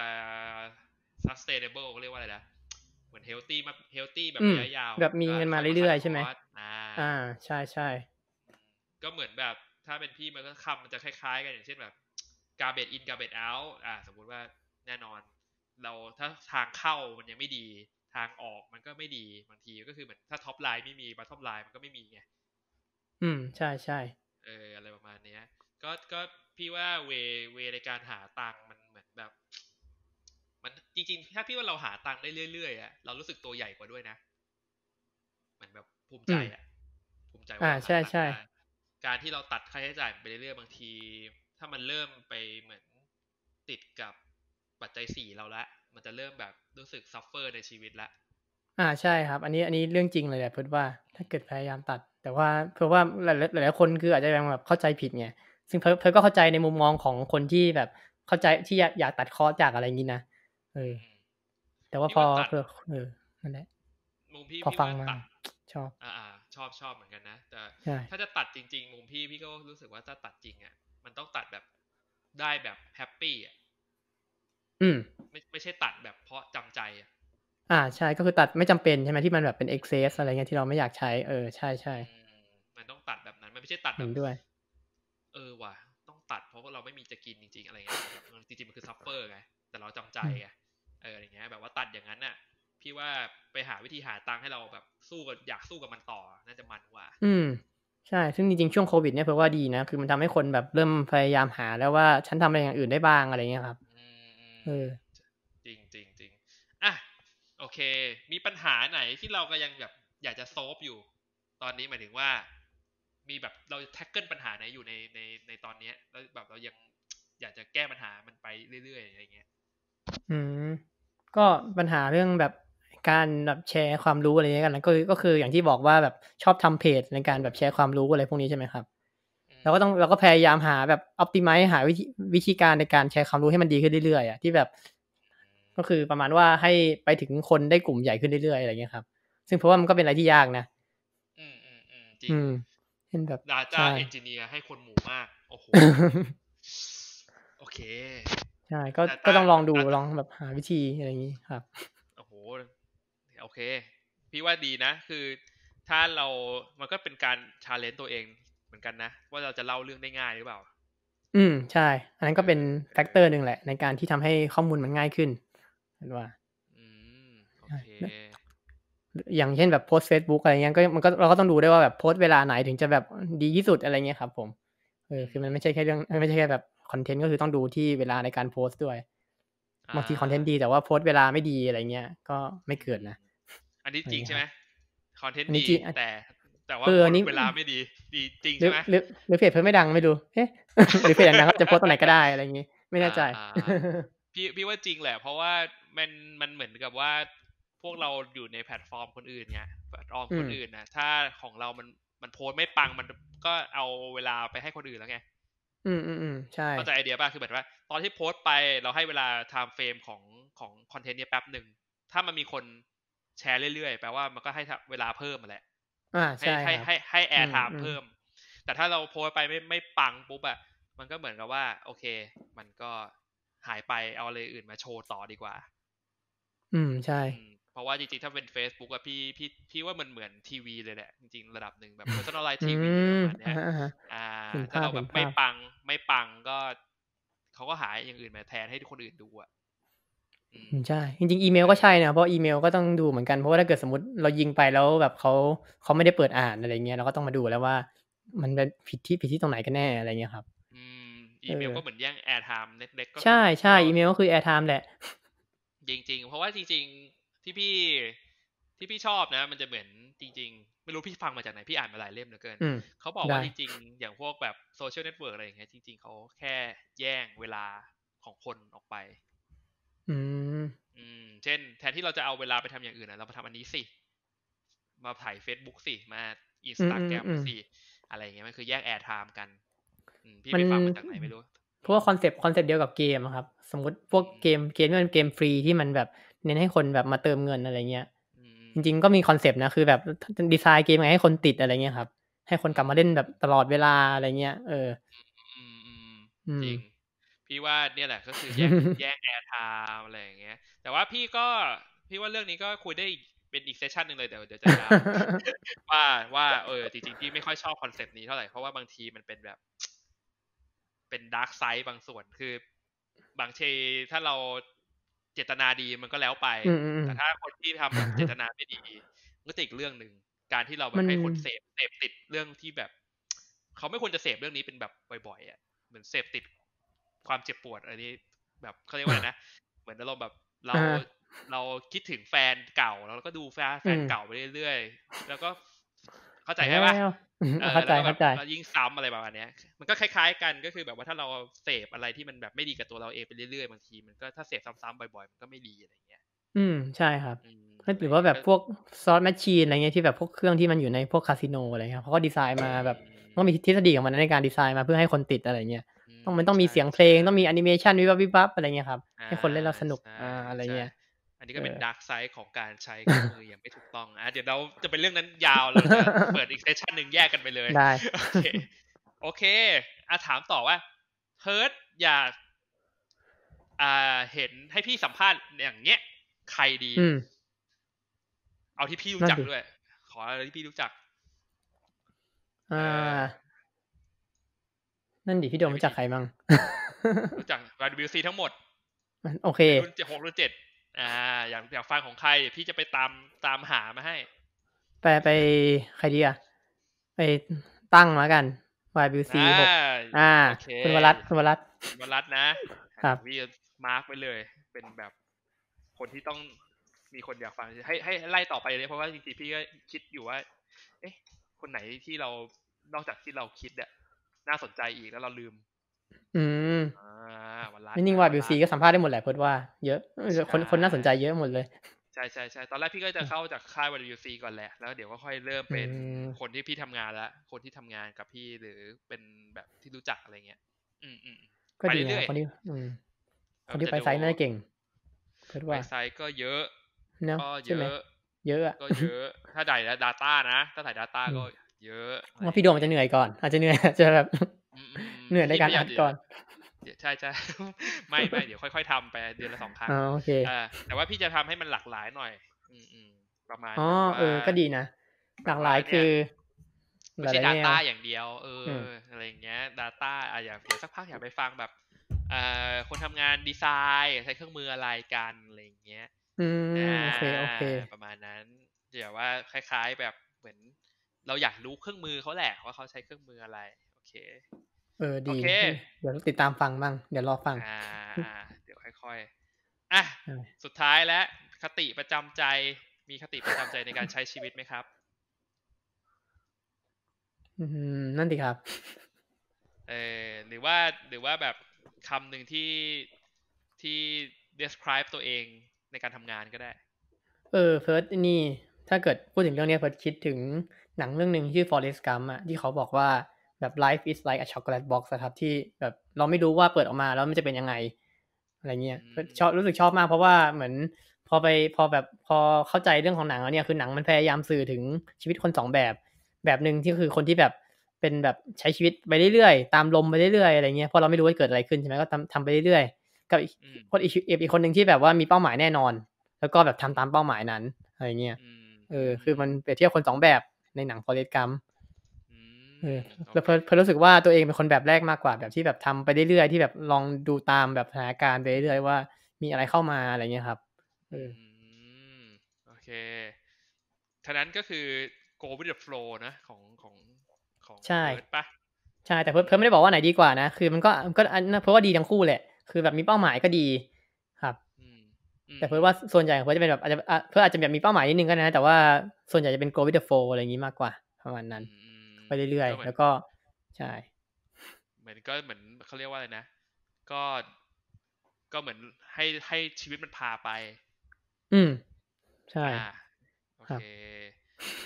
sustainable เขาเรียกว่าอะไรนะเหมือน healthy มาก healthy แบบอืมระยะยาวแบบมีก็เงินมาค่อยมาคัเรื่อยๆใช่ไหมดคอร์สอาใช่ๆก็เหมือนแบบถ้าเป็นพี่มันก็คำมันจะคล้ายๆกันอย่างเช่นแบบ garbage in garbage out สมมุติว่าแน่นอนเราถ้าทางเข้ามันยังไม่ดีทางออกมันก็ไม่ดีบางทีก็คือเหมือนถ้าท็อปไลน์ไม่มีบัตทอมไลน์มันก็ไม่มีไงอืมใช่ๆอะไรประมาณเนี้ยก็พี่ว่าเวในการหาตังค์มันเหมือนแบบมันจริงๆถ้าพี่ว่าเราหาตังค์ได้เรื่อยๆเรารู้สึกตัวใหญ่กว่าด้วยนะเหมือนแบบภูมิใจอืมภูมิใจว่าเราใหาตังค์ช่ได้ๆการที่เราตัดค่าใช้จ่ายไปเรื่อยๆบางทีถ้ามันเริ่มไปเหมือนติดกับปัจจัยสี่เราละมันจะเริ่มแบบรู้สึกซัฟเฟอร์ในชีวิตละใช่ครับอันนี้เรื่องจริงเลยแหละเพิร์ทว่าถ้าเกิดพยายามตัดแต่ว่าเพิร์ทว่าหลายๆคนคืออาจจะยังแบบเข้าใจผิดไงซึ่งเพิร์ทก็เข้าใจในมุมมองของคนที่แบบเข้าใจที่อยากตัดคอร์สจากอะไรงี้นะเอออืมแต่ว่าพอพี่ว่าตัดนั่นแหละมุมพี่พอฟังมาพี่ว่าตัดชอบชอบเหมือนกันนะแต่ใช่ถ้าจะตัดจริงๆมุมพี่ก็รู้สึกว่าถ้าตัดจริงมันต้องตัดแบบได้แบบแฮปปี้อืมไม่ใช่ตัดแบบเพราะจำใจใช่ก็คือตัดไม่จำเป็นใช่ไหมที่มันแบบเป็นอื excess อะไรมเงี้ยที่เราไม่อยากใช้ใช่อืๆมันต้องตัดแบบนั้นมันไม่ใช่ตัดแบบเห็นด้วยว่ะต้องตัดเพราะว่าเราไม่มีจะกินจริงๆอะไรเงี้ยแต่แบบจริงๆมันคือซัฟเฟอร์ไงแต่เราจำใจอืมไงอะไรเงี้ยแบบว่าตัดอย่างนั้นพี่ว่าไปหาวิธีหาตังค์ให้เราแบบสู้กับอยากสู้กับมันต่อน่าจะมันกว่าอืมใช่ซึ่งจริงๆช่วงโควิดเนี่ยเพิร์ทว่าดีนะคือมันทำให้คนแบบเริ่มพยายามหาแล้วว่าฉันทำอะไรอย่างอื่นได้บ้างอะไรเงี้ยครับอืมอืเอมอจริงอ่ะโอเคมีปัญหาไหนที่เราก็ยังแบบอยากจะโซฟอยู่ตอนนี้หมายถึงว่ามีแบบเราแท็กเกิลปัญหาไหนอยู่ในตอนนี้แล้วแบบเรายังอยากจะแก้ปัญหามันไปเรื่อยๆอะไรเงี้ยอืมก็ปัญหาเรื่องแบบการแบบแชร์ความรู้อะไรเงี้ยกันก็คืออย่างที่บอกว่าแบบชอบทำเพจในการแบบแชร์ความรู้อะไรพวกนี้ใช่ไหมครับอืมเราก็พยายามหาแบบ optimize หาวิธีการในการแชร์ความรู้ให้มันดีขึ้นเรื่อยๆอะที่แบบก็คือประมาณว่าให้ไปถึงคนได้กลุ่มใหญ่ขึ้นเรื่อยๆอะไรเงี้ยครับซึ่งเพราะว่ามันก็เป็นอะไรที่ยากนะจริงอืมเช่นแบบ Data ใช่ Engineer ให้คนหมู่มากโอ้โหโอเคใช่ก็ Data ต้องลองดูล Data องแบบหาวิธีอะไรอย่างงี้ครับโอ้โหโอเคพี่ว่าดีนะคือถ้าเรามันก็เป็นการชาเลนจ์ตัวเองเหมือนกันนะว่าเราจะเล่าเรื่องได้ง่ายหรือเปล่าใช่อันนั้นก็เป็นแฟกเตอร์หนึ่งแหละในการที่ทำให้ข้อมูลมันง่ายขึ้นเห็นว่าอืโอใช่เคอย่างเช่นแบบโพสต์เฟซบุ๊กอะไรเงี้ยมันก็เราก็ต้องดูด้วยว่าแบบโพสต์เวลาไหนถึงจะแบบดีที่สุดอะไรเงี้ยครับผมอืคือมันมไม่ใช่แค่เรื่องไม่ใช่แค่แบบคอนเทนต์ก็คือต้องดูที่เวลาในการโพสต์ด้วยอ่บางทีคอนเทนต์ดีาแต่ว่าโพสต์เวลาไม่ดีอะไรเงี้ยก็ไม่อืเกิดมนะอันนี้จริงใช่ไหมอะไรเงี้ยครับคอนเทนต์ดีอันนี้จริงแต่ว่าโพอันนี้สต์เวลาไม่ดีดีจริงหรือใช่ไหมหรือหรือเพจเพิ่นไม่ดังไม่รู้เอ๊ะหรือเพจดังๆก็จะโพสต์ตอนไหนก็ได้อะไรงี้ไม่แน่ใจพี่ว่าจริงแหละเพราะว่ามันมันเหมือนกับว่าพวกเราอยู่ในแพลตฟอร์มคนอื่นไงแพลตฟอร์มอืมคนอื่นนะถ้าของเรามันโพสต์ไม่ปังมันก็เอาเวลาไปให้คนอื่นแล้วไงอืมๆๆใช่เข้าใจไอเดียป่ะคือแบบว่าตอนที่โพสต์ไปเราให้เวลาไทม์เฟรมของคอนเทนต์เนี้ยแป๊บหนึ่งถ้ามันมีคนแชร์เรื่อยๆแปลว่ามันก็ให้เวลาเพิ่มมาแหละให้ใช่ครับให้แออืร์ไทม์มเพิ่มแต่ถ้าเราโพสต์ไปไม่ปังปุ๊บมันก็เหมือนกับว่าโอเคมันก็หายไปเอาอะไรอื่นมาโชว์ต่อดีกว่าใช่เพราะว่าจริงๆถ้าเป็น Facebook พี่ว่ามันเหมือนทีวีเลยแหละจริงๆระดับหนึ่งแบบ personalize อืทีวีประมมาณเนี้ยอะฮะเห็นภาถ้าเราแบบไม่พปังก็เขาก็หาอย่างอื่นมาแทนให้คนอื่นดูอืมใช่จริงๆอีเมลเออก็ใช่นะเพราะอีเมลก็ต้องดูเหมือนกันเพราะว่าถ้าเกิดสมมุติเรายิงไปแล้วแบบเขาไม่ได้เปิดอ่านอะไรเงี้ยเราก็ต้องมาดูแล้วว่ามันเป็นผิดที่ตรงไหนกันแน่อะไรเงี้ยครับอืมเออีเมลอก็เหมือนแย่งแอร์ไทม์เล็กๆก็ใคือแบบที่ช่เราๆอีเมลก็คือ airtime แหละจริงๆเพราะว่าจริงๆที่พี่ชอบนะมันจะเหมือนจริงๆไม่รู้พี่ฟังมาจากไหนพี่อ่านมาหลายเล่มเหลือเกินอืมเขาบอกได้ว่าจริงๆอย่างพวกแบบโซเชียลเน็ตเวิร์กอะไรอย่างเงี้ยจริงๆเขาแค่แย่งเวลาของคนออกไปอืมเช่นแทนที่เราจะเอาเวลาไปทำอย่างอื่นเรามาทำอันนี้สิมาถ่าย Facebook สิมาอืม Instagram สิอะไรอย่างเงี้ยมันคือแยก air time กันพี่มันไปฟังมาจากไหนไม่รู้เพราะว่าคอนเซปต์เดียวกับเกมอะครับ สมมุติพวกเกมที่มันเกมฟรีที่มันแบบเน้นให้คนแบบมาเติมเงินอะไรเงี้ยจริงๆก็มีคอนเซปต์นะคือแบบดีไซน์เกมยังไงให้คนติดอะไรเงี้ยครับให้คนกลับมาเล่นแบบตลอดเวลาอะไรเงี้ยอืมจริงพี่ว่าเนี่ยแหละก็คือแยก air time อะไรอย่างเงี้ยแต่ว่าพี่ว่าเรื่องนี้ก็คุยได้เป็นอีกเซสชันหนึ่งเลยเดี๋ยวจะยาว ว่าจริงๆพี่ไม่ค่อยชอบคอนเซปต์นี้เท่าไหร่เพราะว่าบางทีมันเป็นแบบเป็นดาร์กไซด์บางส่วนคือบางทีถ้าเราเจตนาดีมันก็แล้วไปแต่ถ้าคนที่ทำแบบเจตนาไม่ดีมันก็จะอีกเรื่องหนึ่งการที่เราแบบให้คนเสพติดเรื่องที่แบบเขาไม่ควรจะเสพเรื่องนี้เป็นแบบบ่อยๆอ่ะเหมือนเสพติดความเจ็บปวดอันนี้แบบเขาเรียกว่าอะไรนะเหมือนเราแบบเราคิดถึงแฟนเก่าแล้วก็ดูแฟนเก่าไปเรื่อยๆแล้วก็เข้าใจไหมว่าเข้าใจแล้วก็แบบเข้าใจยิ่งซ้ำอะไรประมาณเนี้ยมันก็คล้ายๆกันก็คือแบบว่าถ้าเราเสพอะไรที่มันแบบไม่ดีกับตัวเราเองไปเรื่อยๆบางทีมันก็ถ้าเสพซ้ำๆบ่อยๆมันก็ไม่ดีอะไรเงี้ยใช่ครับหรือว่าอะไรเงี้ยก็แบบพวกซอสแมชชีนอะไรเงี้ยที่แบบพวกเครื่องที่มันอยู่ในพวกคาสิโนอะไรเงี้ยเขาก็ดีไซน์มาแบบต้องมีทฤษฎีของมันในการดีไซน์มาเพื่อให้คนติดอะไรเงี้ยมันต้องมีเสียงเพลงต้องมีแอนิเมชันวิบวับวิบวับอะไรเงี้ยครับให้คนเล่นแล้วสนุกอะไรเงี้ยอันนี้ก็เป็นดาร์กไซด์ของการใช้เครื่องมืออย่างไม่ถูกต้องเดี๋ยวเราจะเป็นเรื่องนั้นยาวเราจะเปิดอีกเซสชันหนึ่งแยกกันไปเลยได้โอเคถามต่อว่าเฮิร์ตอยากเห็นให้พี่สัมภาษณ์อย่างเงี้ยใครดีเอาที่พี่รู้จักด้วยขออะไรที่พี่รู้จักนั่นดิพี่โดมรู้จักใครบ้างรู้จัก WC ทั้งหมดโอเครุ่น6รุ่น7อยากฟังของใครพี่จะไปตามหามาให้ไปใครดีอ่ะไปตั้งมากัน YBC 6คุณวรัตน์นะครับพี่มาร์กไว้เลยเป็นแบบคนที่ต้องมีคนอยากฟังให้ไล่ต่อไปเลยเพราะว่าจริงๆพี่ก็คิดอยู่ว่าเอ๊ะคนไหนที่เรานอกจากที่เราคิดเนี่ยน่าสนใจอีกแล้วเราลืมวันรัตน์นิ่ง YBC ก็สัมภาษณ์ได้หมดแหละเพิ่นว่าเยอะคนน่าสนใจเยอะหมดเลยใช่ตอนแรกพี่ก็จะเข้าจากค่าย WC ก่อนแหละแล้วเดี๋ยวก็ค่อยเริ่มเป็นคนที่พี่ทำงานแล้วคนที่ทำงานกับพี่หรือเป็นแบบที่รู้จักอะไรเงี้ยก็ดีนะคนที่ไปไซต์น่าจะเก่งไปไซต์ก็เยอะก็เยอะก็เยอะถ้าถ่าย data นะถ้าถ่าย data ก็เยอะว่าพี่โดมจะเหนื่อยก่อนอาจจะเหนื่อยจะแบบเหนื่อยในการอัดก่อนใช่ไม่เดี๋ยวค่อยๆทำไปเดือนละ2 ครั้งโอเคแต่ว่าพี่จะทำให้มันหลากหลายหน่อยประมาณก็ดีนะหลากหลายคือไม่ใช่ data อย่างเดียวอะไรอย่างเงี้ย data อย่างเดี๋ยวสักพักอยากไปฟังแบบคนทำงานดีไซน์ใช้เครื่องมืออะไรกันอะไรอย่างเงี้ยโอเคประมาณนั้นเดี๋ยวว่าคล้ายๆแบบเหมือนเราอยากรู้เครื่องมือเขาแหละว่าเขาใช้เครื่องมืออะไรโอเคดีเดี๋ยวติดตามฟังบ้างเดี๋ยวรอฟังเดี๋ยวค่อยๆสุดท้ายแล้วคติประจำใจมีคติประจำใจในการใช้ชีวิตไหมครับนั่นดิครับหรือว่าแบบคำหนึ่งที่ describe ตัวเองในการทำงานก็ได้เฟิร์สนี่ถ้าเกิดพูดถึงเรื่องนี้เฟิร์สคิดถึงหนังเรื่องนึงชื่อ Forrest Gump ที่เขาบอกว่าแบบ life is like a chocolate box ครับที่แบบเราไม่รู้ว่าเปิดออกมาแล้วมันจะเป็นยังไงอะไรเงี้ยรู้สึกชอบมากเพราะว่าเหมือนพอเข้าใจเรื่องของหนังแล้วเนี่ยคือหนังมันพยายามสื่อถึงชีวิตคน2แบบนึงที่คือคนที่แบบเป็นแบบใช้ชีวิตไปเรื่อยๆตามลมไปเรื่อยๆอะไรเงี้ยเพราะเราไม่รู้ว่าเกิดอะไรขึ้นใช่ไหมก็ทำไปเรื่อยๆกับอีกคนนึงที่แบบว่ามีเป้าหมายแน่นอนแล้วก็แบบทำตามเป้าหมายนั้นอะไรเงี้ยคือมันเปรียบเทียบคน2แบบในหนัง Forrest Gump แล้วเพิ่นรู้สึกว่าตัวเองเป็นคนแบบแรกมากกว่าแบบที่แบบทำไปเรื่อยๆที่แบบลองดูตามแบบสถานการณ์ไปเรื่อยๆว่ามีอะไรเข้ามาอะไรเงี้ยครับโอเคฉะนั้นก็คือ go with the flow นะของใช่เพิร์ทป่ะใช่แต่เพิ่นไม่ได้บอกว่าไหนดีกว่านะคือมันก็เพราะว่าดีทั้งคู่แหละคือแบบมีเป้าหมายก็ดีครับแต่เพิ่นว่าส่วนใหญ่เพิ่นจะเป็นแบบอาจจะแบบมีเป้าหมายนิดนึงก็นะแต่ว่าส่วนใหญ่จะเป็น go with the flow อะไรอย่างงี้มากกว่าประมาณนั้นไปเรื่อยๆแล้วก็ใช่เหมือนเขาเรียกว่าอะไรนะก็เหมือนให้ชีวิตมันพาไปใช่โอเคอัน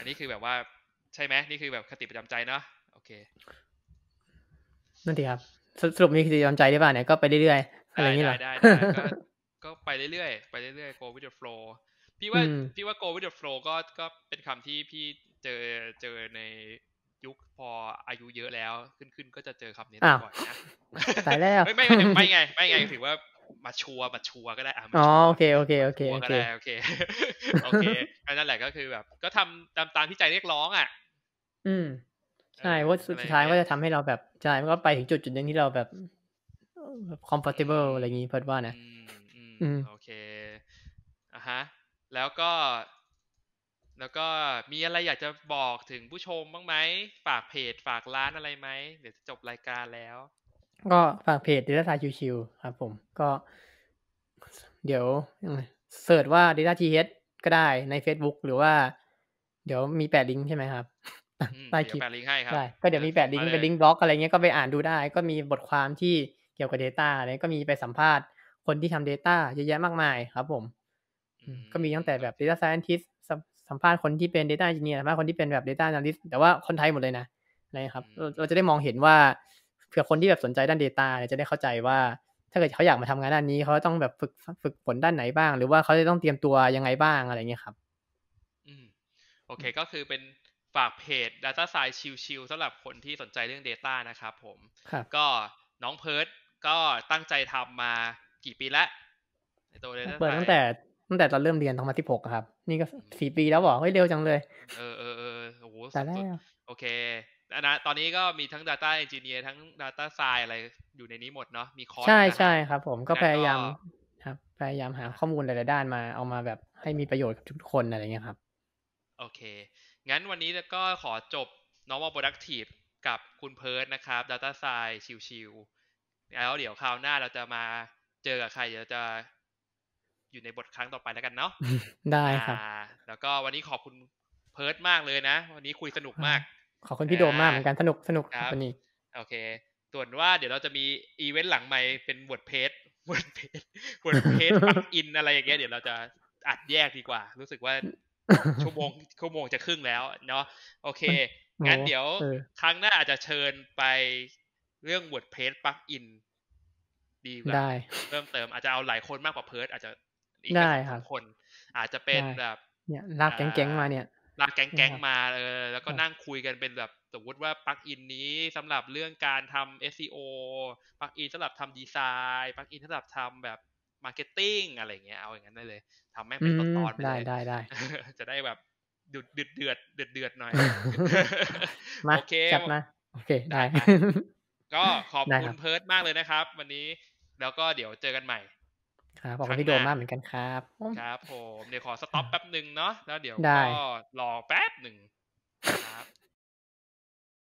นี้คือแบบว่าใช่ไหมนี่คือแบบคติประจำใจเนาะโอเคนั่นสิครับสรุปมีกิจกรรมใจได้ป่ะเนี่ยก็ไปเรื่อยๆอะไรอย่างนี้เหรอได้ก็ไปเรื่อยๆไปเรื่อยๆ go with the flow พี่ว่าอืมพี่ว่า go with the flow ก็เป็นคำที่พี่เจอเจอในยุคพออายุเยอะแล้วขึ้นก็จะเจอคำนี้อ้าวบ่อยๆนะตายแล้วไม่ไงถือว่ามาชัวร์ก็ได้มาอ๋อชัวร์โอเคโอเคมาโอเคชัวร์โอเคก็ได้โอเคโอเคนั่นแหละก็คือแบบก็ทำตามที่ใจเรียกร้องอ่ะอืมใช่ว่าอะไรสุดท้ายอย่างเงี้ยก็จะทำให้เราแบบใช่มันก็ไปถึงจุดหนึ่งที่เราแบบอื comfortable มอะไรอย่างงี้เพิร์ทว่านะอืมอืมโอเคอ่ะฮะแล้วก็แล้วก็มีอะไรอยากจะบอกถึงผู้ชมบ้างไหมฝากเพจฝากร้านอะไรไหมเดี๋ยวจะจบรายการแล้วก็ฝากเพจ Data Science ชิวๆครับผมก็เดี๋ยวเสิร์ชว่า Data TH ก็ได้ในเฟซบุ๊กหรือว่าเดี๋ยวมีแปะลิงก์ใช่ไหมครับใต้คลิปเดี๋ยวแปะลิงก์ให้ครับได้ก็เดี๋ยวมีแปะลิงก์เป็นลิงก์บล็อกอะไรเงี้ยก็ไปอ่านดูได้ก็มีบทความที่เกี่ยวกับ Data อะไรก็มีไปสัมภาษณ์คนที่ทำ Data เยอะแยะมากมายครับผมก็มีตั้งแต่แบบโอเค Data Scientist สัมภาษณ์คนที่เป็น Data Engineer สัมภาษณ์คนที่เป็นแบบ Data Analyst แต่ว่าคนไทยหมดเลยนะคอืรับมเราจะได้มองเห็นว่าเผื่อคนที่แบบสนใจด้าน Data เนี่ยจะได้เข้าใจว่าถ้าเกิดเขาอยากมาทำงานด้านนี้เขาต้องแบบฝึกฝนด้านไหนบ้างหรือว่าเขาจะต้องเตรียมตัวยังไงบ้างอะไรเงี้ยครับอืม โอเคก็คือเป็นฝากเพจ Data Science ชิลๆสำหรับคนที่สนใจเรื่อง Data นะครับผมครับก็น้องเพิร์ดก็ตั้งใจทำมากี่ปีแล้วในตัว Data เปิดตั้งแต่ Science ตอนเริ่มเรียน2016อะครับนี่ก็4ปีแล้วเหรอเฮ้ยเร็วจังเลยโอ้โหสุดตายแล้วๆโอเคนะตอนนี้ก็มีทั้ง Data Engineer ทั้ง Data Science อะไรอยู่ในนี้หมดเนาะมีคอร์สใช่อีกต่างหากครับผมก็งั้นก็พยายามหาอ่ะข้อมูลหลายๆด้านมาเอามาแบบให้มีประโยชน์กับทุกๆคนอะไรเงี้ยครับโอเคงั้นวันนี้ก็ขอจบ Normal Productive กับคุณเพิร์ดนะครับ Data Science ชิลๆแล้วเดี๋ยวคราวหน้าเราจะมาเจอกับใครเดี๋ยวจะอยู่ในบทครั้งต่อไปแล้วกันเนาะได้อ่าครับแล้วก็วันนี้ขอบคุณเพิร์ดมากเลยนะวันนี้คุยสนุกมากขอบคุณพี่โดอ่ามมากเหมือนกันสนุกครับครับวันนี้โอเคส่วนว่าเดี๋ยวเราจะมีอีเวนต์หลังไมค์เป็นวอร์ดเพจวอร์ดเพจวอร์ดเพจปลักอินอะไรอย่างเงี้ยเดี๋ยวเราจะอัดแยกดีกว่ารู้สึกว่าชั่วโมงจะครึ่งแล้วเนาะโอเคมันโอ้งั้นเดี๋ยวเออครั้งหน้าอาจจะเชิญไปเรื่อง WordPress plugin ดีกว่าได้เพิ่มเติมอาจจะเอาหลายคนมากกว่าเพิร์ดอาจจะอีกสักได้ครับสองสามคนอาจจะเป็นได้แบบเนี่ยลากอ่แก๊งาๆมาเนี่ยลากแก๊งนะครับๆมาแล้วก็ครับนั่งคุยกันเป็นแบบสมมติว่าปลั๊กอินนี้สำหรับเรื่องการทำ SEO ปลั๊กอินสำหรับทำดีไซน์ปลั๊กอินสำหรับทำแบบมาร์เก็ตติ้งอะไรอย่างเงี้ยเอาอย่างนั้นได้เลยทำแม่งเป็นตอนๆไปเลยได้จะได้แบบเดือดหน่อยมาโอเคจัดมาโอเคได้ได้ไป ก็ขอบได้ครับคุณเพิร์ดมากเลยนะครับวันนี้แล้วก็เดี๋ยวเจอกันใหม่ครับขอบคุณครั้งหน้าพี่โดมมากเหมือนกันครับครับผมเดี๋ยวขอสต็อปแป๊บหนึ่งเนาะแล้วเดี๋ยวได้ก็รอแป๊บหนึ่งครับ